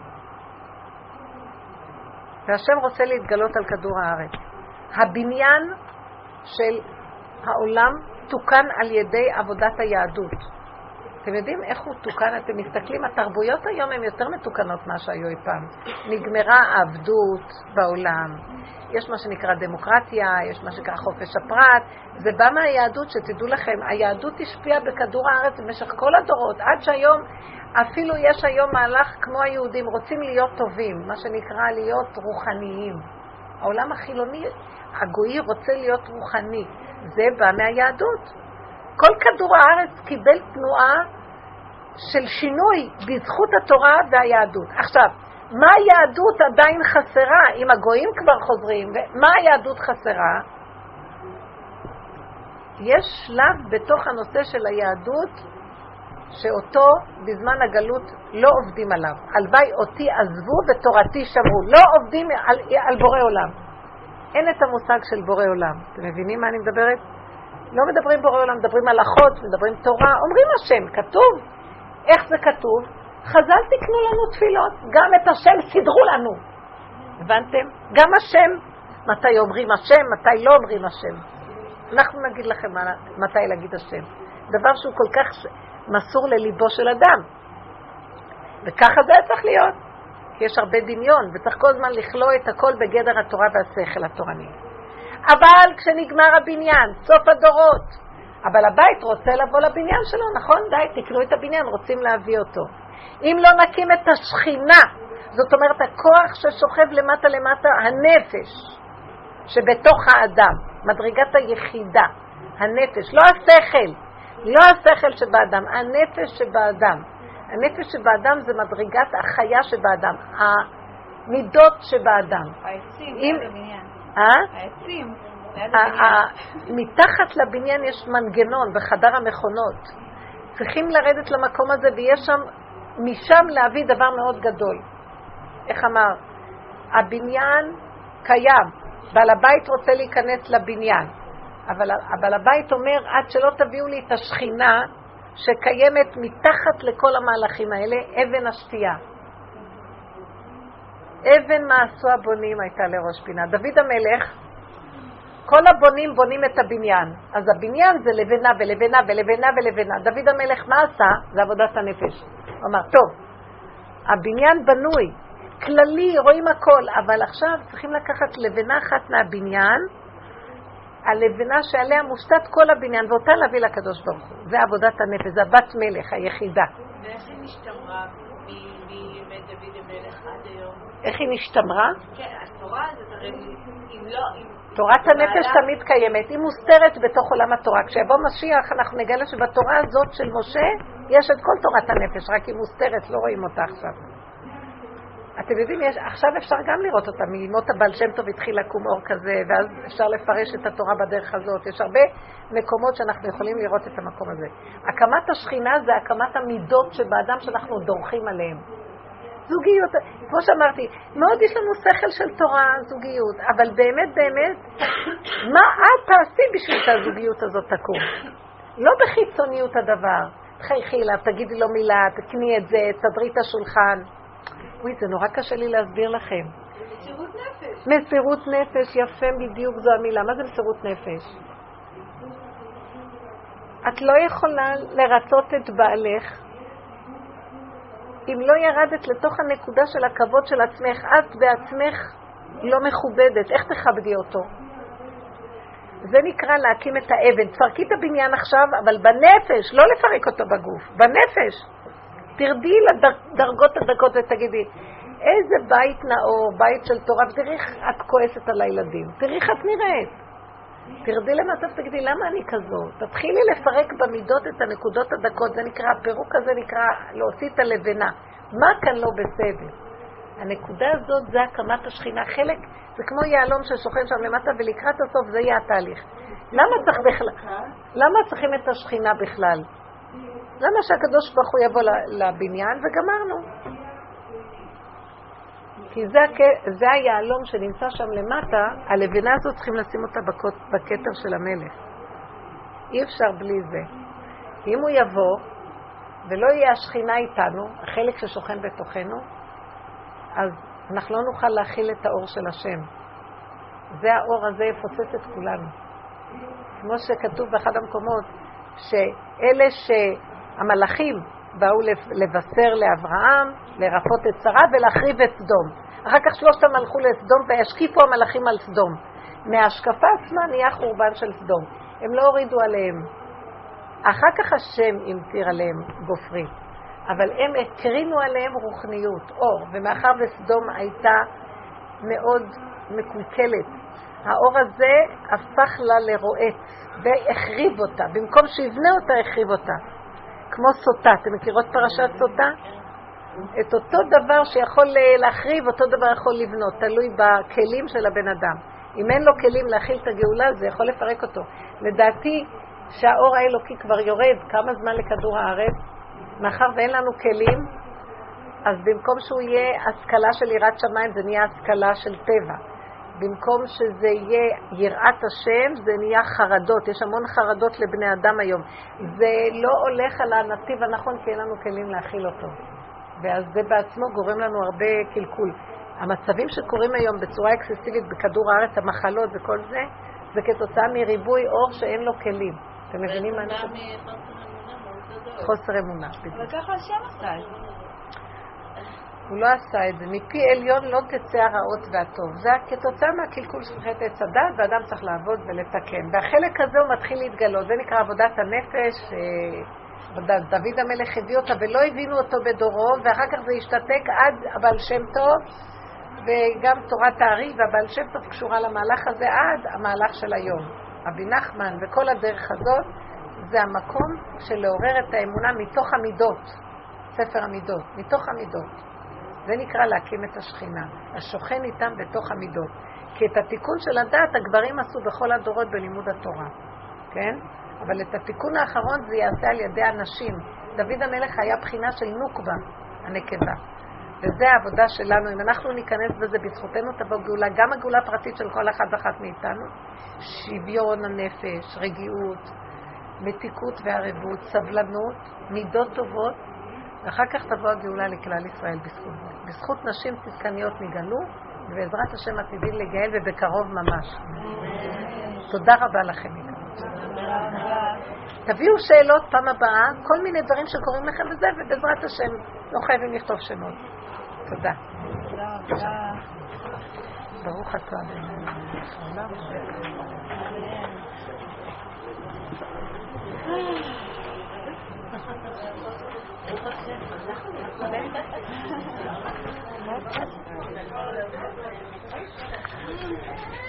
והשם רוצה להתגלות על כדור הארץ. הבניין של העולם תוקן על ידי עבודת היהדות. אתם יודעים איך הוא תוקן? אתם מסתכלים, התרבויות היום הן יותר מתוקנות מה שהיו אי פעם. נגמרה העבדות בעולם. יש מה שנקרא דמוקרטיה, יש מה שנקרא חופש הפרט. זה בא מהיהדות, שתדעו לכם, היהדות השפיעה בכדור הארץ במשך כל הדורות, עד שהיום, אפילו יש היום מהלך כמו היהודים, רוצים להיות טובים, מה שנקרא להיות רוחניים. העולם החילוני, הגוי רוצה להיות רוחני. זה בא מהיהדות. כל כדור הארץ קיבל תנועה של שינוי בזכות התורה והיהדות. עכשיו, מה היהדות עדיין חסרה? אם הגויים כבר חוזרים, מה היהדות חסרה? יש שלב בתוך הנושא של היהדות שאותו בזמן הגלות לא עובדים עליו. הלוואי אותי עזבו ותורתי שמרו. לא עובדים על בורא עולם. אין את המושג של בורא עולם. אתם מבינים מה אני מדברת? לא מדברים בורא עולם, מדברים הלכות, מדברים תורה, אומרים השם, כתוב. איך זה כתוב? חז"ל תקנו לנו תפילות, גם את השם סידרו לנו. הבנתם? גם השם, מתי אומרים השם, מתי לא אומרים השם. אנחנו נגיד לכם מתי להגיד השם. דבר שהוא כל כך מסור לליבו של אדם. וככה זה צריך להיות. כי יש הרבה דמיון, וצריך כל הזמן לכלוא את הכל בגדר התורה והשכל התורני. אבל כשנגמר הבניין, סוף הדורות, אבל הבית רוצה לבוא לבניין שלו, נכון? די, תקנו את הבניין, רוצים להביא אותו. אם לא נקים את השכינה, זאת אומרת הכוח ששוכב למטה למטה, הנפש שבתוך האדם, מדרגת היחידה, הנפש, לא השכל, לא השכל שבאדם, הנפש שבאדם. הנפש שבאדם זה מדרגת החיה שבאדם, המידות שבאדם. העצים, בבניין. העצים. מתחת לבניין יש מנגנון בחדר המכונות. צריכים לרדת למקום הזה ויש שם, משם להביא דבר מאוד גדול. איך אמר? הבניין קיים, בעל הבית רוצה להיכנס לבניין. אבל הבית אומר, עד שלא תביאו לי את השכינה שקיימת מתחת לכל המהלכים האלה, אבן השתייה. אבן מה עשו הבונים הייתה לראש פינה. דוד המלך, כל הבונים בונים את הבניין. אז הבניין זה לבנה ולבנה ולבנה ולבנה. דוד המלך מה עשה? זה עבודת הנפש. הוא אמר, טוב, הבניין בנוי, כללי, רואים הכל, אבל עכשיו צריכים לקחת לבנה אחת מהבניין, הלבנה שעליה מושתת כל הבניין, ואותה להביא לקדוש ברוך הוא. זה עבודת הנפש, זה הבת מלך, היחידה. ואיך היא נשתמרה מימי דוד המלך עד היום? איך היא נשתמרה? כן, התורה הזאת הרי, אם לא... תורת הנפש תמיד קיימת, היא מוסתרת בתוך עולם התורה. כשיבוא משיח אנחנו נגלה שבתורה הזאת של משה יש את כל תורת הנפש, רק היא מוסתרת, לא רואים אותה עכשיו. אתם יודעים, עכשיו אפשר גם לראות אותה, מימות הבעל שם טוב התחיל לקום אור כזה, ואז אפשר לפרש את התורה בדרך הזאת. יש הרבה מקומות שאנחנו יכולים לראות את המקום הזה. הקמת השכינה זה הקמת המידות שבאדם שאנחנו דורכים עליהם. זוגיות, כמו שאמרתי, מאוד יש לנו שכל של תורה, זוגיות, אבל באמת, באמת, מה את תעשי בשביל שהזוגיות הזאת תקום? לא בחיצוניות הדבר. תחייכי אליו, תגידי לו מילה, תקני את זה, תסדרי את השולחן. וואי, זה נורא קשה לי להסביר לכם. מסירות נפש. מסירות נפש, יפה בדיוק זו המילה. מה זה מסירות נפש? את לא יכולה לרצות את בעלך אם לא ירדת לתוך הנקודה של הכבוד של עצמך, את בעצמך לא מכובדת. איך תכבדי אותו? זה נקרא להקים את האבן. תפרקי את הבניין עכשיו, אבל בנפש, לא לפרק אותו בגוף, בנפש. תרדי לדרגות הדקות ותגידי, איזה בית נאור, בית של תורה, ותראי איך את כועסת על הילדים, תראי איך את נראית. תרדי למטה ותגידי, למה אני כזאת? תתחילי לפרק במידות את הנקודות הדקות, זה נקרא, הפירוק הזה נקרא להוציא את הלבנה. מה כאן לא בסדר? הנקודה הזאת זה הקמת השכינה. חלק, זה כמו יעלום ששוכן שם למטה, ולקראת הסוף זה יהיה התהליך. למה צריכים את השכינה בכלל? למה שהקדוש ברוך הוא יבוא לבניין וגמרנו? כי זה היעלום שנמצא שם למטה, הלבנה הזאת צריכים לשים אותה בכתר של המלך. אי אפשר בלי זה. אם הוא יבוא ולא יהיה השכינה איתנו, החלק ששוכן בתוכנו, אז אנחנו לא נוכל להכיל את האור של השם. זה האור הזה יפוצץ את כולנו. כמו שכתוב באחד המקומות, שאלה שהמלאכים באו לבשר לאברהם, לרפות את שרה ולהחריב את סדום. אחר כך שלושתם הלכו לסדום וישקיפו המלאכים על סדום. מההשקפה עצמה נהיה חורבן של סדום. הם לא הורידו עליהם. אחר כך השם המטיר עליהם גופרי. אבל הם הקרינו עליהם רוחניות, אור. ומאחר וסדום הייתה מאוד מקולקלת, האור הזה הפך לה לרועץ והחריב אותה. במקום שיבנה אותה, החריב אותה. כמו סוטה. אתם מכירות פרשת סוטה? את אותו דבר שיכול להחריב, אותו דבר יכול לבנות, תלוי בכלים של הבן אדם. אם אין לו כלים להכיל את הגאולה, זה יכול לפרק אותו. לדעתי שהאור האלוקי כבר יורד כמה זמן לכדור הארץ, מאחר ואין לנו כלים, אז במקום שהוא יהיה השכלה של יראת שמיים, זה נהיה השכלה של טבע. במקום שזה יהיה יראת השם, זה נהיה חרדות. יש המון חרדות לבני אדם היום. זה לא הולך על הנתיב הנכון, כי אין לנו כלים להכיל אותו. ואז זה בעצמו גורם לנו הרבה קלקול. המצבים שקורים היום בצורה אקססיבית בכדור הארץ, המחלות וכל זה, זה כתוצאה מריבוי אור שאין לו כלים. אתם מבינים מה אני חושבת? חוסר אמונה. אבל ככה השם עשה את זה. הוא לא עשה את זה. מפי עליון לא תצא הרעות והטוב. זה כתוצאה מהקלקול של חטא עץ הדת, ואדם צריך לעבוד ולתקן. והחלק הזה הוא מתחיל להתגלות. זה נקרא עבודת הנפש. דוד המלך הביא אותה ולא הבינו אותו בדורו, ואחר כך זה השתתק עד הבעל שם טוב, וגם תורת הארי, והבעל שם טוב קשורה למהלך הזה עד המהלך של היום. רבי נחמן וכל הדרך הזאת, זה המקום של לעורר את האמונה מתוך המידות, ספר המידות, מתוך המידות. זה נקרא להקים את השכינה, השוכן איתם בתוך המידות. כי את התיקון של הדת הגברים עשו בכל הדורות בלימוד התורה, כן? אבל את התיקון האחרון זה יעשה על ידי הנשים. דוד המלך היה בחינה של נוקבה, הנקבה. וזה העבודה שלנו. אם אנחנו ניכנס בזה, בזכותנו תבוא גאולה, גם הגאולה הפרטית של כל אחד ואחת מאיתנו. שוויון הנפש, רגיעות, מתיקות וערבות, סבלנות, מידות טובות, ואחר כך תבוא הגאולה לכלל ישראל בזכות זה. בזכות נשים צדקניות נגאלו, ובעזרת השם עתידים לגאל ובקרוב ממש. תודה רבה לכם. תביאו שאלות פעם הבאה, כל מיני דברים שקורים לכם וזה, ובעזרת השם לא חייבים לכתוב שמות. תודה. ברוך אתה אדוני.